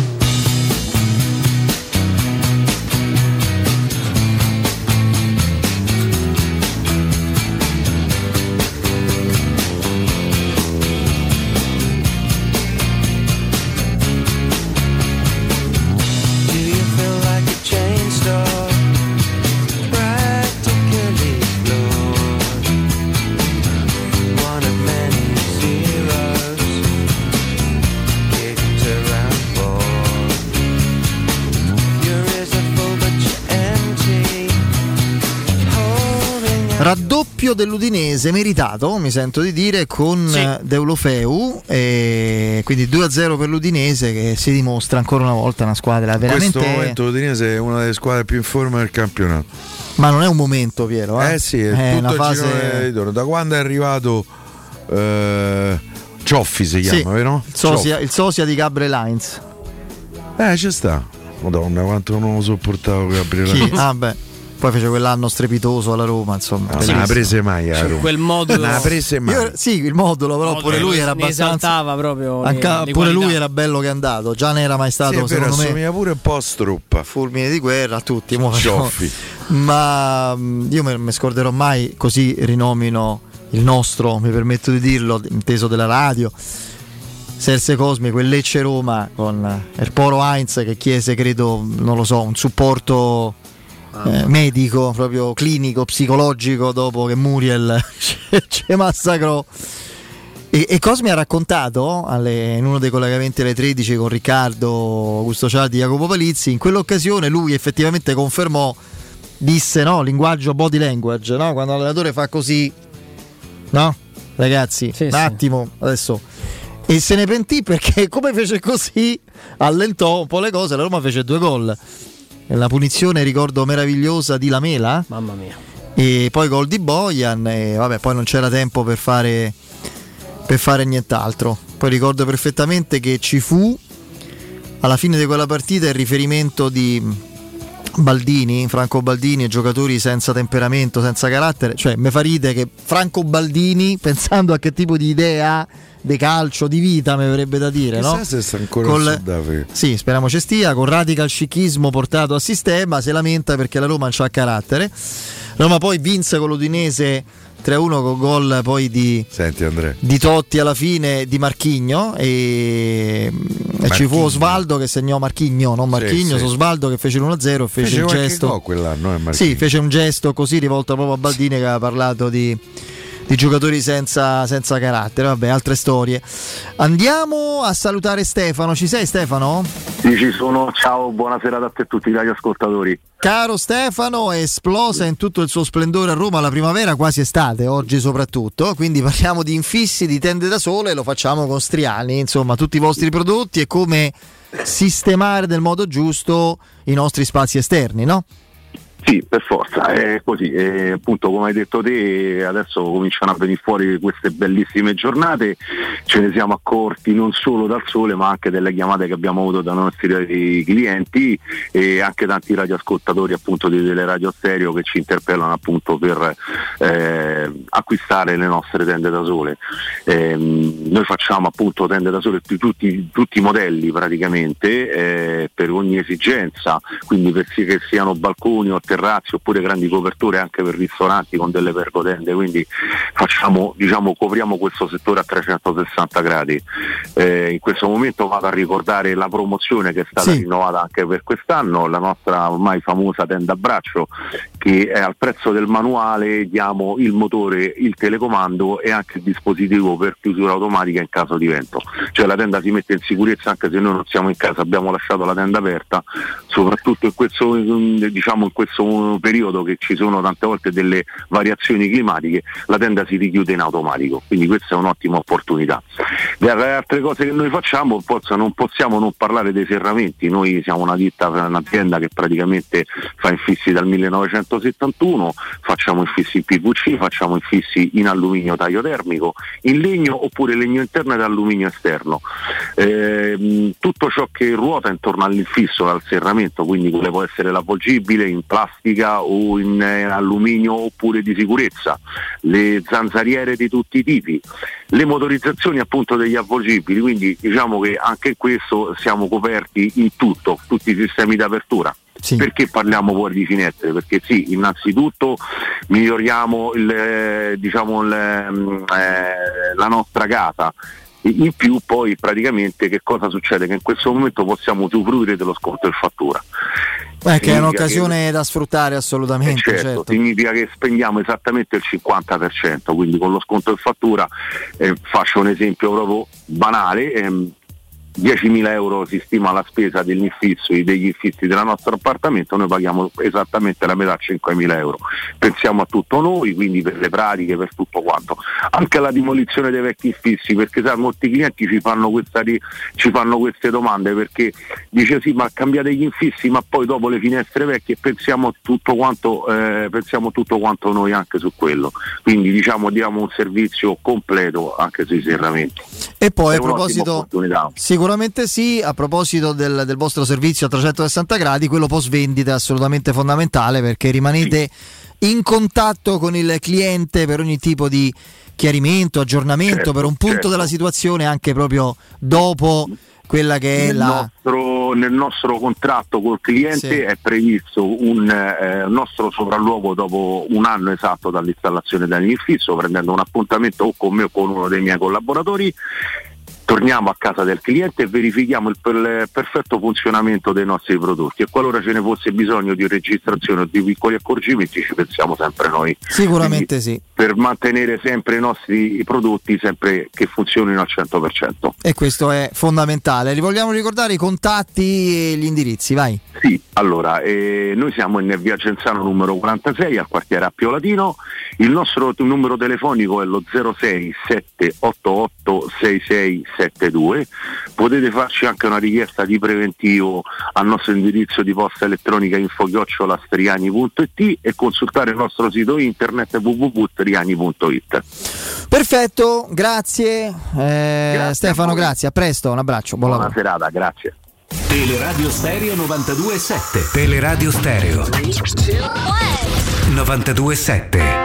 Raddoppio dell'Udinese meritato, mi sento di dire, con sì. Deulofeu, e quindi due a zero per l'Udinese che si dimostra ancora una volta una squadra veramente. In questo momento l'Udinese è una delle squadre più in forma del campionato. Ma non è un momento, Piero? Eh, eh sì, è, è tutto una fase. Da quando è arrivato eh, Cioffi si chiama, sì, vero? Il sosia, il sosia di Gabriel Heinz. Eh, ci sta. Madonna, quanto non lo sopportavo Gabriel Heinz. Ah, beh. Poi fece quell'anno strepitoso alla Roma, insomma. No, non ha prese mai a Roma. Quel modulo. Non ha prese mai. Io, sì, il modulo, però modulo pure lui era ne abbastanza. Esaltava proprio. Anche, le, le pure qualità. lui era bello che è andato. Già ne era mai stato, sì, secondo me. Assomiglia pure un po' a Struppa. Fulmine di guerra a tutti. Cioffi. Ma io mi me scorderò mai, così rinomino il nostro, mi permetto di dirlo, inteso della radio. Serse Cosmi, quel Lecce Roma con Erporo Heinz che chiese, credo, non lo so, un supporto. Eh, medico, proprio clinico, psicologico, dopo che Muriel ci massacrò. E, e Cosmi ha raccontato alle, in uno dei collegamenti alle tredici con Riccardo, Augusto Cialdi, Jacopo Palizzi, in quell'occasione lui effettivamente confermò, disse, no, linguaggio body language, no? Quando l'allenatore fa così, no? Ragazzi, sì, un attimo, sì. Adesso. E se ne pentì perché come fece così allentò un po' le cose, la Roma fece due gol. La punizione, ricordo, meravigliosa di Lamela, mamma mia, e poi gol di Bojan, e vabbè, poi non c'era tempo per fare per fare nient'altro. Poi ricordo perfettamente che ci fu alla fine di quella partita il riferimento di Baldini, Franco Baldini e giocatori senza temperamento, senza carattere, cioè mi fa ridere che Franco Baldini, pensando a che tipo di idea di calcio, di vita, mi avrebbe da dire, chissà no? se sta ancora Col, in Sudafrica. sì, speriamo ci stia, con radical scichismo portato a sistema, si lamenta perché la Roma non c'ha carattere. La Roma poi vinse con l'Udinese tre a uno con gol poi di, Senti, Andrea. di Totti alla fine, di Marchigno, e, e ci fu Osvaldo che segnò Marchigno, non Marchigno, sì, sì. Osvaldo che fece l'uno a zero e fece, fece il gesto gol quell'anno, eh, sì, fece un gesto così rivolto proprio a Baldini, che aveva parlato di, di giocatori senza, senza carattere. Vabbè, altre storie. Andiamo a salutare Stefano. Ci sei, Stefano? Sì, ci sono. Ciao, buonasera a te e a tutti gli ascoltatori. Caro Stefano, è esplosa in tutto il suo splendore a Roma la primavera, quasi estate, oggi soprattutto, quindi parliamo di infissi, di tende da sole, e lo facciamo con Striani, insomma tutti i vostri prodotti e come sistemare nel modo giusto i nostri spazi esterni, no? Sì, per forza, è così, e appunto come hai detto te adesso cominciano a venire fuori queste bellissime giornate, ce ne siamo accorti non solo dal sole ma anche delle chiamate che abbiamo avuto dai nostri clienti e anche tanti radioascoltatori appunto di Teleradio Stereo che ci interpellano appunto per eh, acquistare le nostre tende da sole. Eh, noi facciamo appunto tende da sole tutti, tutti i modelli praticamente eh, per ogni esigenza, quindi per sì che siano balconi o terrazzi oppure grandi coperture anche per ristoranti con delle pergotende, quindi facciamo, diciamo, copriamo questo settore a trecentosessanta gradi. Eh, in questo momento vado a ricordare la promozione che è stata sì. rinnovata anche per quest'anno, la nostra ormai famosa tenda a braccio, che è al prezzo del manuale, diamo il motore, il telecomando e anche il dispositivo per chiusura automatica in caso di vento, cioè la tenda si mette in sicurezza anche se noi non siamo in casa, abbiamo lasciato la tenda aperta, soprattutto in questo, diciamo in questo periodo che ci sono tante volte delle variazioni climatiche, la tenda si richiude in automatico, quindi questa è un'ottima opportunità. Le altre cose che noi facciamo, non possiamo non parlare dei serramenti. Noi siamo una ditta, un'azienda che praticamente fa infissi dal millenovecentosettantuno, facciamo infissi in P V C, facciamo infissi in alluminio taglio termico, in legno oppure legno interno ed alluminio esterno. Eh, tutto ciò che ruota intorno all'infisso, al serramento, quindi quello può essere l'avvolgibile in plastica o in eh, alluminio oppure di sicurezza, le zanzariere di tutti i tipi, le motorizzazioni appunto degli avvolgibili, quindi diciamo che anche in questo siamo coperti in tutto, tutti i sistemi di apertura. Sì. Perché parliamo poi di finestre? Perché sì, innanzitutto miglioriamo il, eh, diciamo il, eh, la nostra casa. In più poi praticamente che cosa succede? Che in questo momento possiamo usufruire dello sconto in fattura. Beh, che è un'occasione che, da sfruttare assolutamente. Eh certo, certo, significa che spendiamo esattamente il cinquanta per cento, quindi con lo sconto in fattura, eh, faccio un esempio proprio banale, ehm, diecimila euro si stima la spesa degli infissi, degli infissi del nostro appartamento, noi paghiamo esattamente la metà, cinquemila euro. Pensiamo a tutto noi, quindi per le pratiche, per tutto quanto. Anche la demolizione dei vecchi infissi, perché sai, molti clienti ci fanno, questa, ci fanno queste domande, perché dice sì, ma cambiate gli infissi, ma poi dopo le finestre vecchie, pensiamo a tutto quanto, eh, pensiamo tutto quanto noi anche su quello. Quindi diciamo diamo un servizio completo anche sui serramenti. E poi è a proposito sicuramente sì, a proposito del, del vostro servizio a trecentosessanta gradi, quello post vendita è assolutamente fondamentale, perché rimanete sì. in contatto con il cliente per ogni tipo di chiarimento, aggiornamento, certo, per un punto certo. della situazione anche proprio dopo quella che è nel la... Nostro, nel nostro contratto col cliente sì. è previsto un eh, nostro sopralluogo dopo un anno esatto dall'installazione dell'infisso, prendendo un appuntamento o con me o con uno dei miei collaboratori. Torniamo a casa del cliente e verifichiamo il, il perfetto funzionamento dei nostri prodotti, e qualora ce ne fosse bisogno di registrazione o di piccoli accorgimenti ci pensiamo sempre noi. Sicuramente Quindi, sì. Per mantenere sempre i nostri prodotti sempre che funzionino al cento per cento. E questo è fondamentale. Vogliamo ricordare i contatti e gli indirizzi, vai. Sì, allora, eh, noi siamo in via Genzano numero quarantasei al quartiere Appio Latino, il nostro t- numero telefonico è lo zero sei sette otto otto sei sei sette due, potete farci anche una richiesta di preventivo al nostro indirizzo di posta elettronica info chiocciola striani punto it e consultare il nostro sito internet w w w punto striani punto it. Perfetto, grazie, eh, grazie Stefano, grazie, a presto, un abbraccio, buona, buona serata, grazie. Teleradio Stereo novantadue virgola sette. Teleradio Stereo novantadue virgola sette.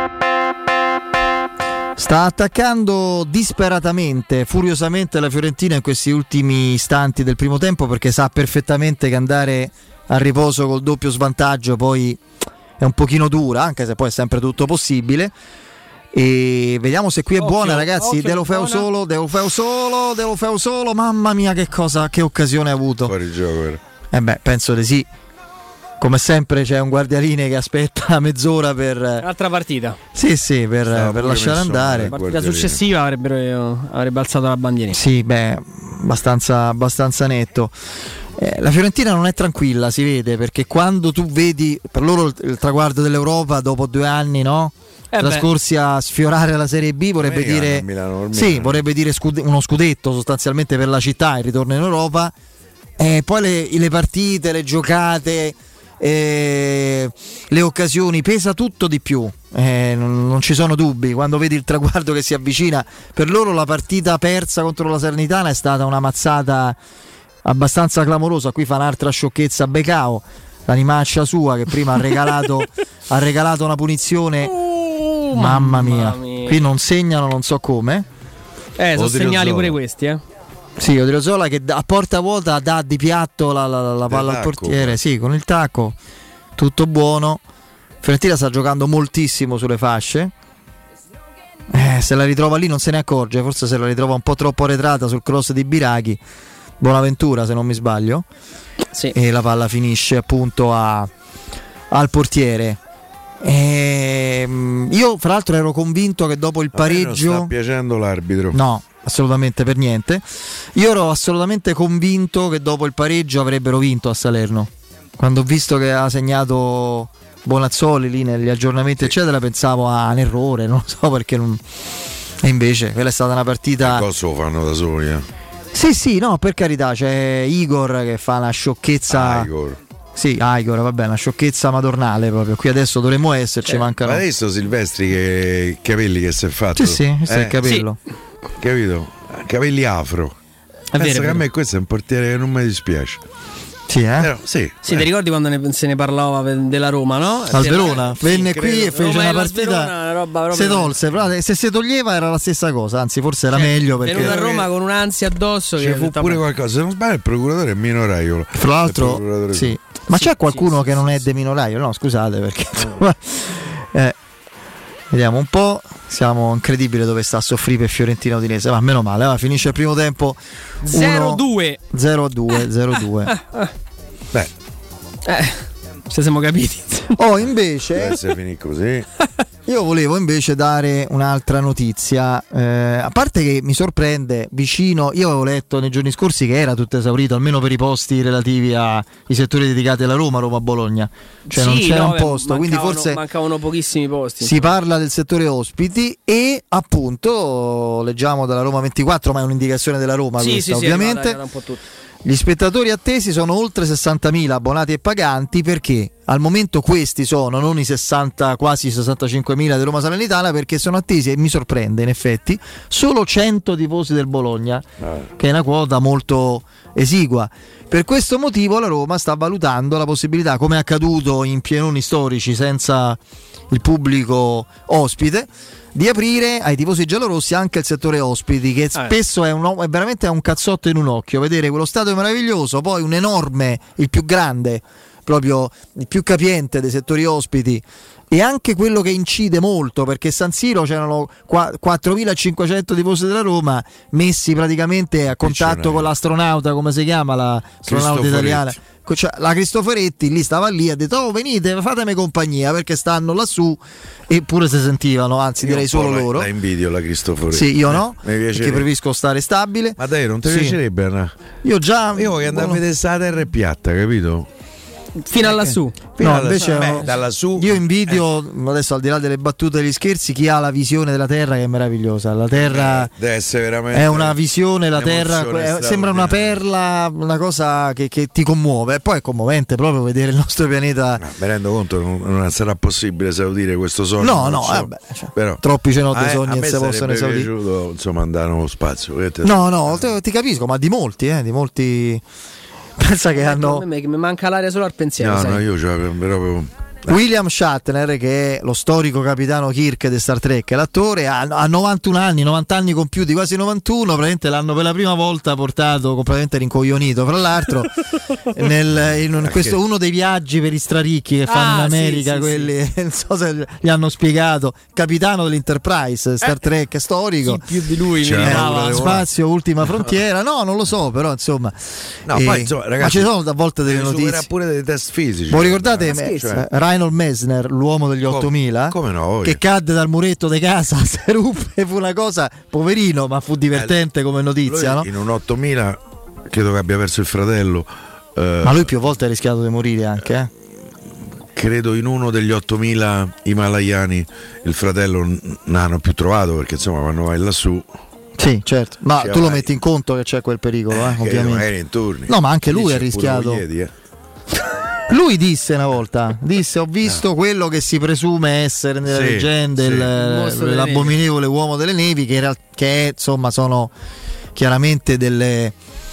Sta attaccando disperatamente, furiosamente la Fiorentina in questi ultimi istanti del primo tempo, perché sa perfettamente che andare a riposo col doppio svantaggio poi è un pochino dura, anche se poi è sempre tutto possibile. E vediamo se qui è Occhio, buona, ragazzi. occhio, Deulofeu buona. solo, Deulofeu solo, Deulofeu solo. Mamma mia, che cosa, che occasione ha avuto. Fuori gioco, vero? Eh beh, penso di sì. Come sempre c'è un guardialine che aspetta mezz'ora per Un'altra partita. Sì, sì, per, per lasciare andare. La partita successiva avrebbero, avrebbe alzato la bandierina. Sì, beh, abbastanza, abbastanza netto. Eh, la Fiorentina non è tranquilla, si vede, perché quando tu vedi per loro il, il traguardo dell'Europa dopo due anni, no? Eh trascorsi beh. a sfiorare la Serie B, vorrebbe Americano, dire Milano, sì, vorrebbe dire scud- uno scudetto sostanzialmente per la città, il ritorno in Europa. E poi le, le partite, le giocate, eh, le occasioni, pesa tutto di più, eh, non, non ci sono dubbi. Quando vedi il traguardo che si avvicina, per loro la partita persa contro la Salernitana è stata una mazzata abbastanza clamorosa. Qui fa un'altra sciocchezza a Becao, l'animaccia sua che prima ha regalato ha regalato una punizione. uh, mamma, mia. mamma mia, qui non segnano, non so come. Eh, sono segnali pure questi, eh. Sì, Odriozola che a porta vuota dà di piatto la, la, la palla al portiere, sì, con il tacco, tutto buono. Fiorentina sta giocando moltissimo sulle fasce, eh, se la ritrova lì non se ne accorge, forse se la ritrova un po' troppo arretrata sul cross di Biraghi, Bonaventura se non mi sbaglio, sì. E la palla finisce appunto a, al portiere. E, io fra l'altro ero convinto che dopo il pareggio... Non sta piacendo l'arbitro. No, assolutamente, per niente. Io ero assolutamente convinto che dopo il pareggio avrebbero vinto a Salerno. Quando ho visto che ha segnato Bonazzoli lì negli aggiornamenti, sì, eccetera, pensavo a un errore, non so perché non... E invece quella è stata una partita... Cosa lo fanno da soli, eh? Sì, sì, no, per carità, c'è Igor che fa una sciocchezza... Ah, Igor. Sì, Igor, vabbè, una sciocchezza madornale proprio. Qui adesso dovremmo esserci, eh, mancano... Ma adesso Silvestri che capelli che si è fatto? Sì, sì, questo eh? è il capello. Sì. Capito? Capelli afro. È Penso vero, che a vero. me questo è un portiere che non mi dispiace. Sì, eh? Però, sì, sì eh. ti ricordi quando ne, se ne parlava della Roma, no? Al Verona, sì, venne credo. qui e fece Roma una e partita, Verona, roba, roba si tolse, però se si toglieva era la stessa cosa, anzi forse era eh, meglio perché venuto a Roma con un'ansia addosso. Ci fu pure qualcosa, se non sbaglio il procuratore è Minoraiolo. Fra l'altro, sì. Ma sì, c'è qualcuno sì, che sì, non sì, è De Minoraio? No, scusate perché eh, vediamo un po'. Siamo incredibile dove sta a soffrire per Fiorentina Udinese. Ma meno male, va, finisce il primo tempo zero due zero due zero due. Beh, eh, ci siamo capiti. Oh, invece se finì così. Io volevo invece dare un'altra notizia, eh, a parte che mi sorprende vicino, io avevo letto nei giorni scorsi che era tutto esaurito, almeno per i posti relativi ai settori dedicati alla Roma, Roma-Bologna, cioè sì, non c'era no, un posto, mancavano, quindi forse mancavano pochissimi posti. Si parla del settore ospiti e appunto leggiamo dalla Roma ventiquattro, ma è un'indicazione della Roma sì, questa sì, ovviamente. Sì, arrivata, un po' tutto. Gli spettatori attesi sono oltre sessantamila abbonati e paganti, perché al momento questi sono non i sessanta, quasi sessantacinquemila di Roma Salernitana, perché sono attesi, e mi sorprende in effetti, solo cento tifosi del Bologna, eh. che è una quota molto esigua. Per questo motivo la Roma sta valutando la possibilità, come è accaduto in pienoni storici senza il pubblico ospite, di aprire ai tifosi giallorossi anche il settore ospiti, che spesso è, un, è veramente un cazzotto in un occhio vedere quello stadio meraviglioso, poi un enorme, il più grande, proprio il più capiente dei settori ospiti, e anche quello che incide molto, perché San Siro c'erano quattromilacinquecento tifosi della Roma messi praticamente a contatto con l'astronauta, come si chiama l'astronauta italiana, cioè, la Cristoforetti lì stava lì, ha detto oh venite fatemi compagnia perché stanno lassù, eppure si sentivano, anzi io direi solo la, loro. La invidio la Cristoforetti. Sì, io no, eh, perché preferisco stare stabile. Ma dai, non ti sì. piacerebbe Anna? Io già io che andavo a vedere sta terra è piatta, capito? Fino a lassù. No, alla invece su. Beh, da lassù. Io invidio, eh. adesso al di là delle battute e degli scherzi, chi ha la visione della terra che è meravigliosa. La terra eh, deve essere veramente è una visione, la terra è, sembra una perla, una cosa che, che ti commuove. E poi è commovente proprio vedere il nostro pianeta. No, mi rendo conto, non, non sarà possibile esaudire questo sogno. No, no, so. vabbè, cioè, però, troppi cenotti a, sogni a e me se possono esaudire. Mi è piaciuto, insomma, andare nello spazio. No, no, ti, ti capisco, ma di molti, eh, di molti. Pensa che hanno. Me, che mi manca l'aria solo al pensiero. No, sai? no, io cioè, proprio. William Shatner, che è lo storico capitano Kirk di Star Trek, l'attore, ha, ha novantuno anni, novanta anni compiuti, quasi novantuno, praticamente l'hanno per la prima volta portato completamente rincoglionito, fra l'altro, nel, in un, questo uno dei viaggi per i straricchi che fanno ah, in America, sì, quelli, sì, sì. non so se gli hanno spiegato, capitano dell'Enterprise, Star Trek eh, storico, più di lui eh, spazio, ultima frontiera, no, non lo so, però insomma, no, eh, poi, insomma ragazzi, ma ci sono a volte delle notizie, pure dei test fisici. voi ricordate eh, cioè, Reinhold Messner, l'uomo degli ottomila, come no, che cadde dal muretto di casa, si ruppe, fu una cosa, poverino, ma fu divertente eh, come notizia, no? In un ottomila credo che abbia perso il fratello, eh, ma lui più volte ha rischiato di morire anche, eh? Credo in uno degli ottomila himalayani il fratello non hanno più trovato, perché insomma quando vai lassù. Sì, certo, ma tu vai. Lo metti in conto che c'è quel pericolo, eh, ovviamente. No, ma anche lui ha rischiato. Chiedi, eh. Lui disse una volta, disse: ho visto no. quello che si presume essere nelle sì, leggende sì. Il, l'abominevole uomo delle nevi, che, che insomma sono chiaramente delle,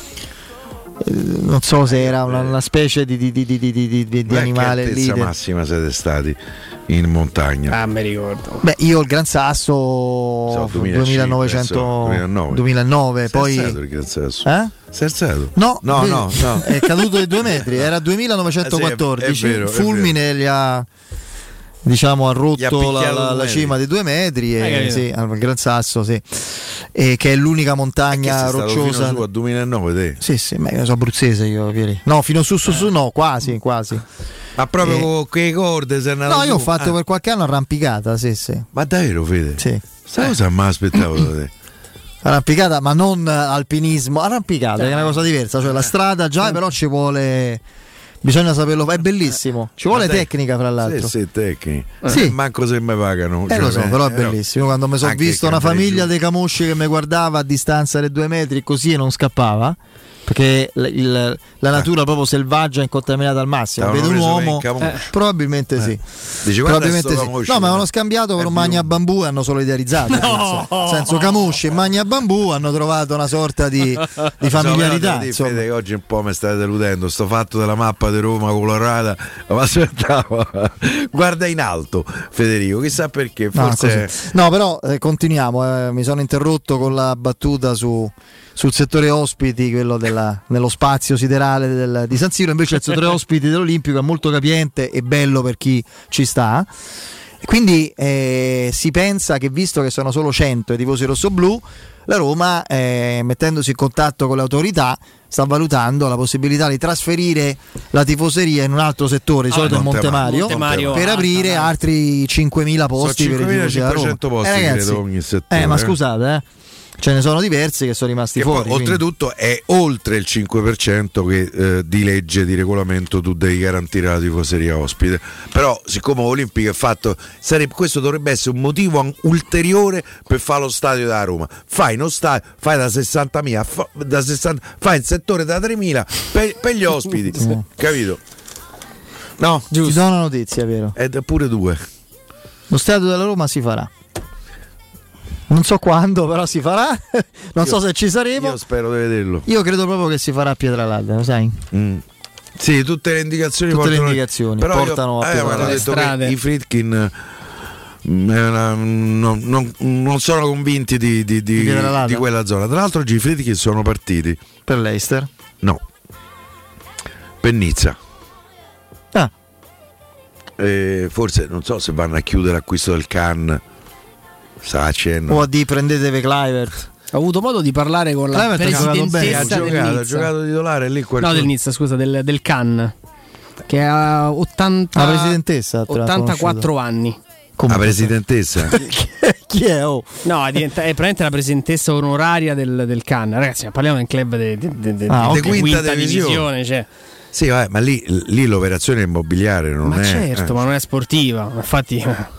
non so se era una, una specie di, di, di, di, di, di, di Beh, animale lì. Che massima siete stati in montagna? Ah, mi ricordo. Beh, io il Gran Sasso so, duemilanovecento duemilanove, duemilanove poi il Gran Sasso. Eh? Sei alzato? No, no, no, no, è caduto di due metri, era duemilanovecentoquattordici, il fulmine gli ha, diciamo, ha rotto la, la, la cima di due metri e, sì, al Gran Sasso, sì. E che è l'unica montagna è rocciosa. Fino su a duemilanove te? Sì, sì, ma io sono abruzzese io, Pieri. No, fino su su su no, quasi, quasi. Ma proprio eh, con quei corde sei andato? No, su? io ho fatto ah. per qualche anno arrampicata, sì, sì. Ma davvero, Fede? Sì. Sai cosa mi aspettavo da te? Arrampicata, ma non alpinismo, arrampicata, che è una cosa diversa, cioè la strada già, però ci vuole, bisogna saperlo, è bellissimo, ci vuole te- tecnica fra l'altro. Sì, sì, tecnica. Sì. Manco se mi pagano. Eh, cioè, lo so, però è eh, bellissimo, quando mi sono visto una famiglia dei camosci che mi guardava a distanza dei due metri così e non scappava, perché il, il, la natura proprio selvaggia è incontaminata al massimo. Vedo un uomo, eh, probabilmente eh. sì. Dici, probabilmente sì. No, ma avevano scambiato per un magna bambù e hanno solidarizzato. No! Nel senso, Camosci e magna bambù hanno trovato una sorta di, di familiarità. So, Fede, che oggi un po' mi state deludendo. Sto fatto della mappa di Roma colorata, ma aspettavo. Guarda in alto, Federico, chissà perché. Forse no, no però eh, continuiamo. Eh, mi sono interrotto con la battuta su. Sul settore ospiti, quello della, nello spazio siderale del, di San Siro, invece il settore ospiti dell'Olimpico è molto capiente e bello per chi ci sta. Quindi eh, si pensa che, visto che sono solo cento i tifosi rossoblù, la Roma, eh, mettendosi in contatto con le autorità, sta valutando la possibilità di trasferire la tifoseria in un altro settore, di solito ah, in Montemario, Montemario, per aprire ah, altri cinquemila posti per i tifosi della Roma. Posti, eh, ragazzi, credo, ogni settore, eh, ma scusate, eh. Ce ne sono diversi che sono rimasti che fuori. Poi, oltretutto è oltre il cinque per cento che eh, di legge, di regolamento tu devi garantire la tifoseria ospite. Però siccome Olimpico è fatto, sarebbe, questo dovrebbe essere un motivo ulteriore per fare lo stadio da Roma. Fai uno stadio, fai da sessantamila, fa, da sessanta, fai il settore da tremila per, per gli ospiti, no. Capito? No, giusto. Ti do una notizia, vero? Ed è pure due. Lo stadio della Roma si farà. Non so quando, però si farà. Non io, so se ci saremo. Io spero di vederlo. Io credo proprio che si farà a Pietralata, lo sai? Mm. Sì, tutte le indicazioni tutte portano, le indicazioni però portano io, a Pietralata. Eh, detto che i Friedkin una, non, non, non sono convinti di, di, di, di quella zona. Tra l'altro oggi i Friedkin sono partiti per l'Eister? No, per Nizza. Ah. E forse non so se vanno a chiudere l'acquisto del Cannes. O a di prendetevi Kluivert. Ho avuto modo di parlare con la presidentessa ha giocato, ha giocato titolare lì quel no del Nizza, scusa, del, del Cannes, che ha ottanta la presidentessa ottantaquattro anni. Come la presidentessa? Chi è? Oh? No, è, diventa, è praticamente la presidentessa onoraria del, del Cannes. Ragazzi, parliamo del club di de, de, de, ah, de okay. quinta, quinta divisione, divisione cioè. Sì, vabbè, ma lì, lì l'operazione immobiliare non ma è certo, eh. ma non è sportiva, infatti.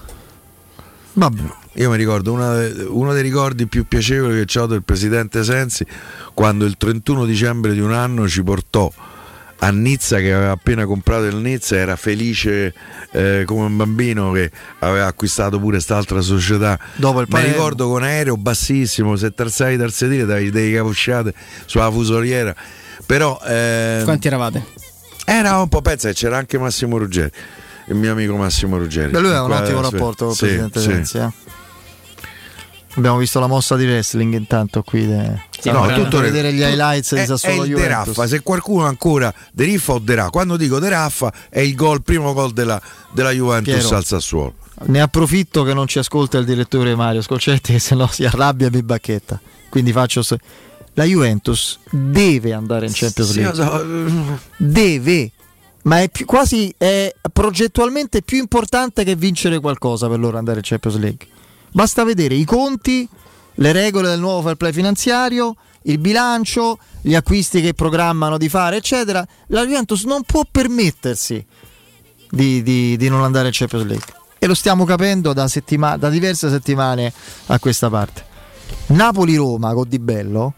Vabbè. Io mi ricordo una, uno dei ricordi più piacevoli che ho del presidente Sensi, quando il trentuno dicembre di un anno ci portò a Nizza, che aveva appena comprato il Nizza, era felice eh, come un bambino che aveva acquistato pure quest'altra società. Dopo il mi ricordo con aereo bassissimo, se terzavi terzetire davi delle capocciate sulla fusoliera. però eh, quanti eravate? Era un po', pensa che c'era anche Massimo Ruggeri, il mio amico Massimo Ruggeri. Beh, lui ha un Qua, ottimo sì, rapporto con il sì, presidente sì. Renzi, eh. Abbiamo visto la mossa di wrestling intanto qui de... Sì, no, tutto vedere gli highlights è, di Sassuolo è il Juventus. De Raffa, se qualcuno ancora De Riffa o De Raffa, quando dico De Raffa è il gol, primo gol della, della Juventus Piero, al Sassuolo. Ne approfitto che non ci ascolta il direttore Mario Scolcetti, che se no si arrabbia e mi bacchetta. Quindi faccio so- la Juventus deve andare in Champions Sì, League. so. Deve, ma è più, quasi è progettualmente più importante che vincere qualcosa per loro andare in Champions League. Basta vedere i conti, le regole del nuovo fair play finanziario, il bilancio, gli acquisti che programmano di fare, eccetera. La Juventus non può permettersi di, di, di non andare in Champions League, e lo stiamo capendo da, settima- da diverse settimane a questa parte. Napoli-Roma con Di Bello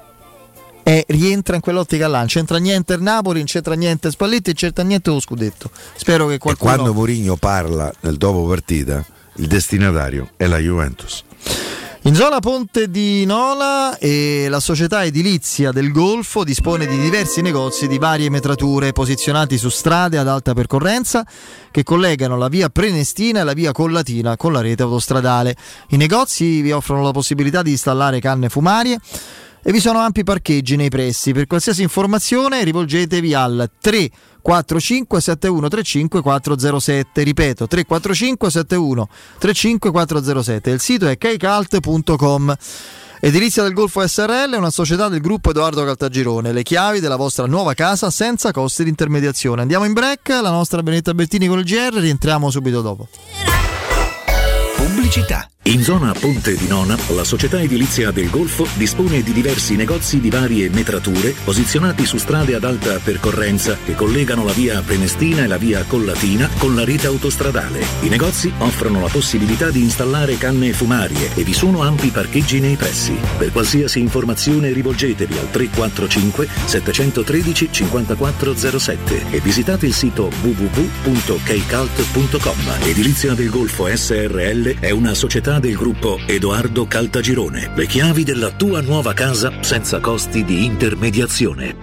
e rientra in quell'ottica là, non c'entra niente il Napoli, non c'entra niente Spalletti, non c'entra niente lo scudetto. Spero che qualcuno... E quando Mourinho parla nel dopo partita, il destinatario è la Juventus. In zona Ponte di Nola e la società edilizia del Golfo dispone di diversi negozi di varie metrature posizionati su strade ad alta percorrenza che collegano la via Prenestina e la via Collatina con la rete autostradale. I negozi vi offrono la possibilità di installare canne fumarie e vi sono ampi parcheggi nei pressi. Per qualsiasi informazione rivolgetevi al tre quattro cinque sette uno tre cinque quattro zero sette, ripeto tre quattro cinque sette uno tre cinque quattro zero sette. Il sito è keicalt punto com. Edilizia del Golfo S R L è una società del gruppo Edoardo Caltagirone, le chiavi della vostra nuova casa senza costi di intermediazione. Andiamo in break, la nostra Benetta Bertini con il G R, rientriamo subito dopo. Pubblicità. In zona Ponte di Nona, la società edilizia del Golfo dispone di diversi negozi di varie metrature posizionati su strade ad alta percorrenza che collegano la via Prenestina e la via Collatina con la rete autostradale. I negozi offrono la possibilità di installare canne fumarie e vi sono ampi parcheggi nei pressi. Per qualsiasi informazione rivolgetevi al tre quattro cinque sette uno tre cinque zero sette e visitate il sito w w w punto keicalt punto com. Edilizia del Golfo S R L è una società del gruppo Edoardo Caltagirone. Le chiavi della tua nuova casa senza costi di intermediazione.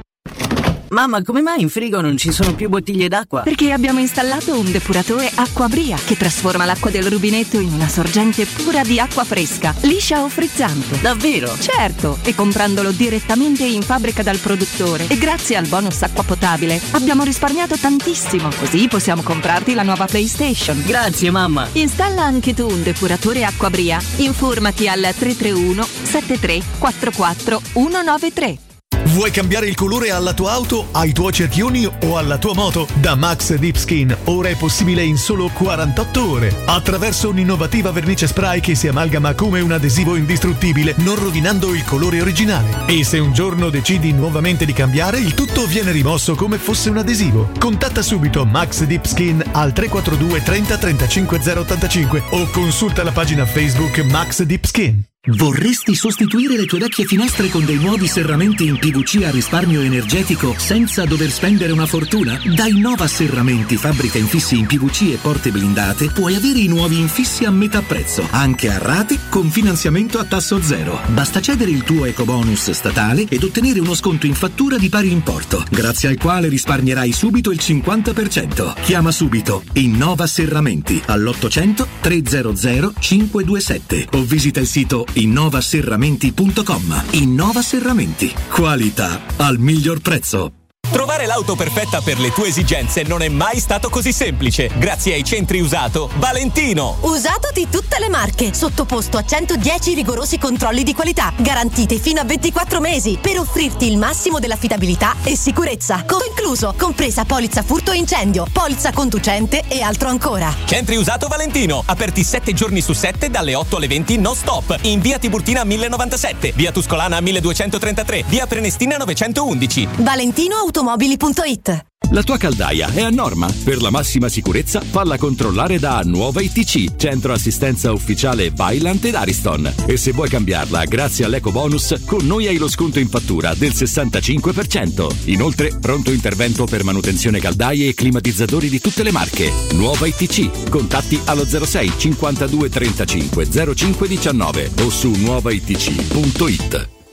Mamma, come mai in frigo non ci sono più bottiglie d'acqua? Perché abbiamo installato un depuratore Acquabria che trasforma l'acqua del rubinetto in una sorgente pura di acqua fresca, liscia o frizzante. Davvero? Certo, e comprandolo direttamente in fabbrica dal produttore e grazie al bonus acqua potabile abbiamo risparmiato tantissimo. Così possiamo comprarti la nuova PlayStation. Grazie mamma. Installa anche tu un depuratore Acquabria. Informati al tre tre uno sette tre quattro quattro uno nove tre. Vuoi cambiare il colore alla tua auto, ai tuoi cerchioni o alla tua moto? Da Max Deep Skin ora è possibile in solo quarantotto ore attraverso un'innovativa vernice spray che si amalgama come un adesivo indistruttibile, non rovinando il colore originale. E se un giorno decidi nuovamente di cambiare, il tutto viene rimosso come fosse un adesivo. Contatta subito Max Deep Skin al tre quattro due trenta trentacinque zero ottantacinque o consulta la pagina Facebook Max Deep Skin. Vorresti sostituire le tue vecchie finestre con dei nuovi serramenti in P V C a risparmio energetico senza dover spendere una fortuna? Da Innova Serramenti, fabbrica infissi in P V C e porte blindate, puoi avere i nuovi infissi a metà prezzo, anche a rate con finanziamento a tasso zero. Basta cedere il tuo ecobonus statale ed ottenere uno sconto in fattura di pari importo, grazie al quale risparmierai subito il cinquanta per cento. Chiama subito Innova Serramenti all'ottocento trecento cinque due sette o visita il sito innova serramenti punto com. Innova Serramenti, qualità al miglior prezzo. Trovare l'auto perfetta per le tue esigenze non è mai stato così semplice. Grazie ai centri usato Valentino. Usato di tutte le marche, sottoposto a centodieci rigorosi controlli di qualità, garantiti fino a ventiquattro mesi, per offrirti il massimo dell'affidabilità e sicurezza. Con incluso, compresa polizza furto e incendio, polizza conducente e altro ancora. Centri usato Valentino, aperti sette giorni su sette dalle otto alle venti non stop. In via Tiburtina millenovantasette, via Tuscolana milleduecentotrentatré, via Prenestina novecentoundici. Valentino Automobili punto it. La tua caldaia è a norma. Per la massima sicurezza, falla controllare da Nuova I T C, centro assistenza ufficiale Vaillant ed Ariston. E se vuoi cambiarla grazie all'eco bonus, con noi hai lo sconto in fattura del sessantacinque per cento. Inoltre, pronto intervento per manutenzione caldaie e climatizzatori di tutte le marche. Nuova I T C. Contatti allo zero sei cinquantadue trentacinque zero cinque diciannove o su nuova i t c punto it.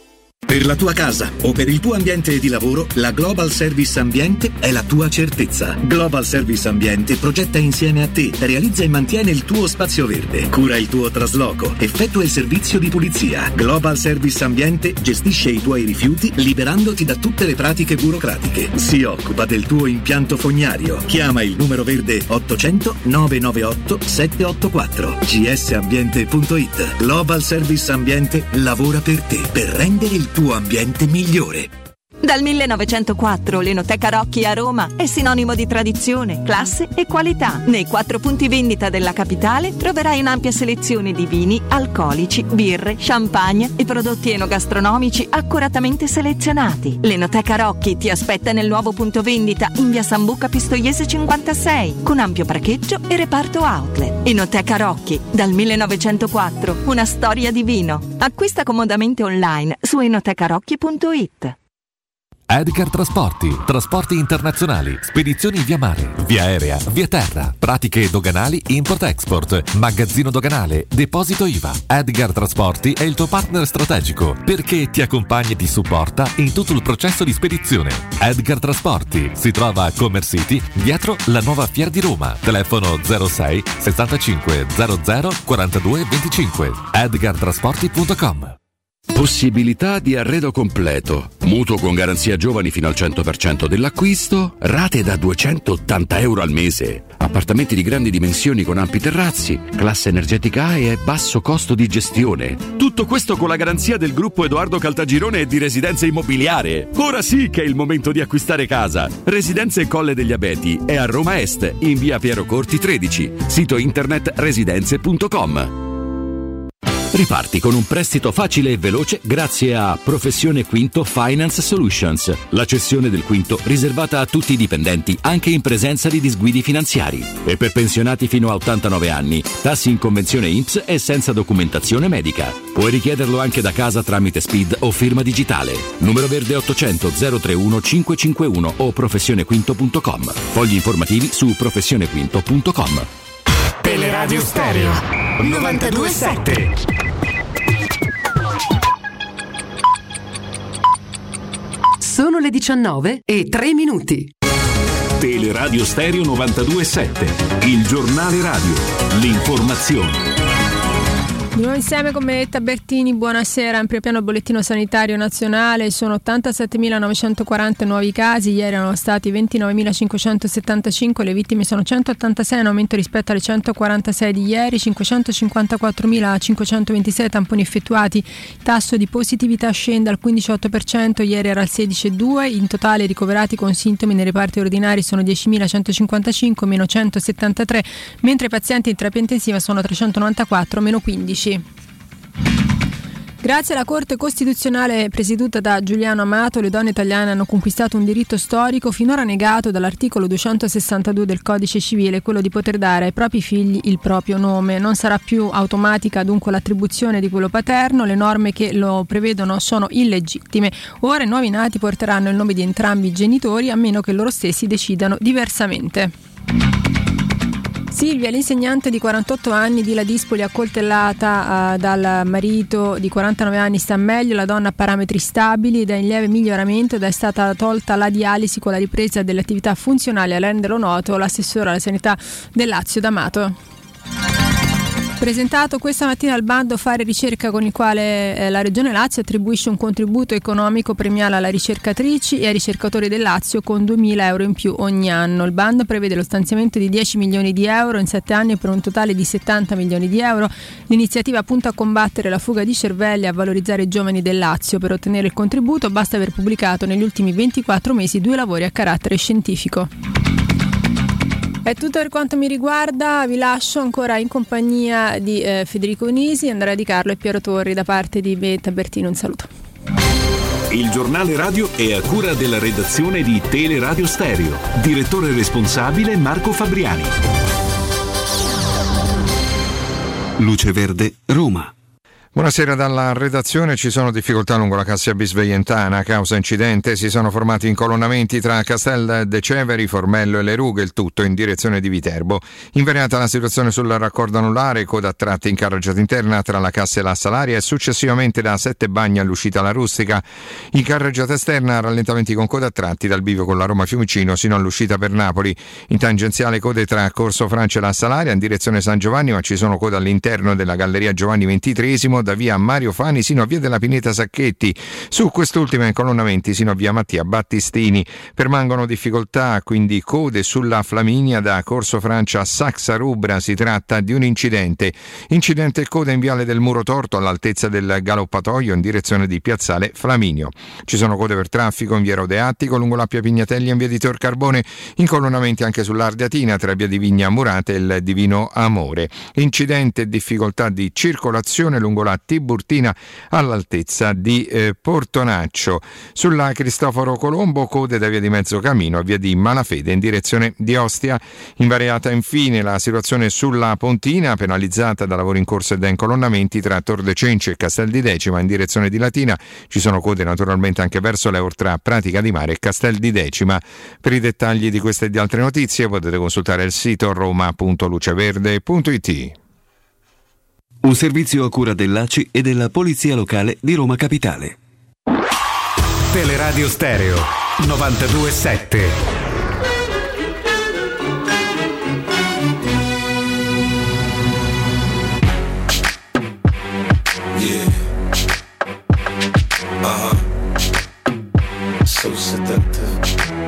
Per la tua casa o per il tuo ambiente di lavoro, la Global Service Ambiente è la tua certezza. Global Service Ambiente progetta insieme a te, realizza e mantiene il tuo spazio verde, cura il tuo trasloco, effettua il servizio di pulizia. Global Service Ambiente gestisce i tuoi rifiuti liberandoti da tutte le pratiche burocratiche. Si occupa del tuo impianto fognario. Chiama il numero verde ottocento nove nove otto sette otto quattro g s ambiente punto i t. Global Service Ambiente lavora per te, per rendere il tuo ambiente migliore. Dal millenovecentoquattro l'Enoteca Rocchi a Roma è sinonimo di tradizione, classe e qualità. Nei quattro punti vendita della capitale troverai un'ampia selezione di vini, alcolici, birre, champagne e prodotti enogastronomici accuratamente selezionati. L'Enoteca Rocchi ti aspetta nel nuovo punto vendita in via Sambuca Pistoiese cinquantasei con ampio parcheggio e reparto outlet. Enoteca Rocchi, dal millenovecentoquattro, una storia di vino. Acquista comodamente online su enotecarocchi punto i t. Edgar Trasporti, trasporti internazionali, spedizioni via mare, via aerea, via terra, pratiche doganali import-export, magazzino doganale, deposito I V A. Edgar Trasporti è il tuo partner strategico perché ti accompagna e ti supporta in tutto il processo di spedizione. Edgar Trasporti si trova a Commerce City, dietro la nuova Fiera di Roma. Telefono zero sei sessantacinque zero zero quarantadue venticinque. edgar trasporti punto com. Possibilità di arredo completo, mutuo con garanzia giovani fino al cento per cento dell'acquisto, rate da duecentottanta euro al mese, appartamenti di grandi dimensioni con ampi terrazzi, classe energetica A e basso costo di gestione. Tutto questo con la garanzia del gruppo Edoardo Caltagirone e di Residenza Immobiliare. Ora sì che è il momento di acquistare casa. Residenze Colle degli Abeti è a Roma Est, in via Piero Corti tredici, sito internet residenze punto com. Riparti con un prestito facile e veloce grazie a Professione Quinto Finance Solutions, la cessione del quinto riservata a tutti i dipendenti anche in presenza di disguidi finanziari. E per pensionati fino a ottantanove anni, tassi in convenzione I N P S e senza documentazione medica. Puoi richiederlo anche da casa tramite S P I D o firma digitale. Numero verde ottocento zero trentuno cinquecentocinquantuno o professionequinto punto com. Fogli informativi su professionequinto punto com. Teleradio Stereo novantadue sette. Sono le diciannove e tre minuti. Teleradio Stereo novantadue sette, il giornale radio, l'informazione. Di nuovo insieme con Benedetta Bertini, buonasera. Ampio piano bollettino sanitario nazionale, sono ottantasettemilanovecentoquaranta nuovi casi, ieri erano stati ventinovemilacinquecentosettantacinque, le vittime sono centottantasei, in aumento rispetto alle centoquarantasei di ieri, cinquecentocinquantaquattromilacinquecentoventisei tamponi effettuati, tasso di positività scende al quindici virgola otto per cento, ieri era al sedici virgola due per cento, in totale ricoverati con sintomi nei reparti ordinari sono diecimilacentocinquantacinque, meno centosettantatré, mentre i pazienti in terapia intensiva sono trecentonovantaquattro, meno quindici. Grazie alla Corte Costituzionale presieduta da Giuliano Amato, le donne italiane hanno conquistato un diritto storico finora negato dall'articolo duecentosessantadue del Codice Civile, quello di poter dare ai propri figli il proprio nome. Non sarà più automatica dunque l'attribuzione di quello paterno, le norme che lo prevedono sono illegittime. Ora i nuovi nati porteranno il nome di entrambi i genitori a meno che loro stessi decidano diversamente. Silvia, l'insegnante di quarantotto anni di Ladispoli, accoltellata uh, dal marito di quarantanove anni, sta meglio, la donna ha parametri stabili ed è in lieve miglioramento ed è stata tolta la dialisi con la ripresa delle attività funzionali, a renderlo noto l'assessore alla sanità del Lazio D'Amato. Presentato questa mattina al bando Fare Ricerca, con il quale eh, la Regione Lazio attribuisce un contributo economico premiale alle ricercatrici e ai ricercatori del Lazio con duemila euro in più ogni anno. Il bando prevede lo stanziamento di dieci milioni di euro in sette anni per un totale di settanta milioni di euro. L'iniziativa punta a combattere la fuga di cervelli e a valorizzare i giovani del Lazio. Per ottenere il contributo basta aver pubblicato negli ultimi ventiquattro mesi due lavori a carattere scientifico. È tutto per quanto mi riguarda, vi lascio ancora in compagnia di eh, Federico Nisi, Andrea Di Carlo e Piero Torri. Da parte di Benedetta Bertini un saluto. Il giornale radio è a cura della redazione di Teleradio Stereo. Direttore responsabile Marco Fabriani. Luce Verde, Roma. Buonasera dalla redazione. Ci sono difficoltà lungo la Cassia Bisveientana a causa incidente. Si sono formati incolonnamenti tra Castel de Ceveri, Formello e Le Rughe, il tutto in direzione di Viterbo. Invariata la situazione sul raccordo anulare, coda a tratti in carreggiata interna tra la Cassa e la Salaria e successivamente da Sette Bagni all'uscita alla Rustica. In carreggiata esterna rallentamenti con coda a tratti dal bivio con la Roma Fiumicino sino all'uscita per Napoli. In tangenziale code tra Corso Francia e la Salaria in direzione San Giovanni, ma ci sono code all'interno della Galleria Giovanni ventitreesimo da via Mario Fani sino a via della Pineta Sacchetti. Su quest'ultima incolonnamenti sino a via Mattia Battistini. Permangono difficoltà, quindi code sulla Flaminia da Corso Francia a Saxa Rubra. Si tratta di un incidente. Incidente coda in viale del Muro Torto all'altezza del Galoppatoio in direzione di Piazzale Flaminio. Ci sono code per traffico in via Rodeattico, lungo l'Appia Pignatelli e in via di Tor Carbone. Incolonnamenti anche sull'Ardeatina tra via di Vigna Murate e il Divino Amore. Incidente e difficoltà di circolazione lungo la Tiburtina all'altezza di eh, Portonaccio. Sulla Cristoforo Colombo code da via di Mezzocamino a via di Malafede in direzione di Ostia. Invariata infine la situazione sulla Pontina, penalizzata da lavori in corso e da incolonnamenti tra Tor de Cenci e Castel di Decima in direzione di Latina. Ci sono code naturalmente anche verso l'Eur tra Pratica di Mare e Castel di Decima. Per i dettagli di queste e di altre notizie potete consultare il sito roma punto luceverde punto it. Un servizio a cura dell'A C I e della Polizia Locale di Roma Capitale. Teleradio Stereo novantadue sette. So seductive.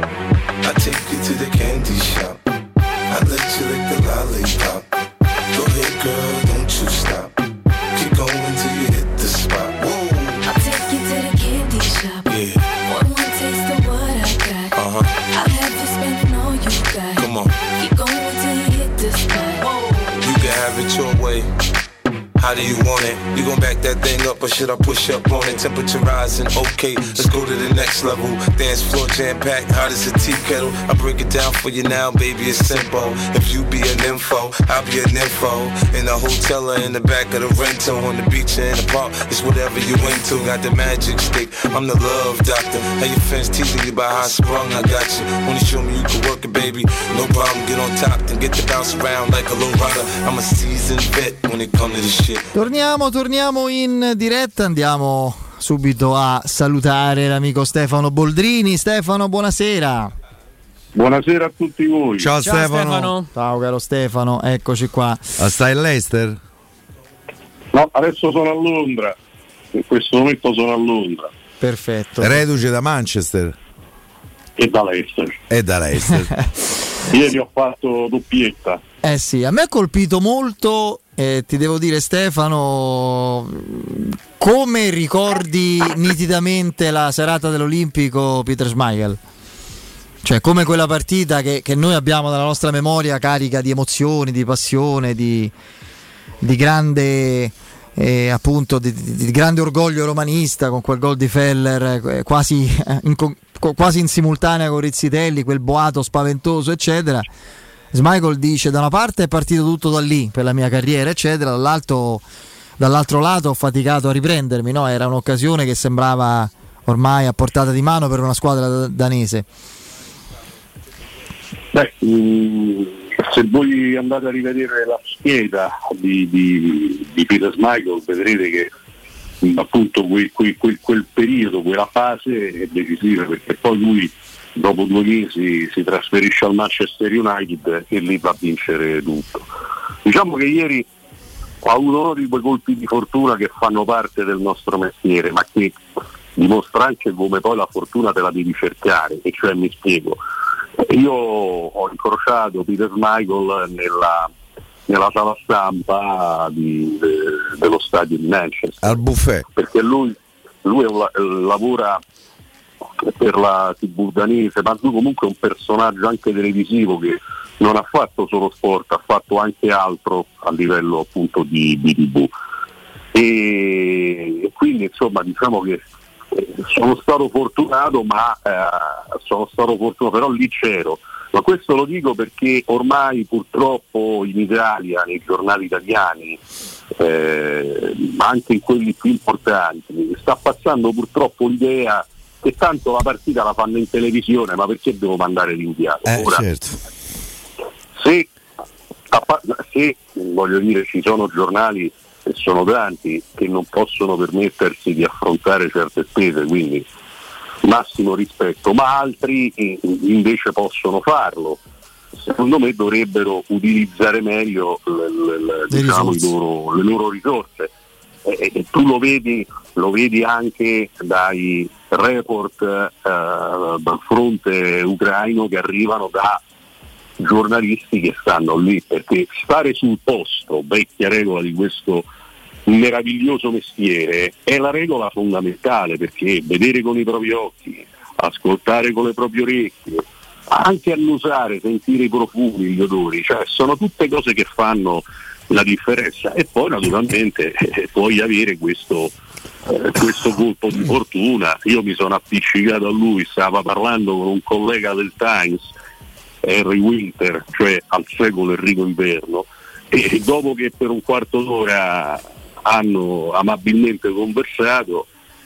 I take you to the candy shop. I let you lick the lollipop. Go ahead, girl, don't you stop. Keep going till you hit the spot. Whoa. I'll take you to the candy shop. Yeah. One more taste of what I got. Uh huh. I'll have you spending all you got. Come on. Keep going till you hit the spot. Whoa. You can have it your way. How do you want it? You gon' back that thing up or should I push up on it? Temperature rising, okay, let's go to the next level. Dance floor jam packed, hot as a tea kettle. I break it down for you now, baby, it's simple. If you be an info, I'll be an info. In the hotel or in the back of the rental, on the beach or in the park, it's whatever you into. Got the magic stick, I'm the love doctor. How your fans teasing you about how I sprung, I got you. Wanna show me you can work it, baby? No problem, get on top, then get to bounce around like a low rider. I'm a seasoned vet when it comes to this shit. Torniamo, torniamo in diretta, andiamo subito a salutare l'amico Stefano Boldrini. Stefano, buonasera. Buonasera a tutti voi. Ciao, Ciao Stefano. Stefano. Ciao caro Stefano, eccoci qua. Ah, stai all'Ester? No, adesso sono a Londra. In questo momento sono a Londra. Perfetto. Reduce da Manchester. E da Leicester. E da Leicester. Ieri ho fatto doppietta. Eh sì, a me ha colpito molto, eh, ti devo dire Stefano, come ricordi nitidamente la serata dell'Olimpico Peter Schmeichel? Cioè come quella partita che, che noi abbiamo nella nostra memoria carica di emozioni, di passione, di, di grande... Eh, appunto di, di, di grande orgoglio romanista con quel gol di Feller eh, quasi, eh, in, quasi in simultanea con Rizzitelli, quel boato spaventoso eccetera. Schmeichel dice da una parte è partito tutto da lì per la mia carriera eccetera, dall'altro, dall'altro lato ho faticato a riprendermi, no? Era un'occasione che sembrava ormai a portata di mano per una squadra danese. Beh, mh, se voi andate a rivedere la scheda di, di, di Peter Schmeichel vedrete che mh, appunto quel, quel, quel, quel periodo, quella fase è decisiva, perché poi lui dopo due mesi si trasferisce al Manchester United e lì va a vincere tutto. Diciamo che ieri ho avuto uno di quei colpi di fortuna che fanno parte del nostro mestiere, ma che dimostra anche come poi la fortuna te la devi cercare, e cioè mi spiego. Io ho incrociato Peter Schmeichel nella, nella sala stampa di, de, dello stadio di Manchester al buffet, perché lui, lui lavora per la tivù danese, ma lui comunque è un personaggio anche televisivo che non ha fatto solo sport, ha fatto anche altro a livello appunto di, di tivù, e, e quindi insomma diciamo che sono stato fortunato, ma eh, sono stato fortunato, però lì c'ero Ma questo lo dico perché ormai purtroppo in Italia, nei giornali italiani, eh, ma anche in quelli più importanti, sta passando purtroppo l'idea che tanto la partita la fanno in televisione, ma perché devo mandare l'inviato? Eh, Ora, certo. se, se voglio dire ci sono giornali, e sono tanti, che non possono permettersi di affrontare certe spese, quindi massimo rispetto, ma altri invece possono farlo. Secondo me dovrebbero utilizzare meglio le, le, le, diciamo, i loro, le loro risorse. E, e tu lo vedi, lo vedi anche dai report eh, dal fronte ucraino che arrivano da giornalisti che stanno lì, perché stare sul posto, vecchia regola di questo meraviglioso mestiere, è la regola fondamentale, perché vedere con i propri occhi, ascoltare con le proprie orecchie, anche annusare, sentire i profumi, gli odori, cioè sono tutte cose che fanno la differenza. E poi naturalmente eh, puoi avere questo, eh, questo colpo di fortuna. Io mi sono appiccicato a lui, stava parlando con un collega del Times, Henry Winter, cioè al secolo Enrico Inverno, e dopo che per un quarto d'ora hanno amabilmente conversato,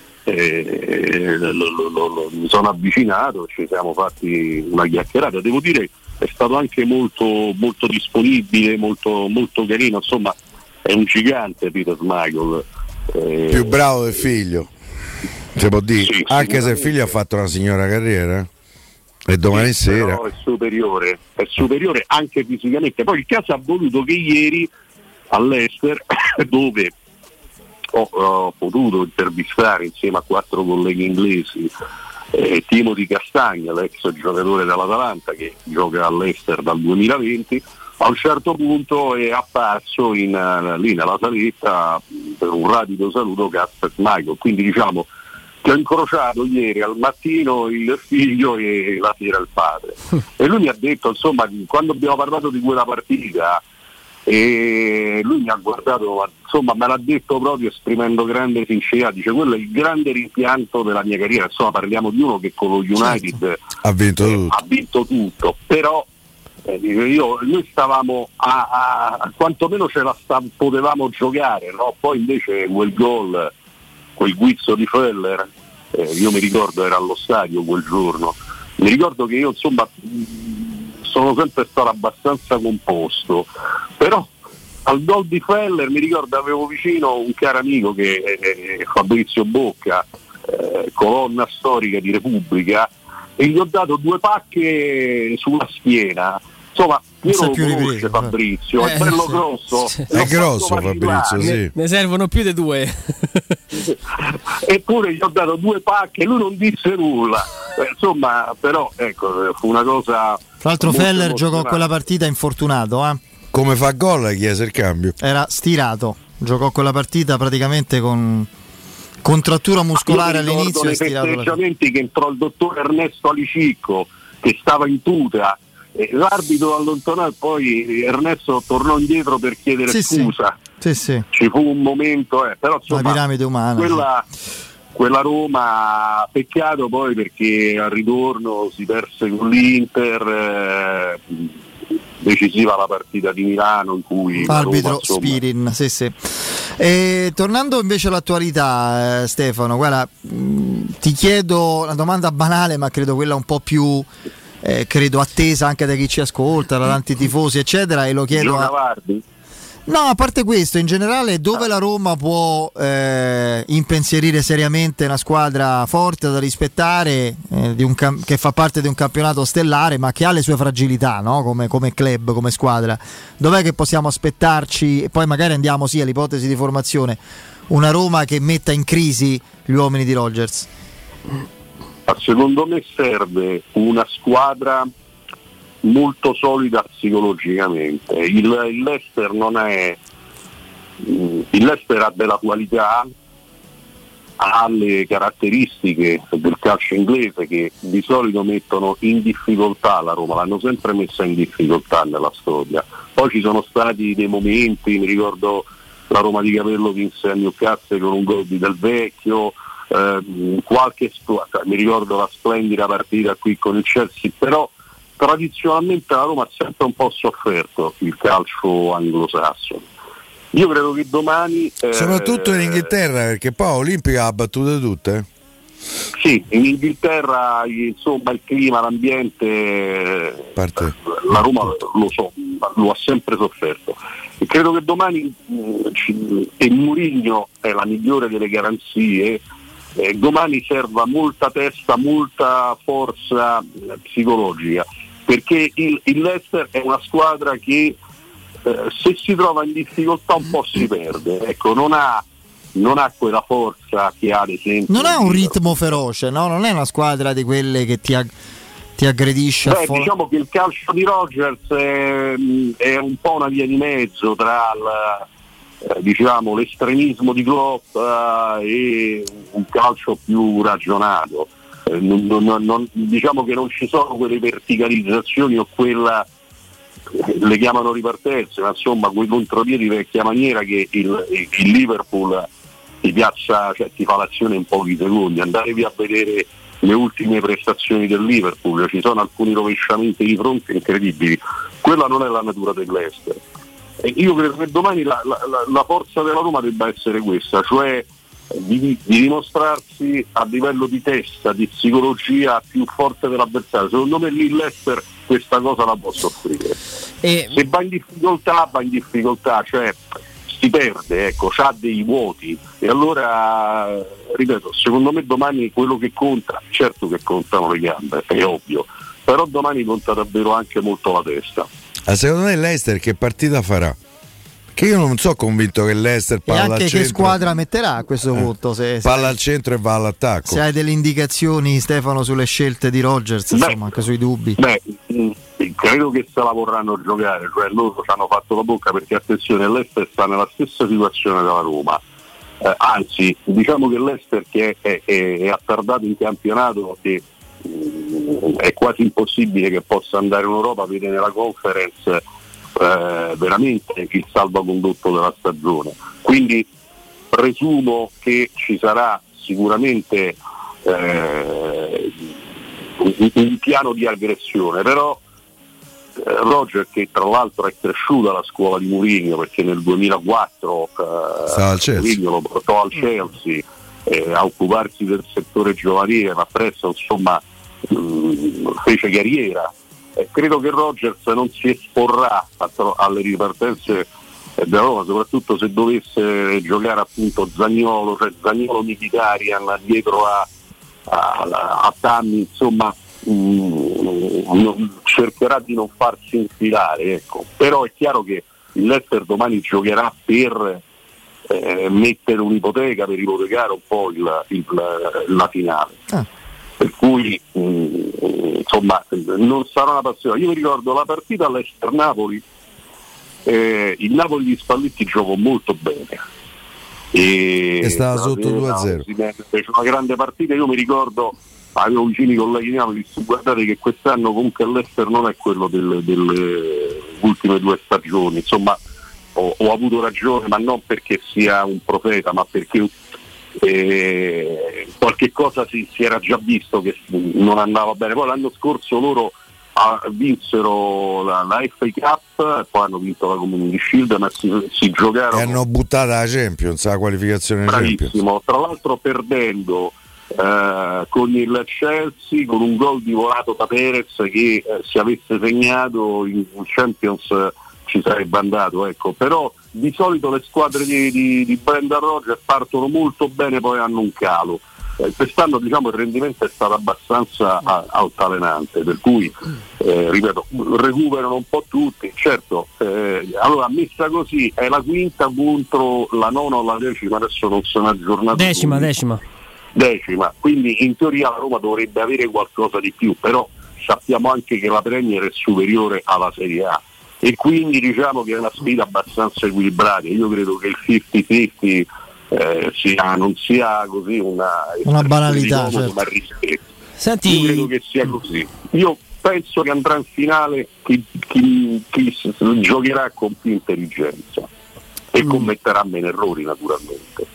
eh, lo, lo, lo, mi sono avvicinato, ci siamo fatti una chiacchierata. Devo dire è stato anche molto, molto disponibile, molto, molto carino, insomma è un gigante Peter Schmeichel, eh, più bravo del figlio, si può dire, sì, anche se il figlio ha fatto una signora carriera e domani sì, sera però è superiore, è superiore anche fisicamente. Poi il caso ha voluto che ieri all'Ester, dove ho, ho potuto intervistare insieme a quattro colleghi inglesi eh, Timothy Castagna, l'ex giocatore dell'Atalanta che gioca all'Ester dal duemilaventi, a un certo punto è apparso in, uh, lì nella saletta per un rapido saluto Kasper Schmeichel, quindi diciamo che ho incrociato ieri al mattino il figlio e la sera il padre e lui mi ha detto, insomma, quando abbiamo parlato di quella partita, e lui mi ha guardato, insomma me l'ha detto proprio esprimendo grande sincerità, dice quello è il grande rimpianto della mia carriera. Insomma parliamo di uno che con lo United certo. ha, vinto eh, tutto. ha vinto tutto, però eh, io, noi stavamo a, a, a quantomeno ce la sta, potevamo giocare, no? Poi invece quel gol, quel guizzo di Feller, eh, io mi ricordo era allo stadio quel giorno, mi ricordo che io insomma sono sempre stato abbastanza composto, però al gol di Feller mi ricordo avevo vicino un caro amico che è Fabrizio Bocca, eh, colonna storica di Repubblica, e gli ho dato due pacche sulla schiena. Insomma, io non lo conosce ripreso, Fabrizio, eh, è bello grosso, sì. È grosso Fabrizio, sì. Ne, ne servono più di due. Eppure gli ho dato due pacche e lui non disse nulla. Eh, insomma, però ecco, fu una cosa. Tra l'altro Feller giocò quella partita infortunato, eh? Come fa gol la chiesa il cambio? Era stirato, giocò quella partita praticamente con contrattura muscolare all'inizio. Nei festeggiamenti che entrò il dottor Ernesto Alicicco che stava in tuta, e l'arbitro allontanò e poi Ernesto tornò indietro per chiedere sì, scusa. Sì, sì. Ci fu un momento, eh, però insomma, la piramide umana. Quella, sì. quella Roma, peccato poi perché al ritorno si perse con l'Inter. Eh, decisiva la partita di Milano in cui arbitro Roma, insomma... Spirin, sì, sì. E tornando invece all'attualità, eh, Stefano, guarda, mh, ti chiedo una domanda banale, ma credo quella un po' più eh, credo attesa anche da chi ci ascolta, da tanti tifosi eccetera, e lo chiedo a... No, a parte questo, in generale, dove la Roma può eh, impensierire seriamente una squadra forte da rispettare, eh, di un cam- che fa parte di un campionato stellare, ma che ha le sue fragilità, no? Come, come club, come squadra. Dov'è che possiamo aspettarci? E poi magari andiamo sì all'ipotesi di formazione, una Roma che metta in crisi gli uomini di Rodgers. Secondo me serve una squadra molto solida psicologicamente. Il, il Leicester non è il Leicester ha della qualità, ha le caratteristiche del calcio inglese che di solito mettono in difficoltà la Roma, l'hanno sempre messa in difficoltà nella storia. Poi ci sono stati dei momenti, mi ricordo la Roma di Capello vinse a Newcastle con un gol di Del Vecchio, ehm, qualche squadra, mi ricordo la splendida partita qui con il Chelsea, però tradizionalmente la Roma ha sempre un po' sofferto il calcio anglosassone. Io credo che domani eh, soprattutto in Inghilterra, perché poi Olimpica ha battute tutte. Sì, in Inghilterra insomma il clima, l'ambiente, Parte. la Roma lo so, lo ha sempre sofferto. E credo che domani mh, e Mourinho è la migliore delle garanzie, eh, domani serva molta testa, molta forza eh, psicologica, perché il, il Leicester è una squadra che eh, se si trova in difficoltà un po' si perde, ecco, non ha non ha quella forza che ha ad esempio. Non ha un ritmo feroce, no? Non è una squadra di quelle che ti, ag- ti aggredisce. Beh, a fo- diciamo che il calcio di Rodgers è, è un po' una via di mezzo tra il, eh, diciamo, l'estremismo di Klopp eh, e un calcio più ragionato. Eh, non, non, non, diciamo che non ci sono quelle verticalizzazioni o quella, le chiamano ripartenze, ma insomma quei contropiedi vecchia maniera che il, il Liverpool ti piazza, cioè ti fa l'azione in pochi secondi. Andatevi a vedere le ultime prestazioni del Liverpool, ci sono alcuni rovesciamenti di fronte incredibili. Quella non è la natura del Leicester. E io credo che domani la, la, la forza della Roma debba essere questa, cioè di, di dimostrarsi a livello di testa, di psicologia più forte dell'avversario. Secondo me lì il Leicester questa cosa la può soffrire. E... se va in difficoltà, va in difficoltà, cioè si perde, ecco, c'ha dei vuoti. E allora, ripeto, secondo me domani quello che conta, certo che contano le gambe, è ovvio, però domani conta davvero anche molto la testa. Ah, secondo me l'Leicester che partita farà? Che io non sono convinto che l'Leicester palla e anche al che centro. Squadra metterà a questo eh, punto se, palla se, al centro e va all'attacco. Se hai delle indicazioni, Stefano, sulle scelte di Rodgers, beh, insomma anche sui dubbi. Beh, mh, credo che se la vorranno giocare, cioè loro ci hanno fatto la bocca, perché attenzione, l'Leicester sta nella stessa situazione della Roma, eh, anzi diciamo che l'Leicester che è, è, è attardato in campionato, che mh, è quasi impossibile che possa andare in Europa, vede nella Conference Eh, veramente il salvacondotto della stagione, quindi presumo che ci sarà sicuramente eh, un, un piano di aggressione, però eh, Roger, che tra l'altro è cresciuto alla scuola di Mourinho, perché nel duemilaquattro eh, Mourinho lo portò al Chelsea eh, a occuparsi del settore giovanile, ma presto insomma mh, fece carriera. Eh, credo che Rodgers non si esporrà alle ripartenze della Roma, soprattutto se dovesse giocare appunto Zaniolo, cioè Zaniolo Mkhitaryan dietro a, a, a Tammy, insomma mh, non, cercherà di non farsi infilare, ecco. Però è chiaro che il Leicester domani giocherà per eh, mettere un'ipoteca, per ipotecare un po' il, il, la finale. Ah. Per cui mh, insomma non sarà una passione. Io mi ricordo la partita all'Ester-Napoli, eh, il Napoli di Spalletti giocò molto bene e, e stava sotto due a zero, fece una grande partita. Io mi ricordo, avevo vicini colleghi di Napoli, guardate che quest'anno comunque l'Ester non è quello delle, delle ultime due stagioni, insomma ho, ho avuto ragione, ma non perché sia un profeta, ma perché Eh, qualche cosa si, si era già visto che non andava bene. Poi l'anno scorso loro ah, vinsero la, la F A Cup, poi hanno vinto la Community Shield, ma si, si giocarono e hanno buttato la Champions, la qualificazione bravissimo, Champions. Tra l'altro perdendo eh, con il Chelsea, con un gol di volato da Perez che eh, se avesse segnato in Champions eh, ci sarebbe andato, ecco. Però di solito le squadre di, di, di Brendan Rodgers partono molto bene, poi hanno un calo. Eh, quest'anno diciamo il rendimento è stato abbastanza a, altalenante, per cui eh, ripeto, recuperano un po' tutti, certo. Eh, allora messa così è la quinta contro la nona o la decima, adesso non sono aggiornato. Decima, decima. Decima, quindi in teoria la Roma dovrebbe avere qualcosa di più, però sappiamo anche che la Premier è superiore alla Serie A. E quindi diciamo che è una sfida abbastanza equilibrata. Io credo che il cinquanta cinquanta eh, sia, non sia così una, una banalità, comodo, certo. ma rispetto. Senti... Io credo che sia così. Io penso che andrà in finale chi, chi, chi giocherà con più intelligenza e commetterà meno errori naturalmente.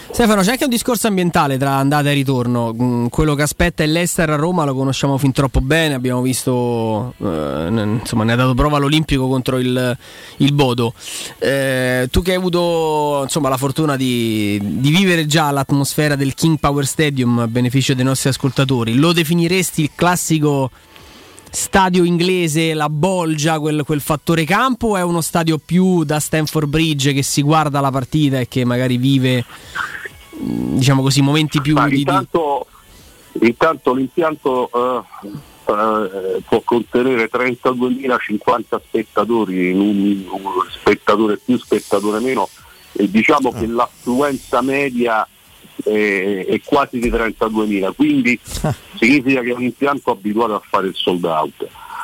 Stefano, c'è anche un discorso ambientale tra andata e ritorno. Mm, quello che aspetta il Leicester a Roma lo conosciamo fin troppo bene, abbiamo visto, eh, n- insomma, ne ha dato prova all'Olimpico contro il, il Bodo. Eh, tu che hai avuto, insomma, la fortuna di, di vivere già l'atmosfera del King Power Stadium a beneficio dei nostri ascoltatori, lo definiresti il classico stadio inglese, la bolgia, quel, quel fattore campo, o è uno stadio più da Stamford Bridge che si guarda la partita e che magari vive, diciamo così, momenti più Ma di, intanto, intanto l'impianto uh, uh, può contenere trentaduemila cinquanta spettatori, un, un spettatore più, spettatore meno, e diciamo che l'affluenza media è, è quasi di trentaduemila, quindi significa che è un impianto abituato a fare il sold out.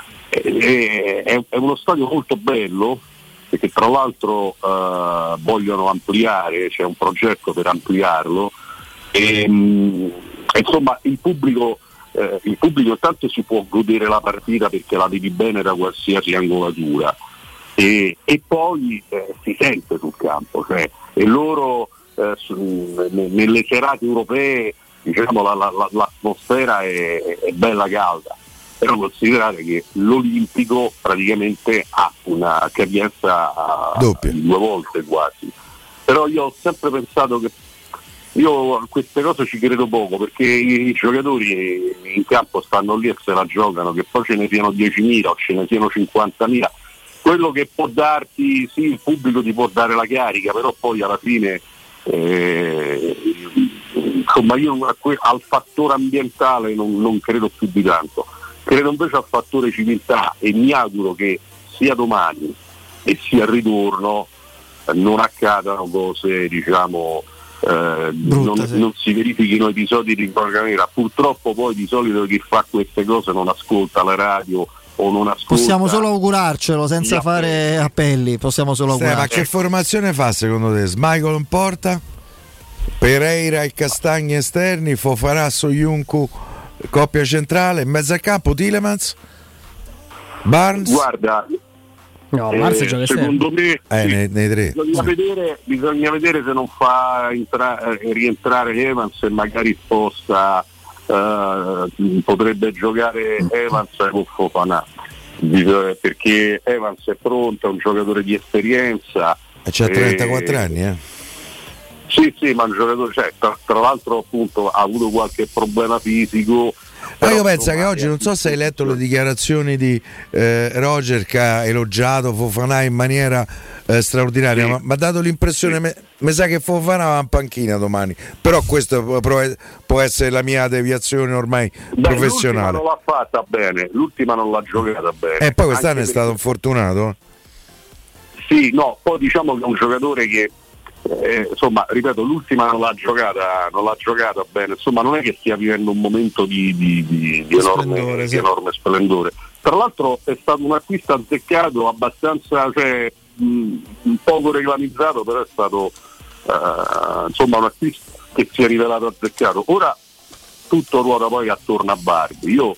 È, è, è uno stadio molto bello, perché tra l'altro uh, vogliono ampliare, c'è un progetto per ampliarlo, e mh, insomma il pubblico, eh, il pubblico intanto si può godere la partita perché la vedi bene da qualsiasi angolatura, e, e poi eh, si sente sul campo, cioè, e loro eh, su, ne, nelle serate europee, diciamo, la, la, la, l'atmosfera è, è bella calda. Però considerate che l'Olimpico praticamente ha una capienza doppia, due volte quasi. Però io ho sempre pensato che io a queste cose ci credo poco, perché i, i giocatori in campo stanno lì e se la giocano, che poi ce ne siano diecimila o ce ne siano cinquantamila. Quello che può darti, sì, il pubblico ti può dare la carica, però poi alla fine eh, insomma io al fattore ambientale non, non credo più di tanto. Credo invece al fattore civiltà, e mi auguro che sia domani e sia al ritorno eh, non accadano cose, diciamo, eh, Brutta, non, sì. non si verifichino episodi di cronaca nera. Purtroppo poi di solito chi fa queste cose non ascolta la radio o non ascolta. Possiamo solo augurarcelo senza fare appelli, possiamo solo Sì, augurarcelo. ma che formazione fa secondo te? Smichael in porta? Pereira e Castagni esterni, Fofana, Soyuncu coppia centrale, in mezzo al campo Tielemans, Barnes. Guarda, no, eh, secondo me eh, nei, nei tre. Bisogna, sì. vedere, bisogna vedere se non fa entra- rientrare Evans e magari sposta, uh, potrebbe giocare Evans con Fofana, perché Evans è pronto, è un giocatore di esperienza e c'ha trentaquattro anni, eh. Sì, sì, ma un giocatore, cioè, tra, tra l'altro appunto ha avuto qualche problema fisico. Ma io penso che oggi, non so se hai letto le dichiarazioni di eh, Roger, che ha elogiato Fofana in maniera eh, straordinaria, sì. ma mi ha dato l'impressione, sì. mi sa che Fofana va in panchina domani, però questo può, può essere la mia deviazione ormai Beh, professionale. L'ultima non l'ha fatta bene, l'ultima non l'ha giocata bene. E poi quest'anno Anche è stato perché... infortunato. Sì, no, poi diciamo che è un giocatore che Eh, insomma, ripeto, l'ultima non l'ha giocata, non l'ha giocata bene, insomma non è che stia vivendo un momento di, di, di, di, enorme, splendore, sì. di enorme splendore. Tra l'altro è stato un acquisto azzeccato, abbastanza, cioè, mh, poco reclamizzato, però è stato uh, insomma un acquisto che si è rivelato azzeccato. Ora tutto ruota poi attorno a Bardi. Io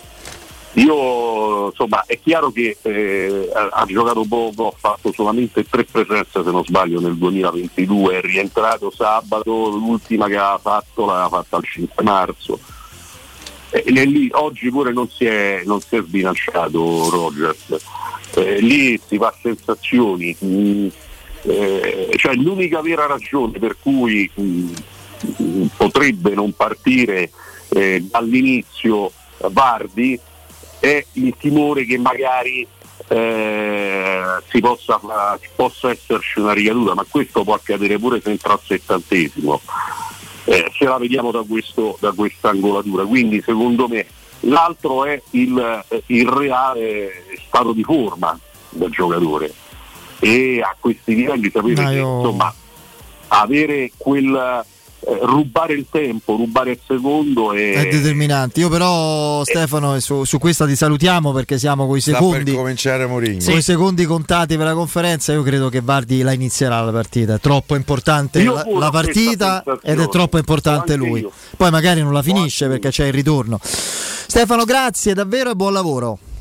Io insomma è chiaro che eh, ha, ha giocato poco, ha fatto solamente tre presenze se non sbaglio nel duemilaventidue, è rientrato sabato, l'ultima che aveva fatto l'aveva fatta il cinque marzo, e, e lì oggi pure non si è, non si è sbilanciato Rogers, eh, lì si fa sensazioni, mh, eh, cioè l'unica vera ragione per cui mh, potrebbe non partire eh, dall'inizio Vardy è il timore che magari eh, si possa, possa esserci una ricaduta, ma questo può accadere pure se entra al settantesimo, eh, se la vediamo da questo da questa angolatura. Quindi secondo me l'altro è il, il reale stato di forma del giocatore, e a questi livelli sapete che io... insomma avere quel Eh, rubare il tempo, rubare il secondo è, è determinante. Io però è... Stefano su, su questa ti salutiamo perché siamo coi secondi, sta per cominciare Mourinho, sì. coi secondi contati per la conferenza. Io credo che Vardy la inizierà la partita, è troppo importante la, la partita ed è troppo importante lui io. Poi magari non la finisce perché c'è il ritorno. Stefano, grazie davvero e buon lavoro.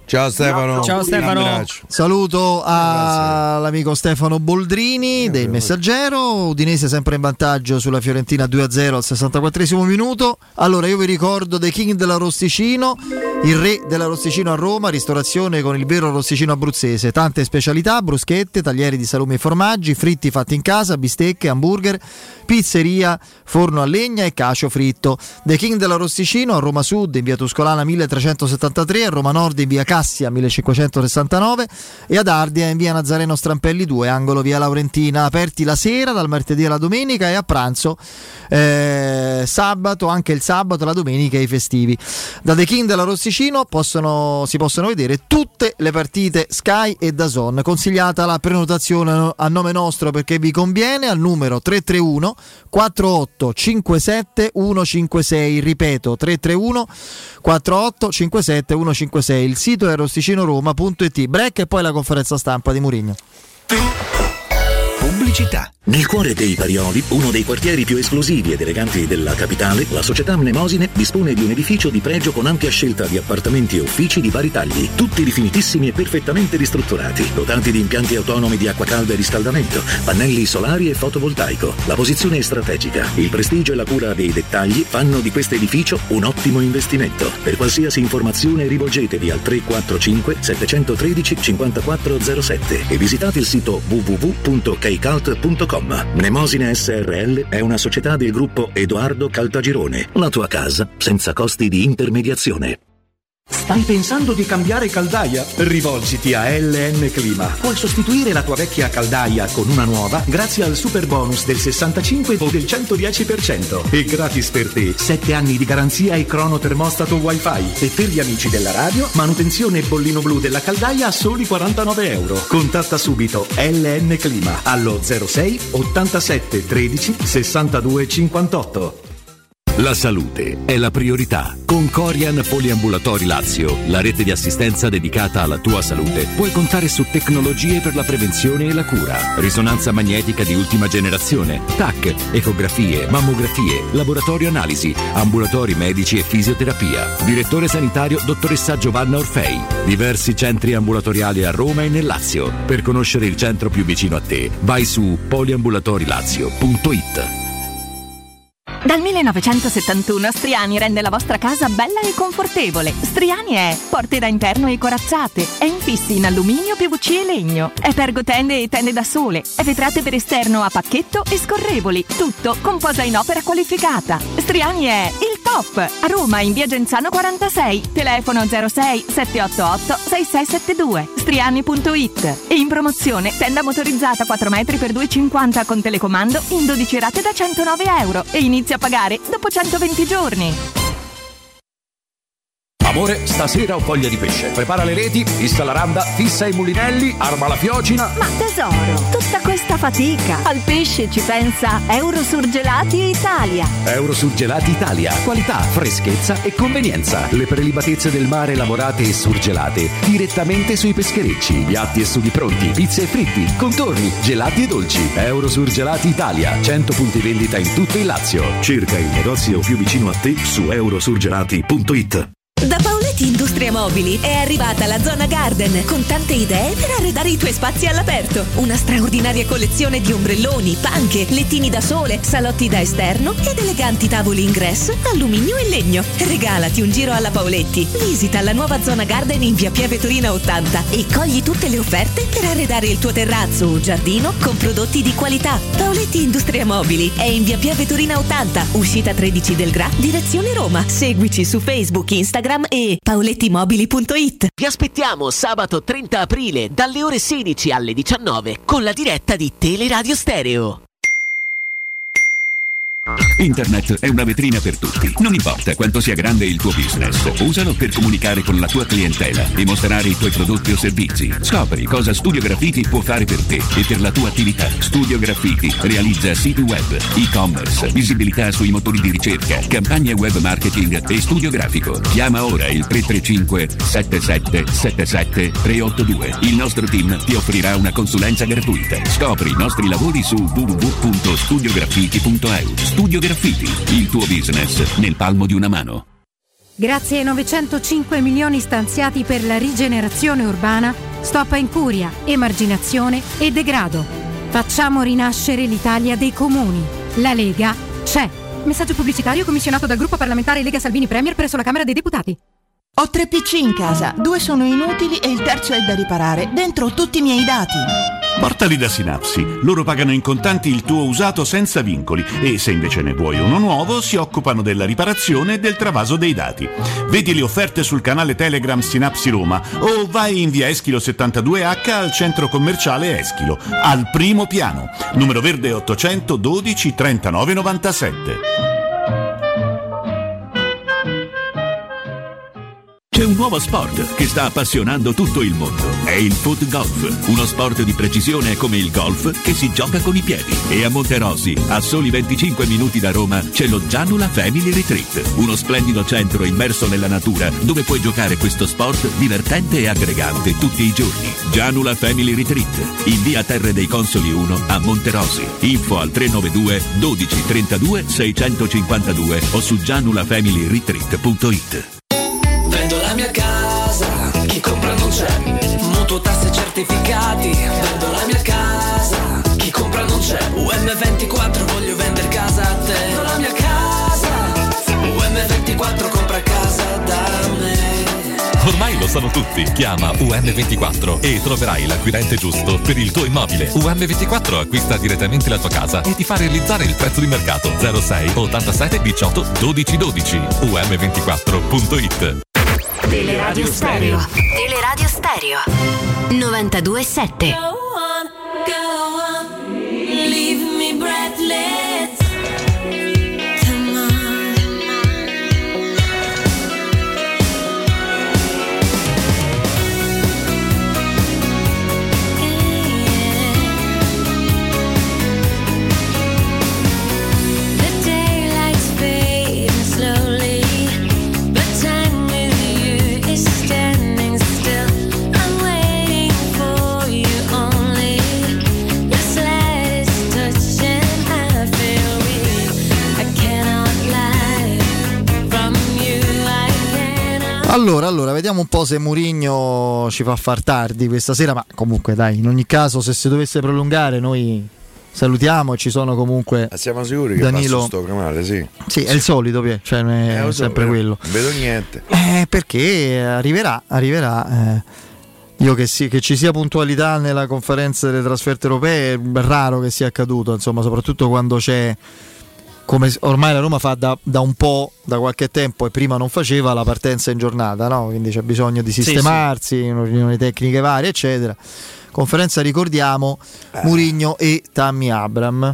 Ciao Stefano. Ciao Stefano. Saluto all'amico Stefano Boldrini del Messaggero. Udinese sempre in vantaggio sulla Fiorentina due a zero al sessantaquattresimo minuto. Allora io vi ricordo The King dell'Arrosticino, il re dell'Arrosticino a Roma, ristorazione con il vero arrosticino abruzzese, tante specialità, bruschette, taglieri di salumi e formaggi, fritti fatti in casa, bistecche, hamburger, pizzeria, forno a legna e cacio fritto. The King dell'Arrosticino a Roma Sud in via Tuscolana milletrecentosettantatré, a Roma Nord in via Cassia millecinquecentosessantanove e ad Ardea in via Nazareno Strampelli due, angolo via Laurentina, aperti la sera dal martedì alla domenica e a pranzo eh, sabato, anche il sabato, la domenica e i festivi. Da The King dell'Arrosticino possono, si possono vedere tutte le partite Sky e DAZN. Consigliata la prenotazione a nome nostro perché vi conviene al numero tre tre uno quattro otto cinque sette uno cinque sei, ripeto tre tre uno quattro otto cinque sette uno cinque sei. Il sito è arrosticinoroma punto it. Break e poi la conferenza stampa di Mourinho. Pubblicità. Nel cuore dei Parioli, uno dei quartieri più esclusivi ed eleganti della capitale, la società Mnemosine dispone di un edificio di pregio con ampia scelta di appartamenti e uffici di vari tagli, tutti rifinitissimi e perfettamente ristrutturati, dotati di impianti autonomi di acqua calda e riscaldamento, pannelli solari e fotovoltaico. La posizione è strategica, il prestigio e la cura dei dettagli fanno di questo edificio un ottimo investimento. Per qualsiasi informazione rivolgetevi al tre quattro cinque sette uno tre cinque quattro zero sette e visitate il sito w w w punto keicalt punto com. Mnemosine S R L è una società del gruppo Edoardo Caltagirone. La tua casa senza costi di intermediazione. Stai pensando di cambiare caldaia? Rivolgiti a L N Clima. Puoi sostituire la tua vecchia caldaia con una nuova grazie al super bonus del sessantacinque o del centodieci per cento. E gratis per te sette anni di garanzia e crono termostato wifi. E per gli amici della radio, manutenzione e bollino blu della caldaia a soli quarantanove euro. Contatta subito L N Clima allo zero sei ottantasette tredici sessantadue cinquantotto. La salute è la priorità. Con Corian Poliambulatori Lazio, la rete di assistenza dedicata alla tua salute, puoi contare su tecnologie per la prevenzione e la cura. Risonanza magnetica di ultima generazione, T A C, ecografie, mammografie, laboratorio analisi, ambulatori medici e fisioterapia. Direttore sanitario dottoressa Giovanna Orfei. Diversi centri ambulatoriali a Roma e nel Lazio. Per conoscere il centro più vicino a te, vai su poliambulatorilazio punto it. Dal millenovecentosettantuno Striani rende la vostra casa bella e confortevole. Striani è porte da interno e corazzate, è infissi in alluminio, P V C e legno, è pergotende e tende da sole, è vetrate per esterno a pacchetto e scorrevoli, tutto con posa in opera qualificata. Striani è il top! A Roma in via Genzano quarantasei, telefono zero sei sette otto otto sei sei sette due, striani punto it. E in promozione tenda motorizzata quattro metri per due e cinquanta con telecomando in dodici rate da centonove euro e inizia a pagare dopo centoventi giorni. Amore, stasera ho voglia di pesce. Prepara le reti, fissa la randa, fissa i mulinelli, arma la fiocina. Ma tesoro, tutta questa fatica. Al pesce ci pensa Eurosurgelati Italia. Eurosurgelati Italia. Qualità, freschezza e convenienza. Le prelibatezze del mare lavorate e surgelate direttamente sui pescherecci. Piatti e sughi pronti, pizze e fritti, contorni, gelati e dolci. Eurosurgelati Italia. cento punti vendita in tutto il Lazio. Cerca il negozio più vicino a te su eurosurgelati punto it. Da Paoletti Industria Mobili è arrivata la zona Garden con tante idee per arredare i tuoi spazi all'aperto. Una straordinaria collezione di ombrelloni, panche, lettini da sole, salotti da esterno ed eleganti tavoli ingresso, alluminio e legno. Regalati un giro alla Paoletti. Visita la nuova zona Garden in via Pieve Torina ottanta e cogli tutte le offerte per arredare il tuo terrazzo o giardino con prodotti di qualità. Paoletti Industria Mobili è in via Pieve Torina ottanta, uscita tredici del Gra, direzione Roma. Seguici su Facebook, Instagram e paolettimobili punto it. Vi aspettiamo sabato trenta aprile dalle ore sedici alle diciannove con la diretta di Teleradio Stereo. Internet è una vetrina per tutti. Non importa quanto sia grande il tuo business, usalo per comunicare con la tua clientela e mostrare i tuoi prodotti o servizi. Scopri cosa Studio Graffiti può fare per te e per la tua attività. Studio Graffiti realizza siti web, e-commerce, visibilità sui motori di ricerca, campagne web marketing e studio grafico. Chiama ora il tre tre cinque sette sette sette sette tre otto due. Il nostro team ti offrirà una consulenza gratuita. Scopri i nostri lavori su w w w punto studio graffiti punto e u. Studio Graffiti, il tuo business nel palmo di una mano. Grazie ai novecentocinque milioni stanziati per la rigenerazione urbana, stop a incuria, emarginazione e degrado. Facciamo rinascere l'Italia dei comuni. La Lega c'è. Messaggio pubblicitario commissionato dal gruppo parlamentare Lega Salvini Premier presso la Camera dei Deputati. Ho tre P C in casa, due sono inutili e il terzo è da riparare. Dentro tutti i miei dati. Portali da Synapsi, loro pagano in contanti il tuo usato senza vincoli e se invece ne vuoi uno nuovo si occupano della riparazione e del travaso dei dati. Vedi le offerte sul canale Telegram Synapsi Roma o vai in via Eschilo settantadue H al centro commerciale Eschilo, al primo piano, numero verde ottocentododici trentanove novantasette. C'è un nuovo sport che sta appassionando tutto il mondo. È il foot golf, uno sport di precisione come il golf che si gioca con i piedi. E a Monterosi, a soli venticinque minuti da Roma, c'è lo Gianula Family Retreat, uno splendido centro immerso nella natura dove puoi giocare questo sport divertente e aggregante tutti i giorni. Gianula Family Retreat, in via Terre dei Consoli uno a Monterosi. Info al tre nove due dodici trentadue seicentocinquantadue o su gianula family retreat punto it. Vendo la mia casa, chi compra non c'è. Mutuo, tasse, certificati. Vendo la mia casa, chi compra non c'è. U M ventiquattro, voglio vendere casa a te. Vendo la mia casa, U M ventiquattro, compra casa da me. Ormai lo sanno tutti. Chiama U M ventiquattro e troverai l'acquirente giusto per il tuo immobile. U M ventiquattro acquista direttamente la tua casa e ti fa realizzare il prezzo di mercato. zero sei ottantasette diciotto dodici dodici U M ventiquattro punto it. Teleradio Stereo. Teleradio Stereo. novantadue sette. Go on, go on, leave me breathless. Come on. The daylight's fading slowly, but time with you is standing still. I'm waiting for you only. The slightest touch and I feel weak. I cannot lie from you. I cannot. Allora, allora, vediamo un po' se Mourinho ci fa far tardi questa sera, ma comunque dai, in ogni caso se si dovesse prolungare noi salutiamo e ci sono comunque. Ma siamo sicuri che Danilo... passa sto canale, sì. Sì, è il solito, Pie, cioè non è Eh, lo so, sempre eh, quello. Non vedo niente. Eh, perché arriverà, arriverà. Eh, io che, sì, che ci sia puntualità nella conferenza delle trasferte europee è raro che sia accaduto, insomma, soprattutto quando c'è, come ormai la Roma fa da, da un po', da qualche tempo e prima non faceva, la partenza in giornata, no? Quindi c'è bisogno di sistemarsi, sì, riunioni tecniche varie, eccetera. Conferenza, ricordiamo, eh. Mourinho e Tammy Abraham,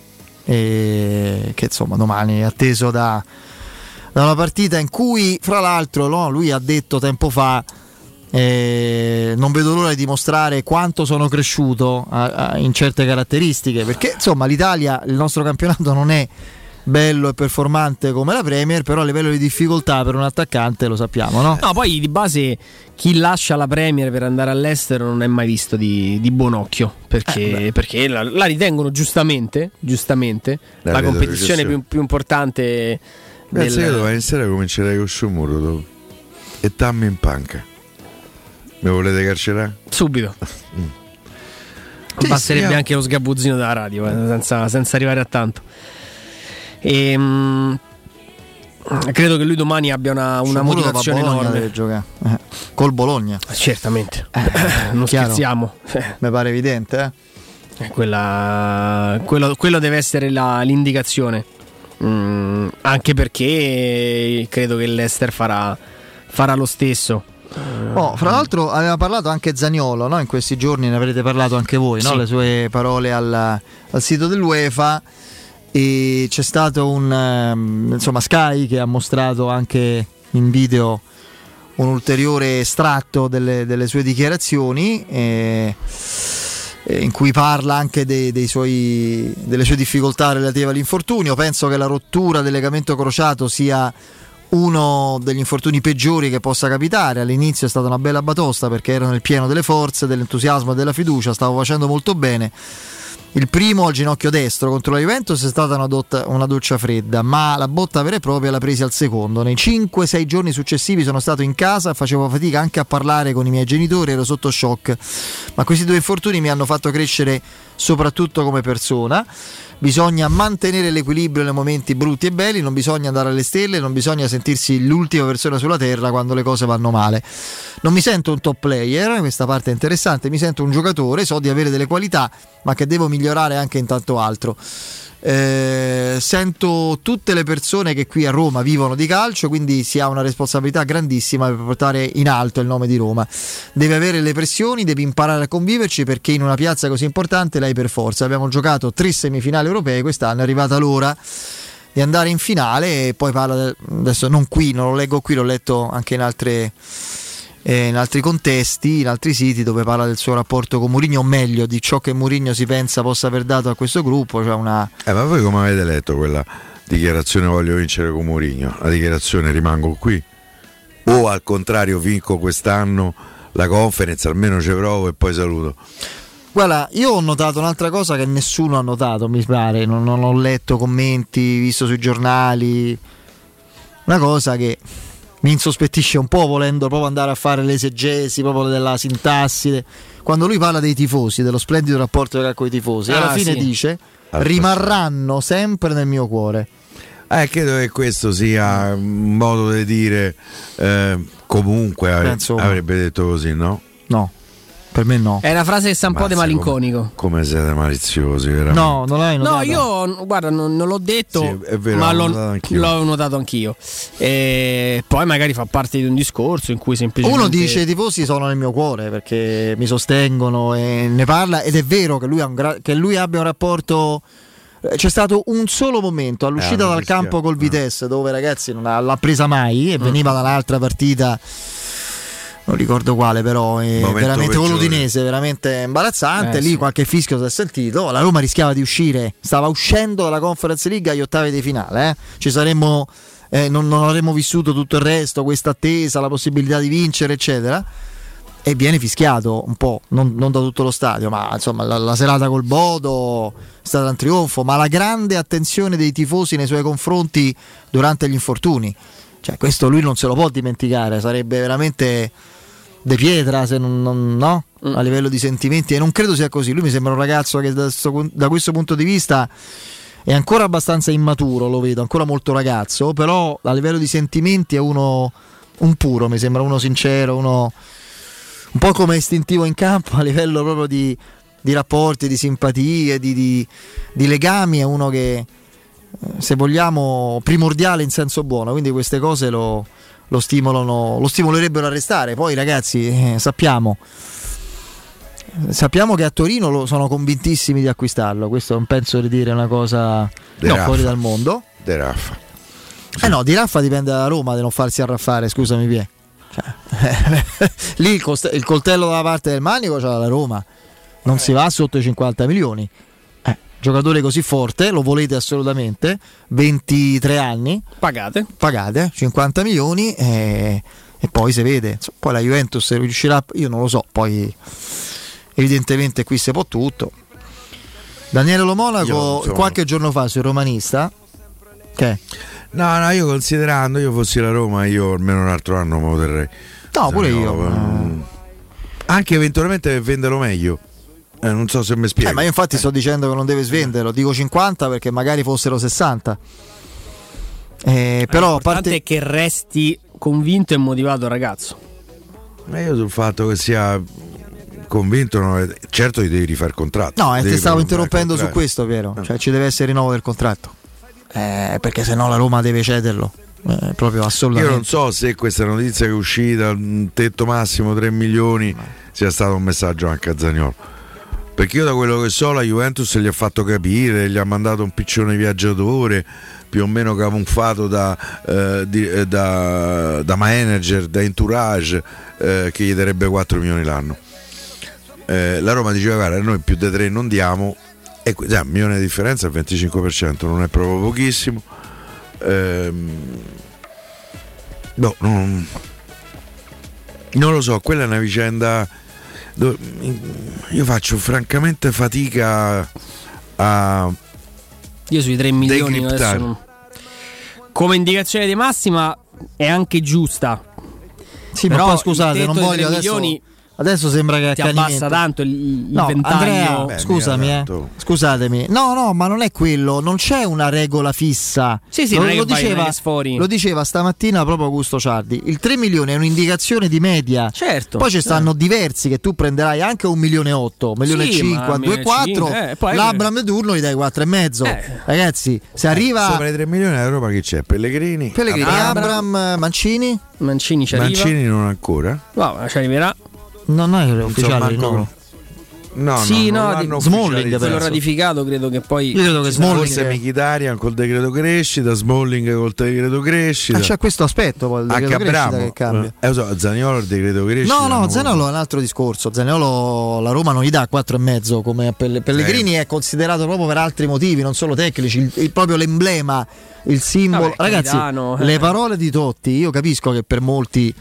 e che insomma domani è atteso da, da una partita in cui, fra l'altro, no, lui ha detto tempo fa eh, non vedo l'ora di dimostrare quanto sono cresciuto a, a, in certe caratteristiche, perché insomma l'Italia, il nostro campionato non è bello e performante come la Premier, però a livello di difficoltà per un attaccante lo sappiamo, no? No, poi di base chi lascia la Premier per andare all'estero non è mai visto di, di buon occhio, perché, eh, perché la, la ritengono giustamente, giustamente la, la competizione più, più importante. Grazie, del... io domani sera comincerei con Sciomuro dopo. E Tammy in panca. Mi volete carcerare? Subito. mm. Basterebbe sì, anche lo sgabuzzino della radio, eh, senza, senza arrivare a tanto. E, mh, credo che lui domani abbia una, una motivazione enorme. Deve giocare. Eh, col Bologna. Certamente. Eh, non chiaro. Scherziamo. Mi pare evidente. Eh? Quella, quello, quello deve essere la, l'indicazione. Mm, anche perché credo che l'Ester farà, farà lo stesso. Oh, fra l'altro aveva parlato anche Zaniolo, no? In questi giorni ne avrete parlato anche voi, no? Sì. Le sue parole al, al sito dell'UEFA. E c'è stato un um, insomma Sky che ha mostrato anche in video un ulteriore estratto delle, delle sue dichiarazioni eh, in cui parla anche dei, dei suoi, delle sue difficoltà relative all'infortunio. Penso che la rottura del legamento crociato sia uno degli infortuni peggiori che possa capitare. All'inizio è stata una bella batosta perché ero nel pieno delle forze, dell'entusiasmo e della fiducia, stavo facendo molto bene. Il primo al ginocchio destro contro la Juventus è stata una, dotta, una doccia fredda, ma la botta vera e propria l'ha presa al secondo. Nei cinque sei giorni successivi sono stato in casa, facevo fatica anche a parlare con i miei genitori, ero sotto shock, ma questi due infortuni mi hanno fatto crescere soprattutto come persona. Bisogna mantenere l'equilibrio nei momenti brutti e belli, non bisogna andare alle stelle, non bisogna sentirsi l'ultima persona sulla terra quando le cose vanno male. Non mi sento un top player, questa parte è interessante, mi sento un giocatore, so di avere delle qualità, ma che devo migliorare anche in tanto altro. Eh, sento tutte le persone che qui a Roma vivono di calcio, quindi si ha una responsabilità grandissima per portare in alto il nome di Roma. Devi avere le pressioni, devi imparare a conviverci, perché in una piazza così importante l'hai per forza. Abbiamo giocato tre semifinali europee, quest'anno è arrivata l'ora di andare in finale. E poi parla del, adesso non qui, non lo leggo qui, l'ho letto anche in altre eh, in altri contesti, in altri siti, dove parla del suo rapporto con Mourinho, o meglio di ciò che Mourinho si pensa possa aver dato a questo gruppo, cioè una... eh, ma voi come avete letto quella dichiarazione voglio vincere con Mourinho? La dichiarazione rimango qui, o al contrario vinco quest'anno la Conference, almeno ci provo e poi saluto? Guarda, io ho notato un'altra cosa che nessuno ha notato, mi pare, non, non ho letto commenti, visto sui giornali, una cosa che mi insospettisce un po', volendo proprio andare a fare l'esegesi proprio della sintassi, quando lui parla dei tifosi, dello splendido rapporto che ha con i tifosi, ah, alla fine sì. dice rimarranno sempre nel mio cuore. Eh, credo che questo sia un modo di dire, eh, comunque avre- avrebbe detto così, no? No, per me no. È una frase che sa un po' di malinconico. Come, come siete maliziosi, veramente. No, non l'hai notato? No, io guarda, non, non l'ho detto, sì, è vero, ma l'ho l'ho notato anch'io. l'ho notato anch'io. E poi magari fa parte di un discorso in cui semplicemente uno dice i tifosi sono nel mio cuore perché mi sostengono e ne parla, ed è vero che lui, ha un gra- che lui abbia un rapporto. C'è stato un solo momento all'uscita eh, dal campo col Vitesse, dove ragazzi non ha, l'ha presa mai, e Mm. veniva dall'altra partita, non ricordo quale, però è veramente con l'Udinese, veramente imbarazzante. Eh, lì sì. qualche fischio si è sentito, la Roma rischiava di uscire, stava uscendo dalla Conference League agli ottavi di finale, eh. Ci saremmo eh, non, non avremmo vissuto tutto il resto, questa attesa, la possibilità di vincere eccetera, e viene fischiato un po', non, non da tutto lo stadio, ma insomma la, la serata col Bodo è stata un trionfo, ma la grande attenzione dei tifosi nei suoi confronti durante gli infortuni, cioè questo lui non se lo può dimenticare, sarebbe veramente de pietra se non, non no? Mm. A livello di sentimenti, e non credo sia così. Lui mi sembra un ragazzo che da, sto, da questo punto di vista è ancora abbastanza immaturo, lo vedo, ancora molto ragazzo, però a livello di sentimenti è uno un puro, mi sembra uno sincero, uno un po' come istintivo in campo, a livello proprio di, di rapporti, di simpatie, di, di, di legami, è uno che, se vogliamo, primordiale in senso buono, quindi queste cose lo, lo stimolano, lo stimolerebbero a restare. Poi ragazzi, eh, sappiamo sappiamo che a Torino lo, sono convintissimi di acquistarlo, questo non penso di dire una cosa no, fuori dal mondo. De Raffa. Eh no, di Raffa dipende da Roma di non farsi arraffare, scusami Pie. Cioè, lì il, cost- il coltello dalla parte del manico c'ha la Roma, non si va sotto i cinquanta milioni, eh, giocatore così forte, lo volete assolutamente, ventitré anni, pagate pagate cinquanta milioni e, e poi si vede. Poi la Juventus riuscirà, io non lo so, poi evidentemente qui si può tutto. Daniele Lo Monaco Io, qualche giorno fa sul Romanista, che no no io considerando io fossi la Roma, io almeno un altro anno me lo terrei. No, pure io. Um, anche eventualmente per venderlo meglio. Eh, non so se mi spiego. Eh, ma io infatti sto dicendo che non deve svenderlo, dico cinquanta perché magari fossero sessanta. Eh, però a parte è che resti convinto e motivato il ragazzo. Ma io sul fatto che sia convinto, no, certo gli devi rifare il contratto. No, e devi ti stavo prolungare interrompendo il su contratto. questo, Piero. Cioè ci deve essere rinnovo del contratto. Eh, perché sennò la Roma deve cederlo. Eh, proprio assolutamente. Io non so se questa notizia che è uscita, un tetto massimo tre milioni, sia stato un messaggio anche a Zaniolo. Perché io da quello che so la Juventus gli ha fatto capire, gli ha mandato un piccione viaggiatore più o meno camuffato da, eh, di, eh, da, da manager, da entourage, eh, che gli darebbe quattro milioni l'anno. Eh, la Roma diceva guarda, noi più di tre non diamo, e qui, un milione di differenza, il venticinque per cento non è proprio pochissimo. Ehm, no, non, non lo so, quella è una vicenda dove io faccio francamente fatica a Io sui tre milioni decriptare. adesso non... Come indicazione di massima è anche giusta. Sì, però ma poi scusate, il non tetto di voglio tre adesso. milioni Adesso sembra che ti accanimento. abbassa tanto il, il No, ventaglio. Andrea, Beh, scusami, mica eh. tanto. Scusatemi. No, no, ma non è quello, non c'è una regola fissa. Sì, sì, lo, non è che lo vai diceva, nelle sfori. lo diceva stamattina proprio Augusto Ciardi. Il tre milioni è un'indicazione di media. Certo. Poi ci stanno diversi che tu prenderai anche un milione e otto, un milione e Sì, cinque, ma a due e quattro. eh, poi- L'Abram di turno gli dai quattro e mezzo. Eh. Ragazzi, se arriva Sopra i tre milioni a Roma chi c'è? Pellegrini? Pellegrini, Abram, Abram, Mancini? Mancini ci arriva. Mancini non ancora? No, ma ci arriverà. Non è ufficiale Insomma, il rinnovo. No, Sì, no, no, non di- l'hanno Smalling, ufficializzato. Quello penso. ratificato credo che poi Io credo che ci sarà Smalling- Forse Mkhitaryan col decreto crescita, Smalling col decreto crescita. Ah, c'è questo aspetto poi il anche decreto crescita Abramo che cambia. eh, lo so, Zaniolo il decreto crescita. No, no, non- Zaniolo è un altro discorso. Zaniolo la Roma non gli dà quattro e mezzo come a Pelle- Pellegrini è considerato proprio per altri motivi, non solo tecnici, il, il- proprio l'emblema, il simbolo. Vabbè, Ragazzi, capitano, eh. le parole di Totti, io capisco che per molti,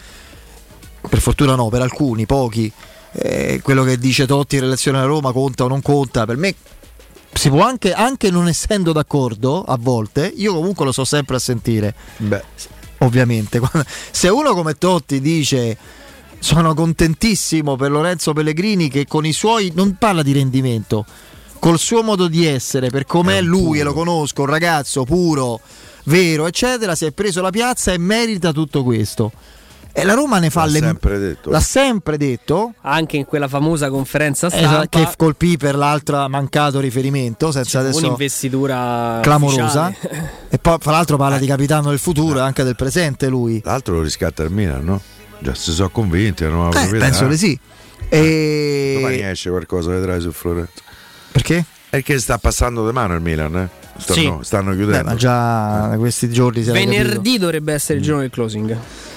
per fortuna no, per alcuni, pochi, eh, quello che dice Totti in relazione alla Roma conta o non conta. Per me si può anche, anche non essendo d'accordo a volte, io comunque lo so sempre a sentire. Beh, Ovviamente, Quando- se uno come Totti dice sono contentissimo per Lorenzo Pellegrini che con i suoi, non parla di rendimento, col suo modo di essere, per com'è lui, e lo conosco, un ragazzo puro, vero, eccetera, si è preso la piazza e merita tutto questo. E la Roma ne fa l'ha le... sempre detto. L'ha sempre detto. anche in quella famosa conferenza stampa Esatto, che colpì per l'altro mancato riferimento, senza adesso un'investitura clamorosa. ufficiale. E poi, fra l'altro, parla di capitano del futuro e anche del presente. Lui, l'altro lo riscatta il Milan, no? Già si sono convinti, è una nuova eh, proprietà. penso di sì. E... Domani esce qualcosa, vedrai su Florenzo. Perché? Perché sta passando di mano il Milan, eh? Stanno, Sì. stanno Beh, chiudendo. ma già questi giorni si era Venerdì capito. dovrebbe essere il giorno del closing.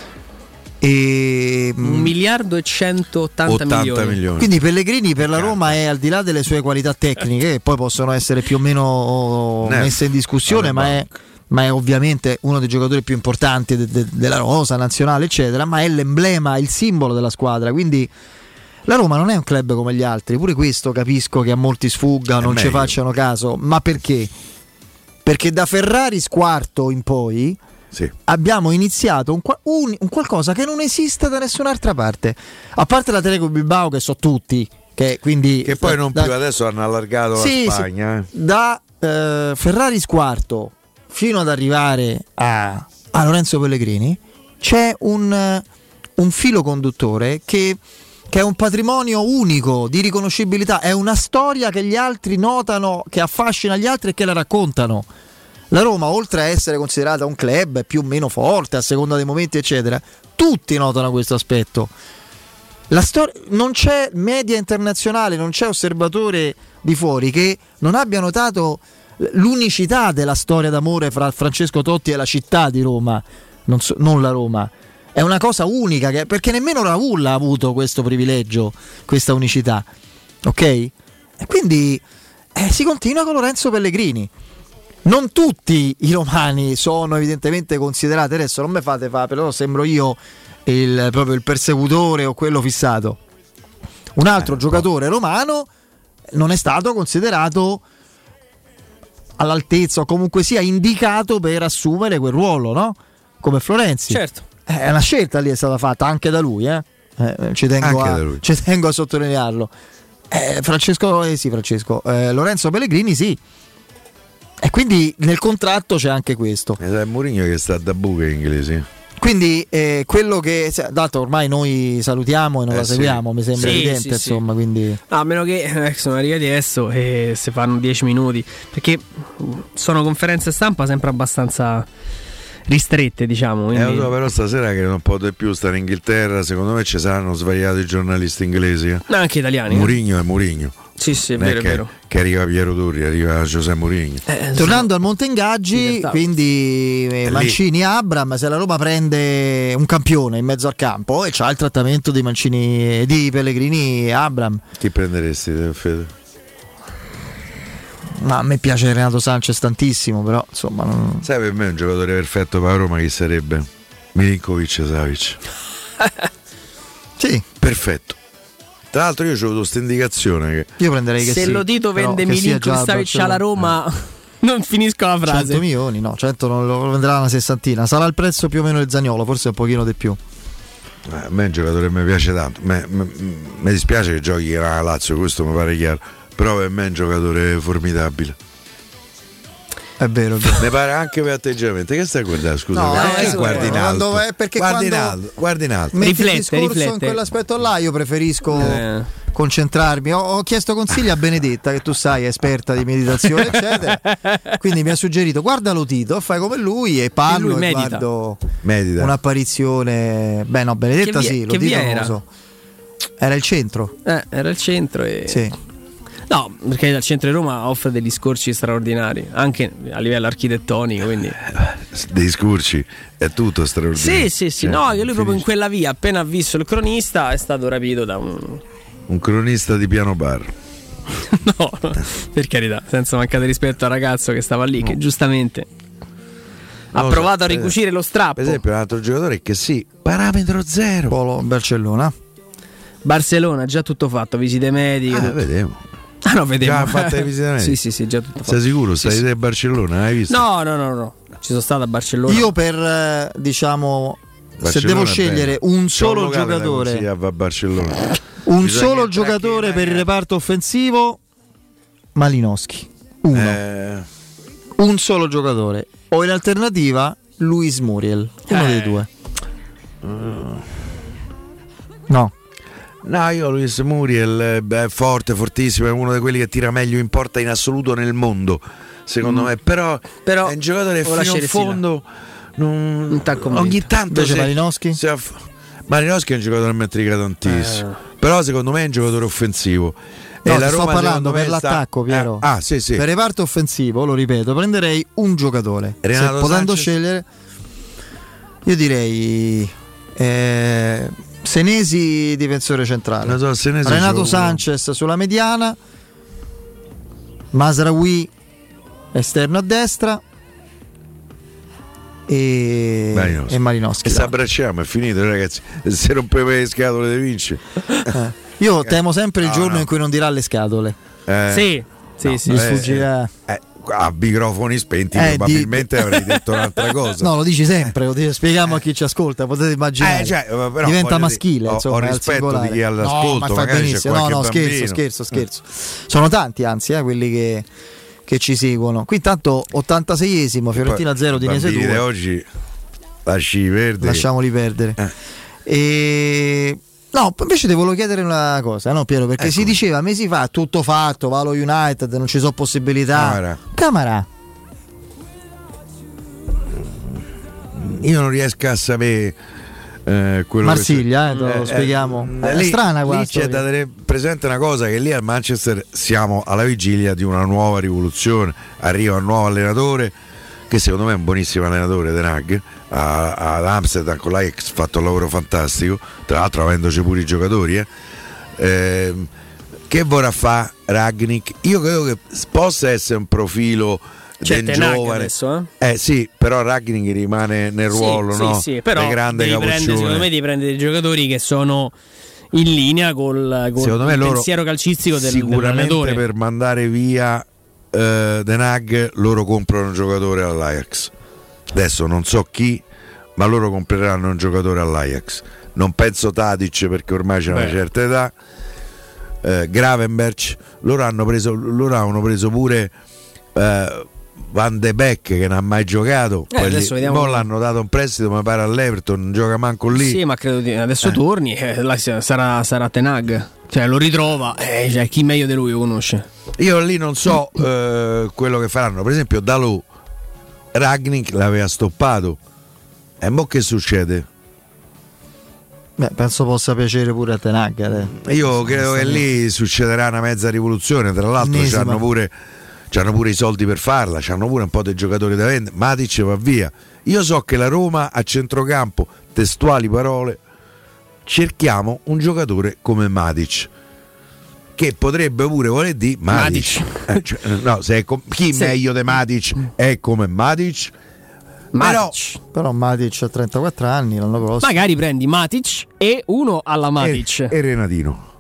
E, Un miliardo e centottanta milioni. Quindi Pellegrini per la Roma è, al di là delle sue qualità tecniche, che poi possono essere più o meno Eh, messe in discussione, ma è, ma è ovviamente uno dei giocatori più importanti de- de- della rosa nazionale, eccetera, ma è l'emblema, il simbolo della squadra. Quindi la Roma non è un club come gli altri, pure questo capisco che a molti sfugga, È non ci meglio. facciano caso, ma perché? Perché da Ferrari quarto in poi Sì. abbiamo iniziato un, qua- un- un qualcosa che non esiste da nessun'altra parte, a parte la Atletico Bilbao che so tutti, che quindi Che poi da- non da- più adesso hanno allargato Sì, la sì. Spagna. eh. da eh, Ferrari quarto fino ad arrivare a, a Lorenzo Pellegrini c'è un, eh, un filo conduttore che, che è un patrimonio unico di riconoscibilità, è una storia che gli altri notano, che affascina gli altri e che la raccontano. La Roma, oltre a essere considerata un club più o meno forte a seconda dei momenti, eccetera, tutti notano questo aspetto. La stor- non c'è media internazionale, non c'è osservatore di fuori che non abbia notato l'unicità della storia d'amore fra Francesco Totti e la città di Roma, non, so- non la Roma. È una cosa unica, che- perché nemmeno Raul ha avuto questo privilegio, questa unicità. Ok? E quindi eh, si continua con Lorenzo Pellegrini. Non tutti i romani sono evidentemente considerati, adesso non mi fate fare, però sembro io il, proprio il persecutore o quello fissato. Un altro giocatore romano non è stato considerato all'altezza o comunque sia indicato per assumere quel ruolo, no? Come Florenzi. Certo. Eh, È una scelta lì è stata fatta anche da lui, eh? Eh, ci, tengo Anche a, da lui. ci tengo a sottolinearlo. Eh, Francesco, eh, sì, Francesco. Eh, Lorenzo Pellegrini, sì. E quindi nel contratto c'è anche questo. È Mourinho che sta da buche inglesi. Quindi eh, quello che se- dato ormai noi salutiamo e non Eh la sì. seguiamo, mi sembra Sì, evidente, sì, insomma, quindi No, a meno che eh, sono arrivati adesso e se fanno dieci minuti, perché mh, sono conferenze stampa sempre abbastanza ristrette, diciamo. Eh, Quindi... lo so, però stasera che non potete più stare in Inghilterra, secondo me ci saranno svariati i giornalisti inglesi. eh. No, anche italiani. eh. Mourinho è Mourinho. Sì, sì, è Non è vero, è che, vero. che arriva Piero Turri, arriva Giuseppe Mourinho. tornando al Monte Ingaggi, quindi eh, lì. Mancini Abram, se la Roma prende un campione in mezzo al campo e c'ha il trattamento di Mancini di Pellegrini Abram. Chi prenderesti, Fede? Ma a me piace Renato Sanchez tantissimo, però insomma non... Sai, per me un giocatore perfetto per la Roma chi sarebbe? Milinkovic Savic. Sì, perfetto. Tra l'altro io ho avuto questa indicazione che io prenderei che se sì, Lotito però vende che sia già Milinkovic alla Barcellona. Roma Eh. non finisco la frase. cento milioni, no, cento non lo venderà una sessantina. Sarà il prezzo più o meno del Zaniolo, forse un pochino di più. Eh, a me è un giocatore che mi piace tanto. Mi dispiace che giochi a Lazio, questo mi pare chiaro. Però per me è un giocatore formidabile. È vero, è vero. Ne pare anche per atteggiamento. Che stai a guardare? Scusa, No, perché eh, guardi in quando- alto? eh, perché guardi in quando- alto, guardi in alto. Metti Riflette, il discorso riflette. in quell'aspetto là, io preferisco Eh. concentrarmi. Ho, ho chiesto consigli a Benedetta, che tu sai è esperta di meditazione, eccetera. Quindi mi ha suggerito guarda Lotito, fai come lui e parlo lui e medita. guardo Medita. un'apparizione. Beh no, Benedetta Che via- sì, che Lotito via non lo era? so. Era il centro. Eh, era il centro e Sì. no, perché il centro di Roma offre degli scorci straordinari, anche a livello architettonico, quindi Dei scurci, è tutto straordinario. sì, sì, sì, Cioè, no, che lui proprio in finisce. quella via, appena ha visto il cronista, è stato rapito da un Un cronista di piano bar. no, per carità, senza mancare rispetto al ragazzo che stava lì, che giustamente ha Non lo provato so, a per ricucire lo strappo. Per esempio, un altro giocatore che sì, parametro zero. Polo Barcellona. Barcellona, già tutto fatto, visite mediche. Ah, tutto. vedevo. Ah, no, vedevo. Già fatte le visite mediche? Sì, sì, sì, già tutto fatto. Sei sicuro? Sì, Stai sì. a Barcellona? Hai visto? No, no, no, no. Ci sono stato a Barcellona. Io per eh, diciamo se Barcellona devo è scegliere bello. un C'è solo locale da giocatore, consigliare a Barcellona. un Bisogna solo entrare giocatore in- per il reparto offensivo, Malinowski. Uno. Eh, Un solo giocatore. O in alternativa Luis Muriel. Uno Eh. dei due. No. No, io Luis Muriel eh, beh, è forte, fortissimo, è uno di quelli che tira meglio in porta in assoluto nel mondo, secondo Mm. me, però, Però è un giocatore o fino lasceresti in fondo non, Non t'ha convinto. ogni tanto Invece se- Malinowski? se aff- Malinowski è un giocatore che mi intriga tantissimo, Eh. però secondo me è un giocatore offensivo. No, E ti la sto Roma, parlando secondo per me, sta- l'attacco, Piero. Eh, ah, sì, sì. Per reparto offensivo, lo ripeto, prenderei un giocatore. Renato Se potendo Sanchez? scegliere, io direi eh, Senesi difensore centrale, Lo so, Senesi c'è Renato uno. Sanchez sulla mediana, Masraoui esterno a destra e Malinowski. e Malinowski. E se abbracciamo, è finito, ragazzi. Se rompeva le scatole di vince. Eh, Io temo sempre il No, giorno no. in cui non dirà le scatole. Eh, Sì, sì, no, sì. Mi eh, sfuggirà. eh, a microfoni spenti Eh, probabilmente di- avrei detto un'altra cosa. No, lo dici sempre, lo dici- spieghiamo a chi ci ascolta, potete immaginare. Eh, cioè, però diventa voglio maschile, dire, ho- insomma, ho è al rispetto singolare. di chi è all'ascolto, no, ma fai magari c'è benissimo. No, qualche no, scherzo, bambino. scherzo, scherzo. Sono tanti, anzi, eh, quelli che, che ci seguono. Qui intanto ottantaseiesimo, Fiorentina zero, Udinese Bambini di due. oggi lasci perdere. Lasciamoli perdere. Eh. E no, invece ti volevo chiedere una cosa, no Piero, perché si diceva mesi fa tutto fatto, va allo United, non ci sono possibilità. Camara. Camara. Io non riesco a sapere eh, quello Marsiglia, che eh, lo spieghiamo. È lì- strana qua lì la c'è storia. da tenere presente una cosa, che lì al Manchester siamo alla vigilia di una nuova rivoluzione. Arriva un nuovo allenatore che secondo me è un buonissimo allenatore, Ten Hag, a- ad Amsterdam con l'Ajax ha fatto un lavoro fantastico, tra l'altro avendoci pure i giocatori eh. Ehm, che vorrà fare Ragnick? Io credo che possa essere un profilo C'è del Ten Hag giovane. adesso, eh? Eh sì, però Ragnick rimane nel ruolo, sì, no? sì, sì, però Di grande devi prendere, capoccione. secondo me devi prendere dei giocatori che sono in linea col, col Secondo me il loro pensiero calcistico del, sicuramente dell'allenatore. per mandare via eh, Den Hag loro comprano un giocatore all'Ajax. Adesso non so chi, ma loro compreranno un giocatore all'Ajax. Non penso Tadic perché ormai c'è una Beh. certa età. Eh, Gravenberch, loro hanno preso loro hanno preso pure eh, Van de Beek che non ha mai giocato. Eh, adesso vediamo- Mo l'hanno dato un prestito, mi pare all'Everton, non gioca manco lì. Sì, ma credo di adesso Eh. torni e là si- sarà, sarà Ten Hag. Cioè lo ritrova, eh, cioè, chi meglio di lui lo conosce? Io lì non so eh, quello che faranno. Per esempio Dalot, Ragnick l'aveva stoppato. E mo che succede? Beh, penso possa piacere pure a Ten Hag. eh. Io credo che lì succederà una mezza rivoluzione. Tra l'altro Ennesima. c'hanno pure, c'hanno pure i soldi per farla, c'hanno pure un po' di giocatori da vendere. Matic va via. Io so che la Roma a centrocampo, testuali parole, cerchiamo un giocatore come Matic, che potrebbe pure voler dire Matic. Eh, cioè, no, se è com- chi Sì. meglio di Matic è come Matic. Matic. Però Matic ha trentaquattro anni l'anno prossimo. Magari prendi Matic e uno alla E, Matic. e Renatino.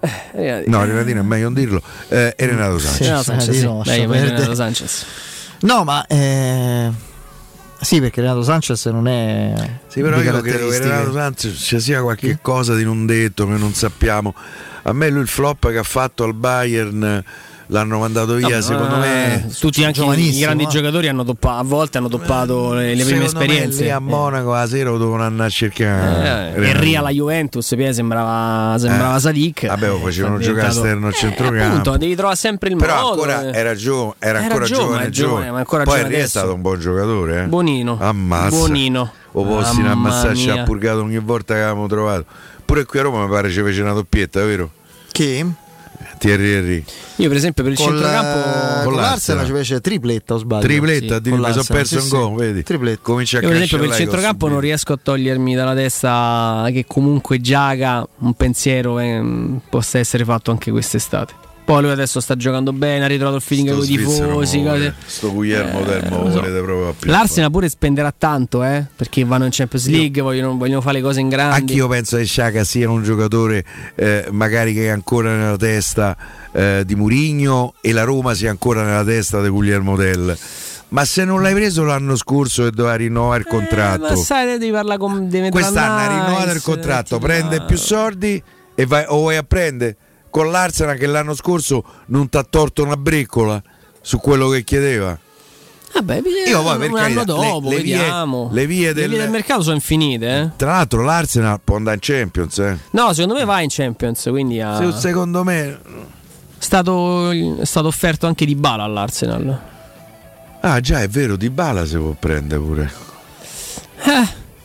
Eh, no, Renatino è meglio non dirlo. Eh, e Renato Sanchez. Sì, Renato Sanchez, sì, sì. no, Dai, lascia Renato perdere. Sanchez. No, ma eh, sì, perché Renato Sanchez non è. Sì, però di io credo che caratteristiche. Renato Sanchez ci sia qualche cosa di non detto che non sappiamo. A me lui il flop che ha fatto al Bayern l'hanno mandato via, No, secondo eh, me. tutti anche i grandi eh. giocatori hanno toppato, a volte hanno toppato le, le prime Secondo me esperienze. lì a Monaco la sera lo dovevano andare a cercare. Eh, e Ria la Juventus, Pia sembrava, sembrava Eh. Sadik. Vabbè, lo facevano È giocare diventato- esterno a Eh, centrocampo. appunto, devi trovare sempre il Però modo. ancora eh. era, gio- era Era ancora giovane, giovane, è giovane, giovane. ma ancora Poi giovane Ria è adesso. stato un buon giocatore, eh. Buonino. Ammazza. Buonino. O posti in Mamma ammassare ci mia. ha purgato ogni volta che avevamo trovato. Pure qui a Roma mi pare ci fece una doppietta, vero? Chi? Thierry Henry. Io per esempio per il Con, centrocampo eh, con l'Arsenal ci fece tripletta o sbaglio? Tripletta, Sì, di- con mi sono l'Arsenal, perso sì, un sì. gol, vedi? Tripletta. Comincia a Io per esempio per il cancellare centrocampo non riesco a togliermi dalla testa che comunque Giaga un pensiero eh, possa essere fatto anche quest'estate. Poi lui adesso sta giocando bene, ha ritrovato il feeling con i tifosi. Cose. Sto Guglielmo del Eh, Mo lo so. volete proprio a più. L'Arsenal pure spenderà tanto, eh, perché vanno in Champions League, vogliono, vogliono fare le cose in grande. Anche io penso che Sciaca sia un giocatore eh, magari che è ancora nella testa eh, di Mourinho e la Roma sia ancora nella testa di Guglielmo Tell. Ma se non l'hai preso l'anno scorso e doveva rinnovare il contratto, Eh, ma sai, devi parlare con devi quest'anno ha Nice, rinnovato il contratto, ti prende dà- più soldi e vai, o vai a prendere con l'Arsenal che l'anno scorso non ti ha torto una breccola su quello che chiedeva. Vabbè, Io poi, per un carità, anno dopo, le- le vie- vediamo. le vie del- del mercato sono infinite, eh. Tra l'altro l'Arsenal può andare in Champions, eh. No, secondo me va in Champions, quindi ha... Se- secondo me è stato, è stato offerto anche di Bala all'Arsenal. ah già è vero, Dybala si può prendere pure. Eh.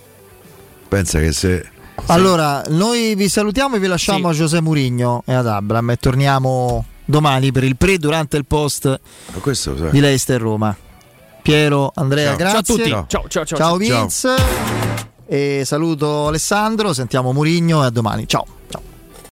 Pensa che se Allora, noi vi salutiamo e vi lasciamo a José Mourinho e ad Abram e torniamo domani per il pre, durante il post Ma questo lo sai. di Leicester Roma. Piero, Andrea, Ciao. grazie. Ciao a tutti. Ciao. Ciao, ciao, ciao. Ciao Vince. E saluto Alessandro, sentiamo Mourinho e a domani. Ciao. Ciao.